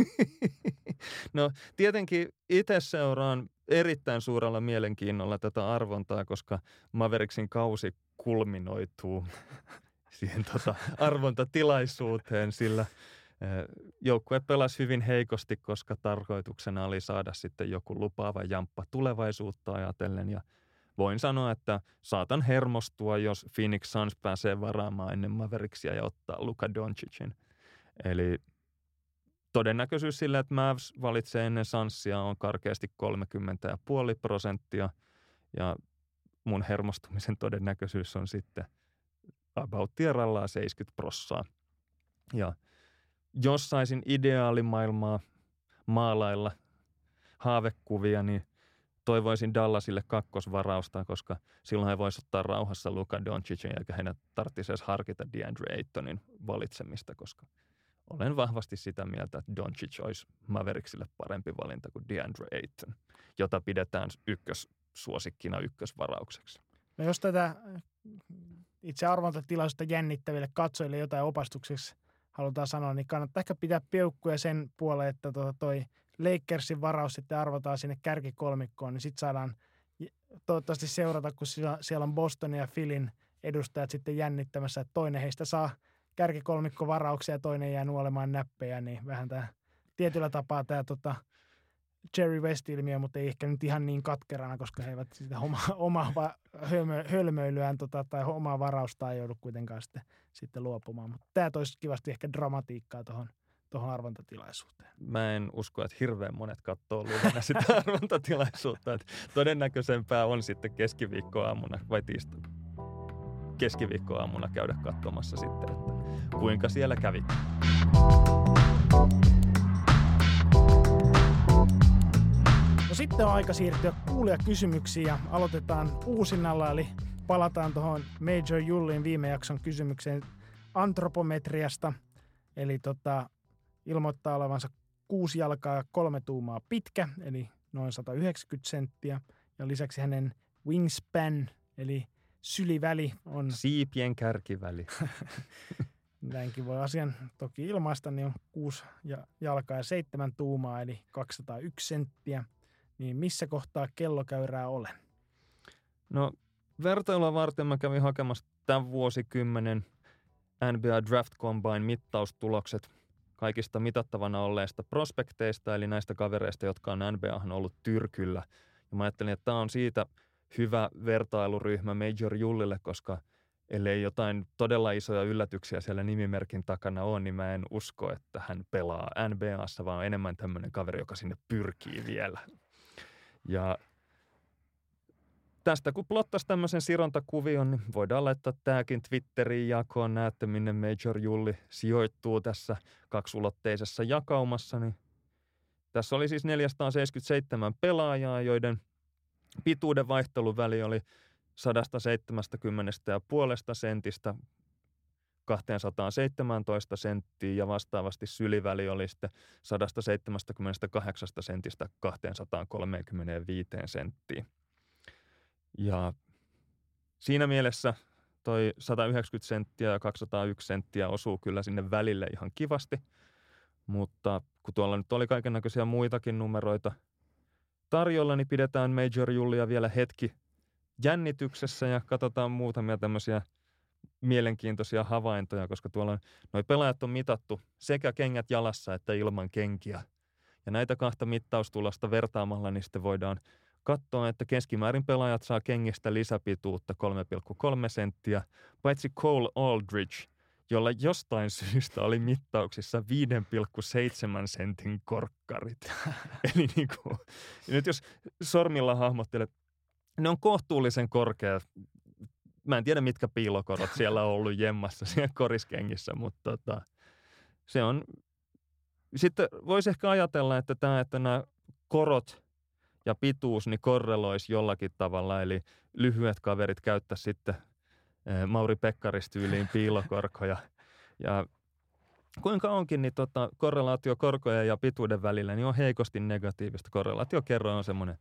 No tietenkin itse seuraan erittäin suurella mielenkiinnolla tätä arvontaa, koska Mavericksin kausi kulminoituu siihen arvontatilaisuuteen, sillä joukkue pelasi hyvin heikosti, koska tarkoituksena oli saada sitten joku lupaava jamppa tulevaisuutta ajatellen. Ja voin sanoa, että saatan hermostua, jos Phoenix Suns pääsee varaamaan ennen Mavericksia ja ottaa Luka Doncicin. Eli todennäköisyys sille, että Mavs valitsee ennen Sunsia on karkeasti 30,5%. Ja mun hermostumisen todennäköisyys on sitten about tierallaan 70%. Ja jos saisin ideaalimaailmaa maalailla haavekuvia, niin toivoisin Dallasille kakkosvarausta, koska silloin he voisivat ottaa rauhassa Luka Doncicin, eikä heidän tarvitsisi edes harkita DeAndre Aytonin valitsemista, koska olen vahvasti sitä mieltä, että Doncic olisi Mavericksille parempi valinta kuin DeAndre Ayton, jota pidetään ykkössuosikkina ykkösvaraukseksi. No jos tätä itse arvontatilaisuutta jännittäville katsojille jotain opastukseksi halutaan sanoa, niin kannattaa ehkä pitää peukkuja sen puoleen, että toi Lakersin varaus sitten arvotaan sinne kärkikolmikkoon, niin sitten saadaan toivottavasti seurata, kun siellä on Boston ja Philin edustajat sitten jännittämässä, että toinen heistä saa kärkikolmikkovarauksia ja toinen jää nuolemaan näppejä, niin vähän tämä tietyllä tapaa tämä Jerry West-ilmiö, mutta ei ehkä nyt ihan niin katkerana, koska he eivät sitä omaa hölmöilyään tai omaa varaustaan joudu kuitenkaan sitten luopumaan. Mutta tämä toisi kivasti ehkä dramatiikkaa tuohon arvontatilaisuuteen. Mä en usko, että hirveän monet katsoo luvana sitä arvontatilaisuutta. Että todennäköisempää on sitten keskiviikkoaamuna vai tiistaina. Keskiviikkoaamuna käydä katsomassa sitten, että kuinka siellä kävi. No sitten on aika siirtyä kuulijakysymyksiin ja aloitetaan uusinnalla, eli palataan tuohon Major Jullin viime jakson kysymykseen antropometriasta. Eli ilmoittaa olevansa 6 jalkaa ja 3 tuumaa pitkä, eli noin 190 senttiä. Ja lisäksi hänen wingspan, eli syliväli on... Siipien kärkiväli. Näinkin voi asian toki ilmaista, niin on 6 jalkaa ja 7 tuumaa, eli 201 senttiä. Niin missä kohtaa kellokäyrää olen? No vertailua varten mä kävin hakemassa tämän vuosikymmenen NBA Draft Combine mittaustulokset kaikista mitattavana olleista prospekteista, eli näistä kavereista, jotka on NBAhan ollut tyrkyllä. Ja mä ajattelin, että tämä on siitä hyvä vertailuryhmä Major Jullille, koska ellei jotain todella isoja yllätyksiä siellä nimimerkin takana on, niin mä en usko, että hän pelaa NBAssa, vaan on enemmän tämmöinen kaveri, joka sinne pyrkii vielä. Ja tästä kun plottaisi tämmöisen sirontakuvion, niin voidaan laittaa tämäkin Twitteriin jakoon. Näette, minne Major Julli sijoittuu tässä kaksulotteisessa jakaumassa. Niin tässä oli siis 477 pelaajaa, joiden pituuden vaihteluväli oli 170,5 sentistä 217 senttiä ja vastaavasti syliväli oli sitten 178 sentistä 235 senttiä. Ja siinä mielessä toi 190 senttiä ja 201 senttiä osuu kyllä sinne välille ihan kivasti, mutta kun tuolla nyt oli kaikennäköisiä muitakin numeroita tarjolla, niin pidetään Major Jullia vielä hetki jännityksessä ja katsotaan muutamia tämmöisiä mielenkiintoisia havaintoja, koska tuolla noi pelaajat on mitattu sekä kengät jalassa että ilman kenkiä. Ja näitä kahta mittaustulosta vertaamalla niin sitten voidaan katsoa, että keskimäärin pelaajat saa kengistä lisäpituutta 3,3 senttiä, paitsi Cole Aldridge, jolla jostain syystä oli mittauksissa 5,7 sentin korkkarit. Eli niin kuin, nyt jos sormilla hahmottelet, ne on kohtuullisen korkea. Mä en tiedä, mitkä piilokorot siellä on ollut jemmassa siellä koriskengissä, mutta se on. Sitten voisi ehkä ajatella, että nämä korot ja pituus niin korreloisi jollakin tavalla, eli lyhyet kaverit käyttäisi sitten Mauri Pekkaristyyliin piilokorkoja. Ja kuinka onkin, niin korrelaatio korkojen ja pituuden välillä niin on heikosti negatiivista. Korrelaatiokerroin on semmoinen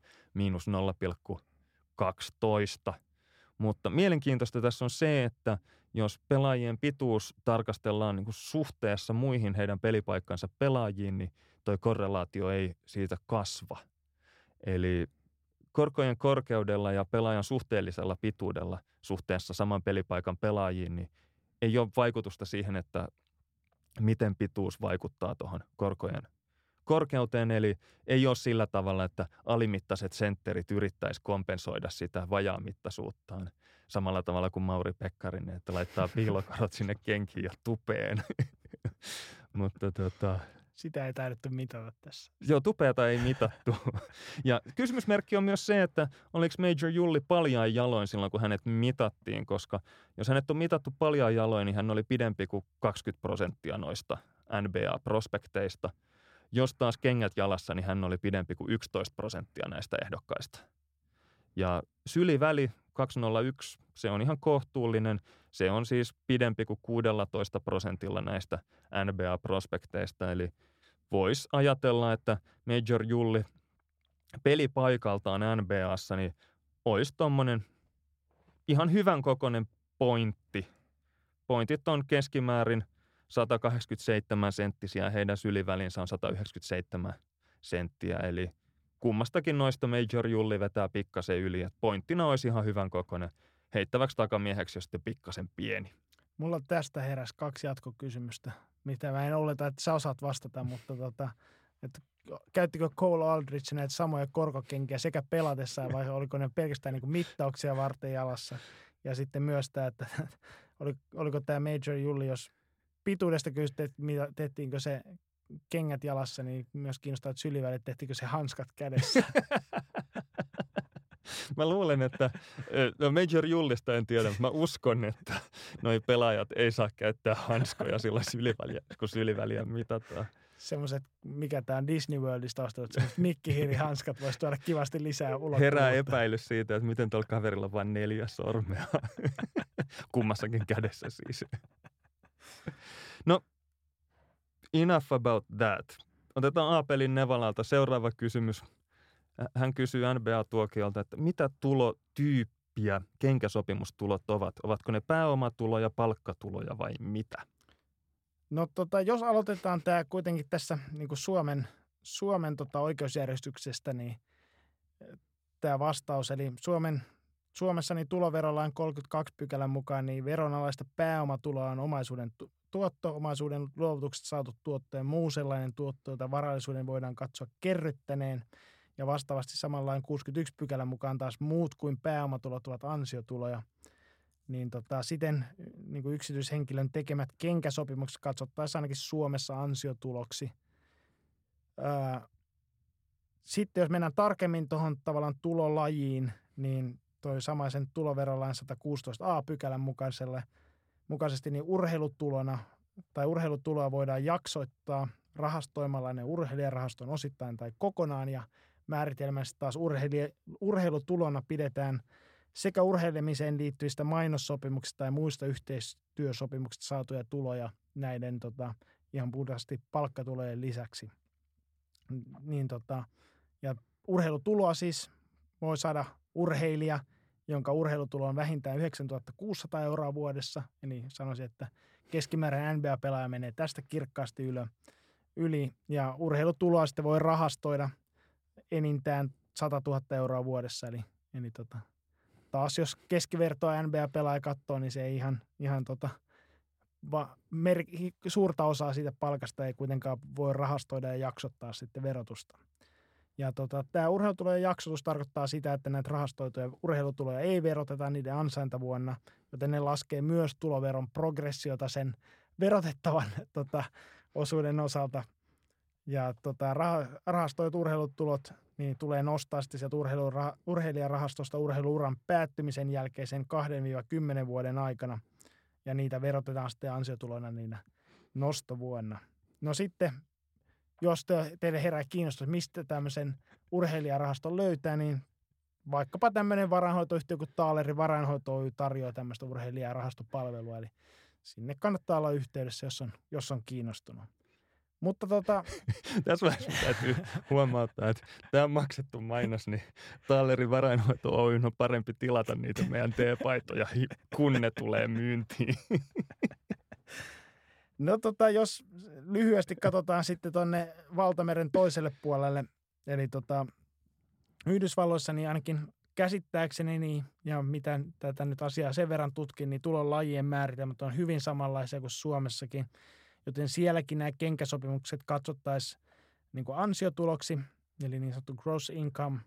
-0,12. Mutta mielenkiintoista tässä on se, että jos pelaajien pituus tarkastellaan niin kuin suhteessa muihin heidän pelipaikkansa pelaajiin, niin toi korrelaatio ei siitä kasva. Eli korkojen korkeudella ja pelaajan suhteellisella pituudella suhteessa saman pelipaikan pelaajiin, niin ei ole vaikutusta siihen, että miten pituus vaikuttaa tuohon korkojen korkeuteen. Eli ei ole sillä tavalla, että alimittaiset sentterit yrittäisi kompensoida sitä vajaamittaisuuttaan samalla tavalla kuin Mauri Pekkarinen, että laittaa piilokorot sinne kenkiin ja tupeen. Mutta sitä ei taidettu mitata tässä. Joo, tupeata ei mitattu. Ja kysymysmerkki on myös se, että oliko Major Julli paljain jaloin silloin, kun hänet mitattiin, koska jos hänet on mitattu paljain jaloin, niin hän oli pidempi kuin 20% noista NBA-prospekteista. Jos taas kengät jalassa, niin hän oli pidempi kuin 11% näistä ehdokkaista. Ja syliväli 201, se on ihan kohtuullinen. Se on siis pidempi kuin 16% näistä NBA-prospekteista. Eli voisi ajatella, että Major Julli pelipaikaltaan NBAssa niin olisi tommonen ihan hyvän kokoinen pointti. Pointit on keskimäärin 187 senttisiä, heidän sylivälinsä on 197 senttiä, eli kummastakin noista Major Julli vetää pikkasen yli, että pointtina olisi ihan hyvän kokoinen, heittäväksi takamieheksi, jos sitten pikkasen pieni. Mulla tästä heräsi 2 jatkokysymystä, mitä mä en oleta, että sä osaat vastata, mutta että käyttikö Cole Aldridge näitä samoja korkokenkiä sekä pelatessaan vai oliko ne pelkästään niin kuin mittauksia varten jalassa? Ja sitten myös tämä, että oliko tämä Major Julli, jos pituudesta kysyttiin, että tehtiinkö se kengät jalassa, niin myös kiinnostaa, että sylivälit, tehtiinkö se hanskat kädessä? Mä luulen, että Major Jullista en tiedä, mutta mä uskon, että noi pelaajat ei saa käyttää hanskoja silloin kun syliväliä mitataan. Semmoiset, mikä tämä on Disney Worldista ostetut, semmoiset mikkihiirihanskat voisi tuoda kivasti lisää ulottuvuutta. Herää epäilys siitä, että miten tuolla kaverilla on vain 4 sormea. Kummassakin kädessä siis. No, enough about that. Otetaan Aapelin Nevalalta seuraava kysymys. Hän kysyy NBA-tuokiolta, että mitä tulotyyppiä kenkäsopimustulot ovat? Ovatko ne pääomatuloja, palkkatuloja vai mitä? No jos aloitetaan tämä kuitenkin tässä niin kuin Suomen oikeusjärjestyksestä, niin tämä vastaus, eli Suomessa niin tuloverolain 32 pykälän mukaan niin veronalaista pääomatuloa on omaisuuden tuotto, omaisuuden luovutuksesta saatu tuotto ja muu sellainen tuotto, jota varallisuuden voidaan katsoa kerryttäneen. Ja vastaavasti samanlain 61 pykälän mukaan taas muut kuin pääomatulot ovat ansiotuloja. Niin siten niin kuin yksityishenkilön tekemät kenkäsopimukset katsottaisiin ainakin Suomessa ansiotuloksi. Sitten jos mennään tarkemmin tuohon tavallaan tulolajiin, niin toi samaisen tuloverolain 116a pykälän mukaisesti niin urheilutulona tai urheilutuloa voidaan jaksoittaa rahastoimalla ne urheilijarahastoon osittain tai kokonaan ja määritelmässä taas urheilutulona pidetään sekä urheilemiseen liittyvistä mainossopimuksista tai muista yhteistyösopimuksista saatuja tuloja näiden ihan puhtaasti palkkatulojen lisäksi. Ja urheilutuloa siis voi saada urheilija, jonka urheilutulo on vähintään 9 600 euroa vuodessa. Eli sanoisin, että keskimääräinen NBA-pelaaja menee tästä kirkkaasti yli. Ja urheilutuloa sitten voi rahastoida enintään 100 000 euroa vuodessa. Eli taas jos keskivertoa NBA-pelaaja katsoo, niin se ei ihan suurta osaa siitä palkasta ei kuitenkaan voi rahastoida ja jaksottaa sitten verotusta. Ja tämä urheilutulojen jaksotus tarkoittaa sitä, että näitä rahastoituja urheilutuloja ei veroteta niiden ansaintavuonna, joten ne laskee myös tuloveron progressiota sen verotettavan osuuden osalta. Ja rahastoidut urheilutulot niin tulee nostaa sitten sieltä urheilijarahastosta urheiluuran päättymisen jälkeisen 2-10 vuoden aikana. Ja niitä verotetaan sitten ansiotulona niinä nostovuonna. No sitten, jos teille herää kiinnostus, mistä tämmöisen urheilijarahaston löytää, niin vaikkapa tämmöinen varainhoitoyhtiö kuin Taalerin Varainhoito Oy tarjoaa tämmöistä urheilijarahastopalvelua. Eli sinne kannattaa olla yhteydessä, jos on kiinnostunut. Mutta tässä vaiheessa täytyy huomauttaa, että tämä on maksettu mainos, niin Taalerin Varainhoito Oyn on parempi tilata niitä meidän teepaitoja, kun ne tulee myyntiin. No jos lyhyesti katsotaan sitten tuonne Valtameren toiselle puolelle, eli Yhdysvalloissa, niin ainakin käsittääkseni, niin, ja mitä tätä nyt asiaa sen verran tutkin, niin tulolajien määritelmät on hyvin samanlaisia kuin Suomessakin. Joten sielläkin nämä kenkäsopimukset katsottaisiin niin kuin ansiotuloksi, eli niin sanottu gross income,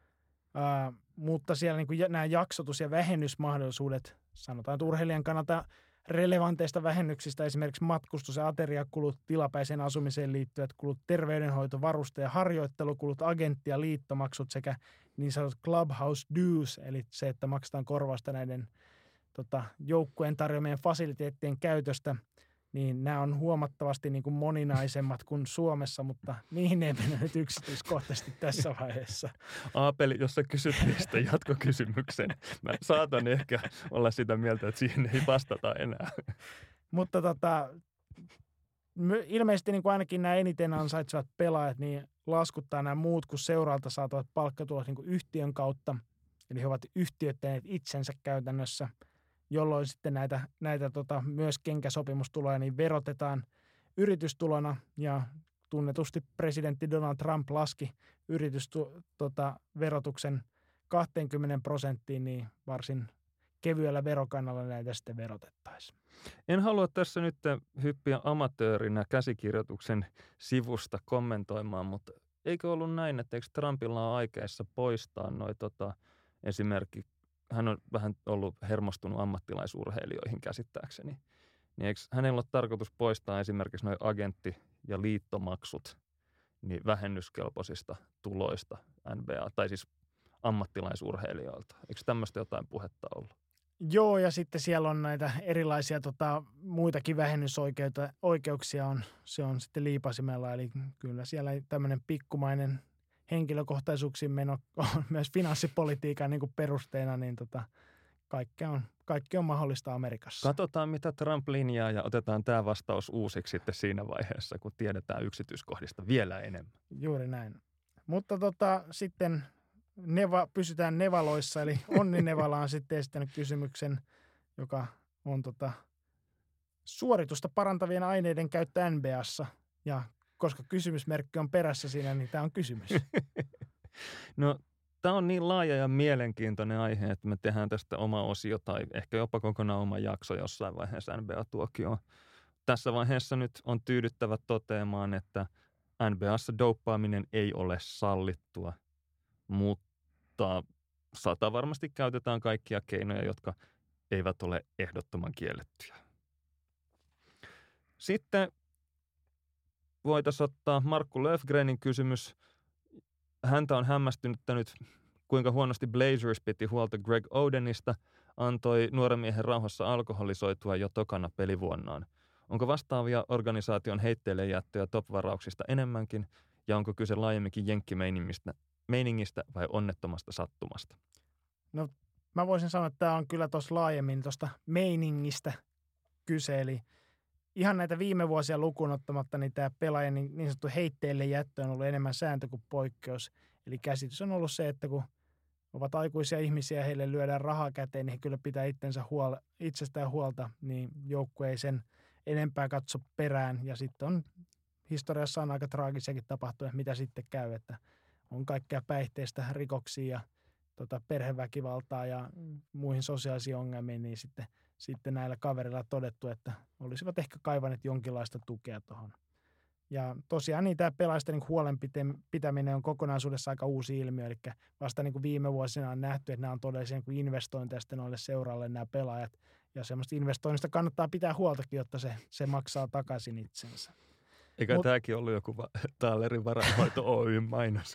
mutta siellä niin kuin nämä jaksotus- ja vähennysmahdollisuudet, sanotaan, että urheilijan kannalta relevanteista vähennyksistä, esimerkiksi matkustus- ja ateriakulut, tilapäiseen asumiseen liittyvät kulut, terveydenhoito, varuste- ja harjoittelukulut, agentti- ja liittomaksut sekä niin sanotut clubhouse dues, eli se, että maksetaan korvausta näiden joukkueen tarjoamien fasiliteettien käytöstä, niin nämä on huomattavasti niin kuin moninaisemmat kuin Suomessa, mutta niihin ei mennä nyt yksityiskohtaisesti tässä vaiheessa. Aapeli, jos sä kysyt niistä jatkokysymyksen, mä saatan ehkä olla sitä mieltä, että siihen ei vastata enää. Mutta ilmeisesti niin kuin ainakin nämä eniten ansaitsevat pelaajat, niin laskuttaa nämä muut kuin seuraalta saatavat palkkatulot niin kuin yhtiön kautta, eli he ovat yhtiöittäneet itsensä käytännössä, jolloin sitten näitä myös kenkäsopimustuloja niin verotetaan yritystulona, ja tunnetusti presidentti Donald Trump laski verotuksen 20%, niin varsin kevyellä verokannalla näitä sitten verotettaisiin. En halua tässä nyt hyppiä amatöörinä käsikirjoituksen sivusta kommentoimaan, mutta eikö ollut näin, että eikö Trumpilla ole aikeissa poistaa esimerkiksi hän on vähän ollut hermostunut ammattilaisurheilijoihin käsittääkseni. Niin eikö hänellä ole tarkoitus poistaa esimerkiksi nuo agentti- ja liittomaksut niin vähennyskelpoisista tuloista NBA, tai siis ammattilaisurheilijoilta? Eikö tämmöistä jotain puhetta ollut? Joo, ja sitten siellä on näitä erilaisia muitakin vähennysoikeuksia se on sitten liipasimella, eli kyllä siellä tämmöinen pikkumainen henkilökohtaisuuksiin meno on myös finanssipolitiikan niin kuin perusteena, niin kaikki on mahdollista Amerikassa. Katsotaan, mitä Trump linjaa, ja otetaan tämä vastaus uusiksi sitten siinä vaiheessa, kun tiedetään yksityiskohdista vielä enemmän. Juuri näin. Mutta sitten pysytään nevaloissa, eli Onni Nevala on sitten esittänyt kysymyksen, joka on suoritusta parantavien aineiden käyttö NBA:ssa, ja koska kysymysmerkki on perässä siinä, niin tämä on kysymys. No, tämä on niin laaja ja mielenkiintoinen aihe, että me tehdään tästä oma osio tai ehkä jopa kokonaan oma jakso jossain vaiheessa NBA-tuokioon. Tässä vaiheessa nyt on tyydyttävä toteamaan, että NBA:ssa douppaaminen ei ole sallittua, mutta varmasti käytetään kaikkia keinoja, jotka eivät ole ehdottoman kiellettyjä. Sitten voitaisiin ottaa Markku Löfgrenin kysymys. Häntä on hämmästynyt, kuinka huonosti Blazers piti huolta Greg Odenista, antoi nuoren miehen rauhassa alkoholisoitua jo tokana pelivuonnaan. Onko vastaavia organisaation heitteille jättöjä top-varauksista enemmänkin, ja onko kyse laajemminkin jenkkimeiningistä meiningistä vai onnettomasta sattumasta? No mä voisin sanoa, että tämä on kyllä tuossa laajemmin tuosta meiningistä kyse, eli ihan näitä viime vuosia lukuun ottamatta, niin tämä pelaajan niin sanottu heitteille jättö on ollut enemmän sääntö kuin poikkeus. Eli käsitys on ollut se, että kun ovat aikuisia ihmisiä ja heille lyödään rahaa käteen, niin he kyllä pitää itsestään huolta, niin joukkue ei sen enempää katso perään. Ja sitten on historiassa on aika traagisiakin tapahtumia, mitä sitten käy, että on kaikkea päihteistä rikoksia ja perheväkivaltaa ja muihin sosiaalisiin ongelmiin, niin sitten näillä kaverilla todettu, että olisivat ehkä kaivaneet jonkinlaista tukea tuohon. Ja tosiaan niin tämä pelaajista niin huolen pitäminen on kokonaisuudessa aika uusi ilmiö, eli vasta niin kuin viime vuosina on nähty, että nämä on todellisia niin investointeja sitten noille seuralle nämä pelaajat. Ja semmoista investoinnista kannattaa pitää huoltakin, jotta se maksaa takaisin itsensä. Eikä tämäkin ollut joku Taalerin varainhoito Oy-mainos.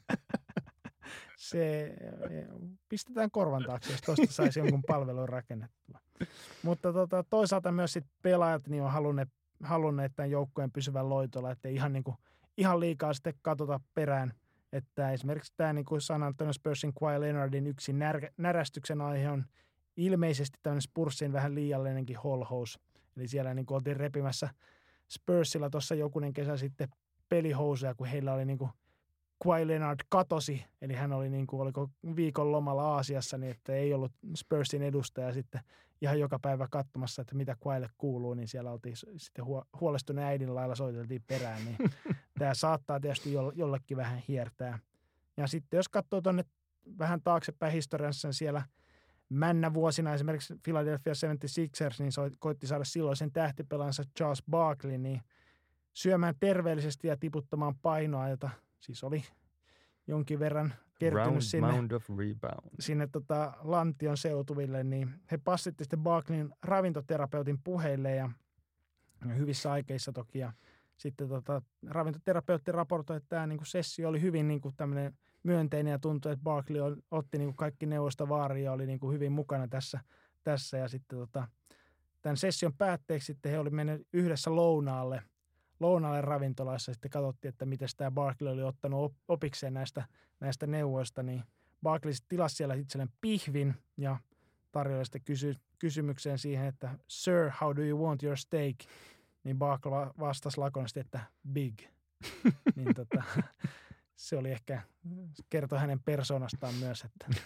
Se pistetään korvan taakse, jos tuosta saisi jonkun palvelun rakennettua. Mutta toisaalta myös sit pelaajat niin on halunneet tämän joukkueen pysyvän loitolla, ettei ihan liikaa sitten katsota perään. Että esimerkiksi tämä niin kuin San Antonio Spursin Kawhi Leonardin yksi närästyksen aihe on ilmeisesti tämmöinen Spursin vähän liiallinenkin holhous. Eli siellä niin kuin oltiin repimässä Spursilla tuossa jokunen kesä sitten pelihousuja, kun heillä oli niin kuin Kawhi Leonard katosi, eli hän oli niin kuin, oliko viikon lomalla Aasiassa, niin että ei ollut Spursin edustaja sitten ihan joka päivä katsomassa, että mitä Kawhille kuuluu, niin siellä oltiin sitten huolestuneen äidin lailla soiteltiin perään, niin tämä saattaa tietysti jollekin vähän hiertää. Ja sitten jos katsoo tuonne vähän taaksepäin historiassa, niin siellä männävuosina esimerkiksi Philadelphia 76ers, niin koitti saada silloisen tähtipelansa Charles Barkley, niin syömään terveellisesti ja tiputtamaan painoa, jota siis oli jonkin verran kertynyt sinne lantion seutuville, niin he passitti sitten Barkleyn ravintoterapeutin puheille ja hyvissä aikeissa toki. Ja sitten ravintoterapeutti raportoi, että tämä niinku sessio oli hyvin niinku tämmöinen myönteinen ja tuntui, että Barkley otti niinku kaikki neuvosta vaarin ja oli niinku hyvin mukana tässä. Ja sitten tämän session päätteeksi sitten he oli mennyt yhdessä lounaalle ravintolassa. Sitten katsottiin, että miten tämä Barkley oli ottanut opikseen näistä neuvoista, niin Barkley tilasi siellä itselleen pihvin ja tarjoili sitten kysymykseen siihen, että Sir, how do you want your steak? Niin Barkley vastasi lakonisesti, että big. Niin se oli ehkä, kertoi hänen persoonastaan myös. Että.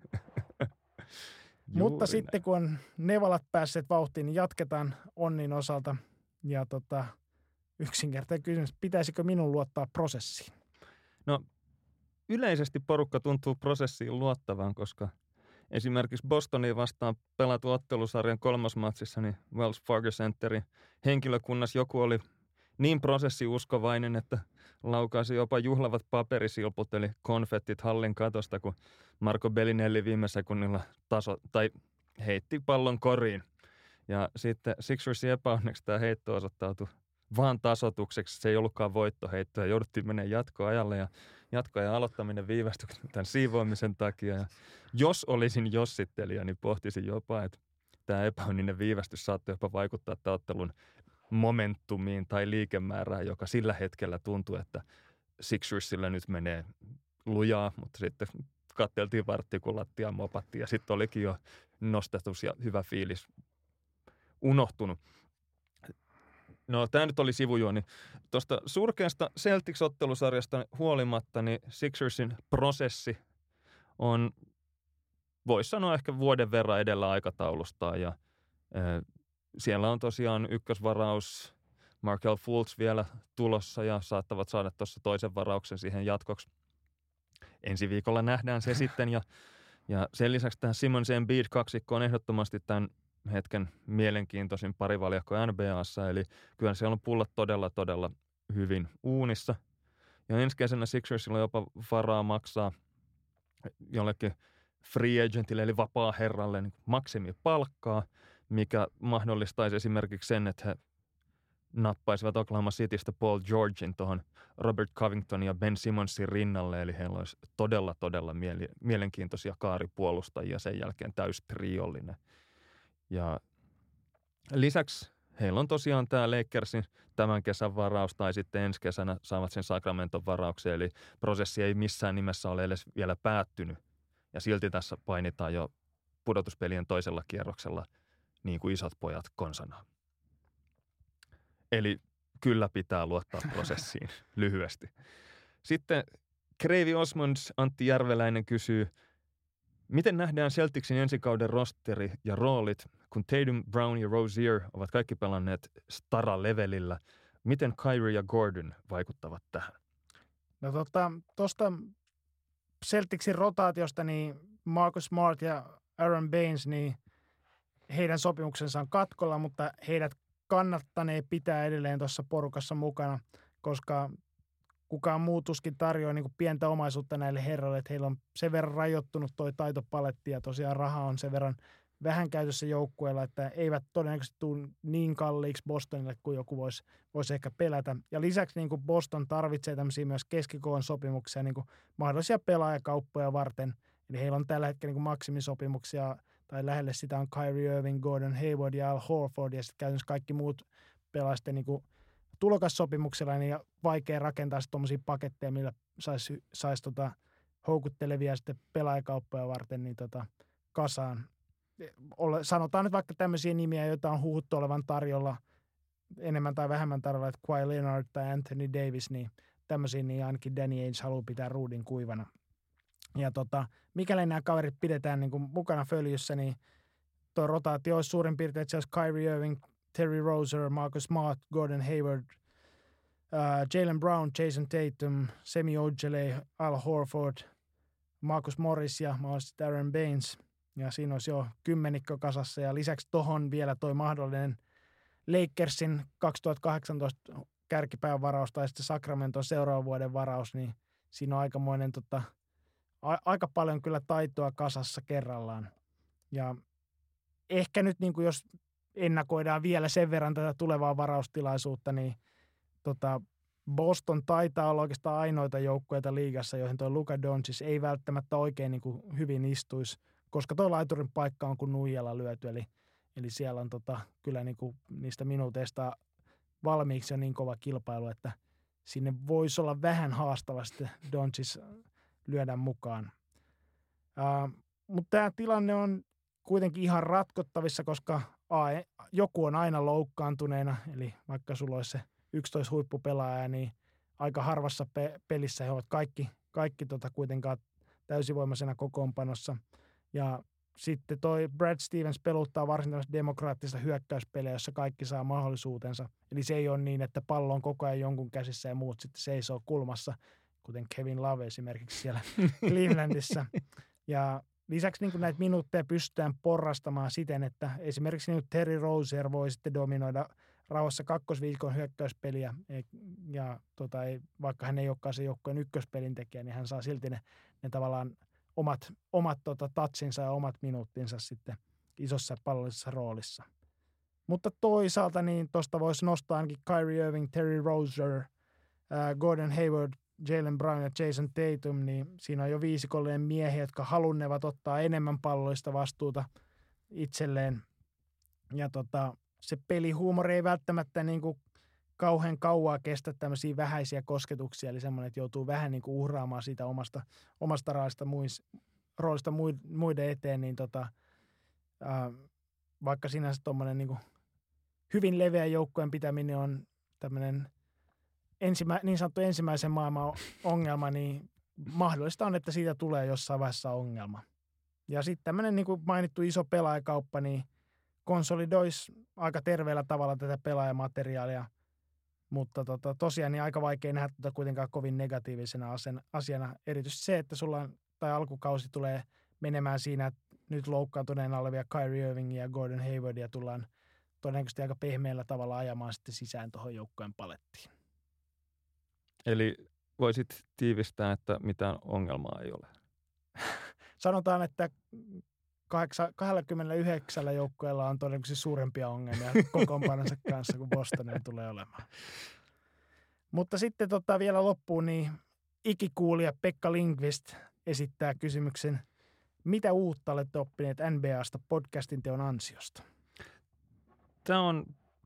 Mutta sitten kun on nevalat päässeet vauhtiin, niin jatketaan Onnin osalta. Ja yksinkertainen kysymys, pitäisikö minun luottaa prosessiin? No yleisesti porukka tuntuu prosessiin luottavan, koska esimerkiksi Bostonia vastaan pelattu ottelusarjan 3. matsissa, niin Wells Fargo Centerin henkilökunnassa joku oli niin prosessiuskovainen, että laukaisi jopa juhlavat paperisilput, eli konfettit hallin katosta, kun Marco Bellinelli viime sekunnilla heitti pallon koriin. Ja sitten Sixersin epäonneksi tämä heitto osoittautui vaan tasoitukseksi. Se ei ollutkaan voittoheitto ja jouduttiin menemään jatkoajalle ja jatkoajan aloittaminen viivästyi tämän siivoamisen takia. Ja jos olisin jossittelija, niin pohtisin jopa, että tämä epäonninen viivästys saattoi jopa vaikuttaa tämän ottelun momentumiin tai liikemäärään, joka sillä hetkellä tuntui, että Sixersillä nyt menee lujaa, mutta sitten katteltiin vartti, kun lattia mopattiin ja sitten olikin jo nostatus ja hyvä fiilis unohtunut. No tämä nyt oli sivujuoni. Tuosta surkeasta Celtics-ottelusarjasta huolimatta, niin Sixersin prosessi on, voisi sanoa ehkä vuoden verran edellä aikataulustaan ja siellä on tosiaan ykkösvaraus Markelle Fultz vielä tulossa ja saattavat saada tuossa toisen varauksen siihen jatkoksi. Ensi viikolla nähdään se sitten ja sen lisäksi tämä Simmons Embiid-kaksikko on ehdottomasti tämän hetken mielenkiintoisin parivaljakko NBA:ssa, eli kyllä siellä on pullat todella hyvin uunissa. Ja ensi kesänä Sixersilla on jopa varaa maksaa jollekin free agentille, eli vapaa-herralle niin maksimipalkkaa, mikä mahdollistaisi esimerkiksi sen, että he nappaisivat Oklahoma Citystä Paul Georgein tuohon Robert Covington ja Ben Simmonsin rinnalle, eli heillä olisi todella mielenkiintoisia kaaripuolustajia sen jälkeen täystriollinen. Ja lisäksi heillä on tosiaan tämä Lakersin tämän kesän varaus tai sitten ensi kesänä saavat sen Sacramenton varauksen, eli prosessi ei missään nimessä ole edes vielä päättynyt. Ja silti tässä painitaan jo pudotuspelien toisella kierroksella niin kuin isot pojat konsanaan. Eli kyllä pitää luottaa prosessiin lyhyesti. Sitten Kreivi Osmonds, Antti Järveläinen kysyy, miten nähdään Celticsin ensikauden rosteri ja roolit, kun Tatum, Brown ja Rozier ovat kaikki pelanneet stara-levelillä? Miten Kyrie ja Gordon vaikuttavat tähän? No tuosta Celticsin rotaatiosta, niin Marcus Smart ja Aaron Baines, niin heidän sopimuksensa on katkolla, mutta heidät kannattanee pitää edelleen tuossa porukassa mukana, koska kukaan muu tuskin tarjoaa niin kuin pientä omaisuutta näille herroille, että heillä on sen verran rajoittunut toi taitopaletti ja tosiaan raha on sen verran vähän käytössä joukkueella, että eivät todennäköisesti tule niin kalliiksi Bostonille kuin joku voisi ehkä pelätä. Ja lisäksi niin kuin Boston tarvitsee tämmöisiä myös keskikoon sopimuksia, niin kuin mahdollisia pelaajakauppoja varten. Eli heillä on tällä hetkellä niin kuin maksimisopimuksia, tai lähelle sitä on Kyrie Irving, Gordon Hayward ja Al Horford, ja sitten käytännössä kaikki muut pelaajat niin kuin tulokassopimuksella, niin vaikea rakentaa tuommoisia paketteja, millä saisi houkuttelevia sitten pelaajakauppoja varten niin kasaan. Sanotaan nyt vaikka tämmöisiä nimiä, joita on huhuttu olevan tarjolla enemmän tai vähemmän tarjolla, että Kawhi Leonard tai Anthony Davis, niin tämmöisiä niin ainakin Danny Ainge haluaa pitää ruudin kuivana. Ja mikäli nämä kaverit pidetään niin kuin mukana följyssä, niin tuo rotaatio olisi suurin piirtein itse asiassa Kyrie Irving, Terry Rozier, Marcus Smart, Gordon Hayward, Jaylen Brown, Jason Tatum, Semi Ojeleye, Al Horford, Marcus Morris ja mahdollisesti Aaron Baines. Ja siinä olisi jo kymmenikko kasassa. Ja lisäksi tohon vielä toi mahdollinen Lakersin 2018 kärkipään varaus tai sitten Sacramenton seuraavan vuoden varaus, niin siinä on aikamoinen aika paljon kyllä taitoa kasassa kerrallaan. Ja ehkä nyt niin kuin jos ennakoidaan vielä sen verran tätä tulevaa varaustilaisuutta, niin Boston taitaa olla oikeastaan ainoita joukkueita liigassa, joihin tuo Luka Doncic ei välttämättä oikein niin kuin hyvin istuisi, koska tuo laiturin paikka on kuin nuijalla lyöty, eli siellä on kyllä niin kuin niistä minuuteista valmiiksi on niin kova kilpailu, että sinne voisi olla vähän haastavasti Doncic lyödä mukaan. Mutta tämä tilanne on kuitenkin ihan ratkottavissa, koska joku on aina loukkaantuneena, eli vaikka sulla olisi se 11 huippupelaajaa, niin aika harvassa pelissä he ovat kaikki kuitenkaan täysivoimaisena kokoonpanossa. Ja sitten toi Brad Stevens peluttaa varsinaisesti demokraattista hyökkäyspeliä, jossa kaikki saa mahdollisuutensa. Eli se ei ole niin, että pallo on koko ajan jonkun käsissä ja muut sitten seisoo kulmassa, kuten Kevin Love esimerkiksi siellä Clevelandissa. Ja lisäksi niin näitä minuutteja pystytään porrastamaan siten, että esimerkiksi niin Terry Rozier voi sitten dominoida rauhassa kakkosviikon hyökkäyspeliä, ja vaikka hän ei olekaan se joukkueen ykköspelin tekijä, niin hän saa silti ne tavallaan omat tatsinsa ja omat minuuttinsa sitten isossa pallollisessa roolissa. Mutta toisaalta niin tuosta voisi nostaa ainakin Kyrie Irving, Terry Rozier, Gordon Hayward, Jaylen Brown ja Jason Tatum, niin siinä on jo viisikollinen miehiä, jotka halunnevat ottaa enemmän pallollista vastuuta itselleen. Ja se pelihuumori ei välttämättä niin kuin kauhean kauaa kestä tämmöisiä vähäisiä kosketuksia, eli semmoinen, että joutuu vähän niin kuin uhraamaan siitä omasta roolista muiden eteen, niin vaikka sinänsä tuommoinen niin kuin hyvin leveä joukkojen pitäminen on tämmöinen niin sanottu ensimmäisen maailman ongelma, niin mahdollista on, että siitä tulee jossain vaiheessa ongelma. Ja sitten tämmöinen niin kuin mainittu iso pelaajakauppa, niin konsolidoisi aika terveellä tavalla tätä pelaajamateriaalia, mutta tosiaan niin aika vaikea nähdä tätä kuitenkaan kovin negatiivisena asiana. Erityisesti se, että alkukausi tulee menemään siinä, että nyt loukkaantuneena olevia Kyrie Irvingia ja Gordon Haywardia tullaan todennäköisesti aika pehmeällä tavalla ajamaan sitten sisään tuohon joukkojen palettiin. Eli voisit tiivistää, että mitään ongelmaa ei ole. Sanotaan, että 29 joukkueella on todennäköisesti suurempia ongelmia kokoonpanonsa kanssa kuin Bostonilla tulee olemaan. Mutta sitten vielä loppuun, niin ikikuulija Pekka Lindqvist esittää kysymyksen, mitä uutta olette oppineet NBAsta podcastin teon ansiosta? Tämä on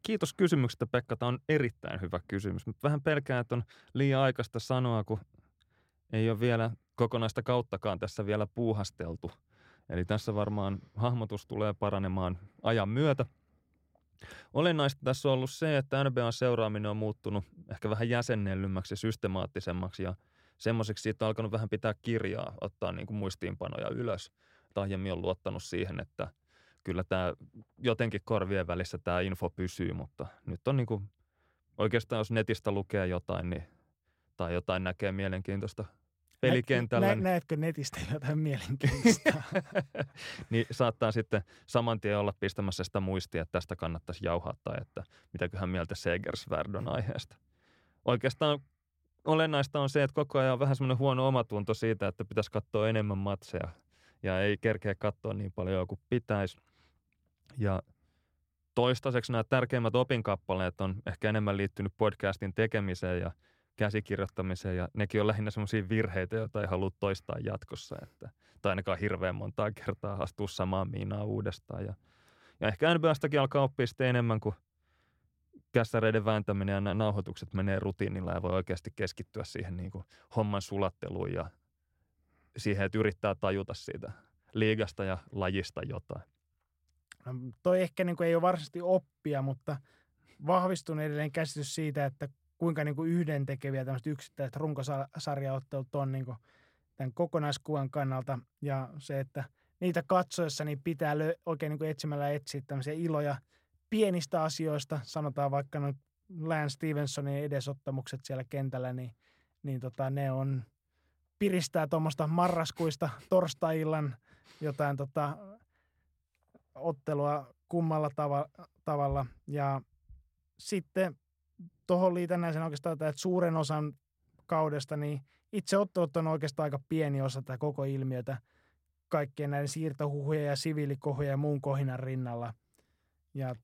kiitos kysymyksestä, Pekka. Tämä on erittäin hyvä kysymys. Mä vähän pelkään, että on liian aikaista sanoa, kun ei ole vielä kokonaista kauttakaan tässä vielä puuhasteltu. Eli tässä varmaan hahmotus tulee paranemaan ajan myötä. Olennaista tässä on ollut se, että NBA-seuraaminen on muuttunut ehkä vähän jäsennellymmäksi ja systemaattisemmaksi ja semmoiseksi, että on alkanut vähän pitää kirjaa, ottaa niin kuin muistiinpanoja ylös. Aiemmin on luottanut siihen, että kyllä tämä jotenkin korvien välissä tämä info pysyy, mutta nyt on niin kuin, oikeastaan jos netistä lukee jotain niin, tai jotain näkee mielenkiintoista pelikentällä. Näetkö netistä jotain mielenkiintoista? Niin saattaa sitten saman tien olla pistämässä sitä muistia, että tästä kannattaisi jauhaa tai että mitäköhän mieltä Segersvärd on aiheesta. Oikeastaan olennaista on se, että koko ajan on vähän semmoinen huono omatunto siitä, että pitäisi katsoa enemmän matseja ja ei kerkeä katsoa niin paljon kuin pitäisi. Ja toistaiseksi nämä tärkeimmät opinkappaleet on ehkä enemmän liittynyt podcastin tekemiseen ja käsikirjoittamiseen ja nekin on lähinnä semmoisia virheitä, joita ei halua toistaa jatkossa, tai ainakaan hirveän montaa kertaa astua samaan miinaan uudestaan. Ja ehkä NBAstakin alkaa oppia sitten enemmän, kuin kässäreiden vääntäminen ja nauhoitukset menee rutiinilla ja voi oikeasti keskittyä siihen niin kuin homman sulatteluun ja siihen, että yrittää tajuta siitä liigasta ja lajista jotain. No, toi ehkä niin kuin ei ole varsinaisesti oppia, mutta vahvistunut edelleen käsitys siitä, että kuinka niin kuin yhdentekeviä tämmöiset yksittäiset runkosarjaottelut on niin kuin tämän kokonaiskuvan kannalta. Ja se, että niitä katsoessa niin pitää oikein niin kuin etsimällä etsiä tämmöisiä iloja pienistä asioista. Sanotaan vaikka noin Lance Stevensonin edesottamukset siellä kentällä, niin ne on piristää tuommoista marraskuista torstai-illan jotain ottelua kummalla tavalla. Ja sitten tuohon liitännäisen oikeastaan, että suuren osan kaudesta, niin itse ottelut on oikeastaan aika pieni osa tätä koko ilmiötä kaikkien näiden siirtohuhuja ja siviilikohuja ja muun kohinan rinnalla. Ja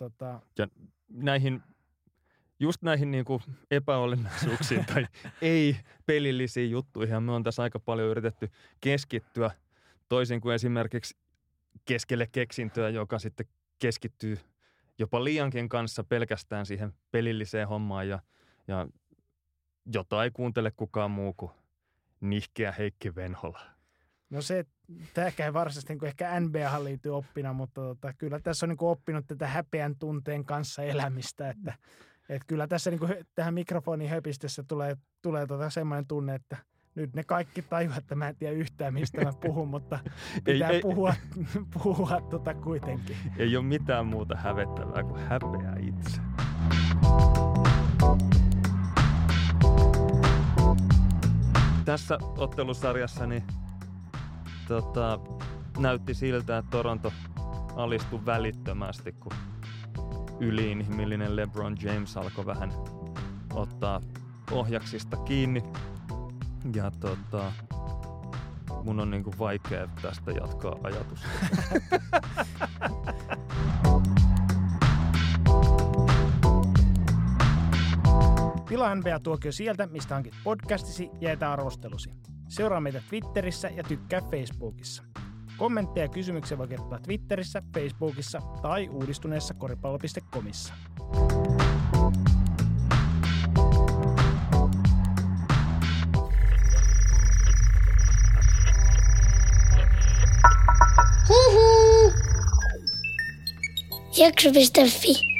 näihin niin kuin epäolennaisuuksiin tai ei-pelillisiin juttuihin me on tässä aika paljon yritetty keskittyä toisin kuin esimerkiksi keskelle keksintöä, joka sitten keskittyy jopa liiankin kanssa pelkästään siihen pelilliseen hommaan ja jota ei kuuntele kukaan muu kuin nihkeä Heikki Venhola. No se, tämäkään ei varsinaisesti niin ehkä NBAhan liittyy oppina, mutta kyllä tässä on niin oppinut tätä häpeän tunteen kanssa elämistä, että kyllä tässä niin tähän mikrofonin höpistessä tulee semmoinen tunne, että nyt ne kaikki tajuvat, että mä en tiedä yhtään, mistä mä puhun, mutta pitää puhua kuitenkin. Ei ole mitään muuta hävettävää kuin häpeä itse. Tässä ottelusarjassa niin, näytti siltä, että Toronto alistui välittömästi, kun yliinhimillinen LeBron James alkoi vähän ottaa ohjaksista kiinni. Ja mun on niinku vaikea tästä jatkaa ajatusta. Tilaa NBA-tuokio sieltä, mistä hankit podcastisi ja jätä arvostelusi. Seuraa meitä Twitterissä ja tykkää Facebookissa. Kommentteja ja kysymyksiä voi kertoa Twitterissä, Facebookissa tai uudistuneessa koripallo.comissa. Jakso.fi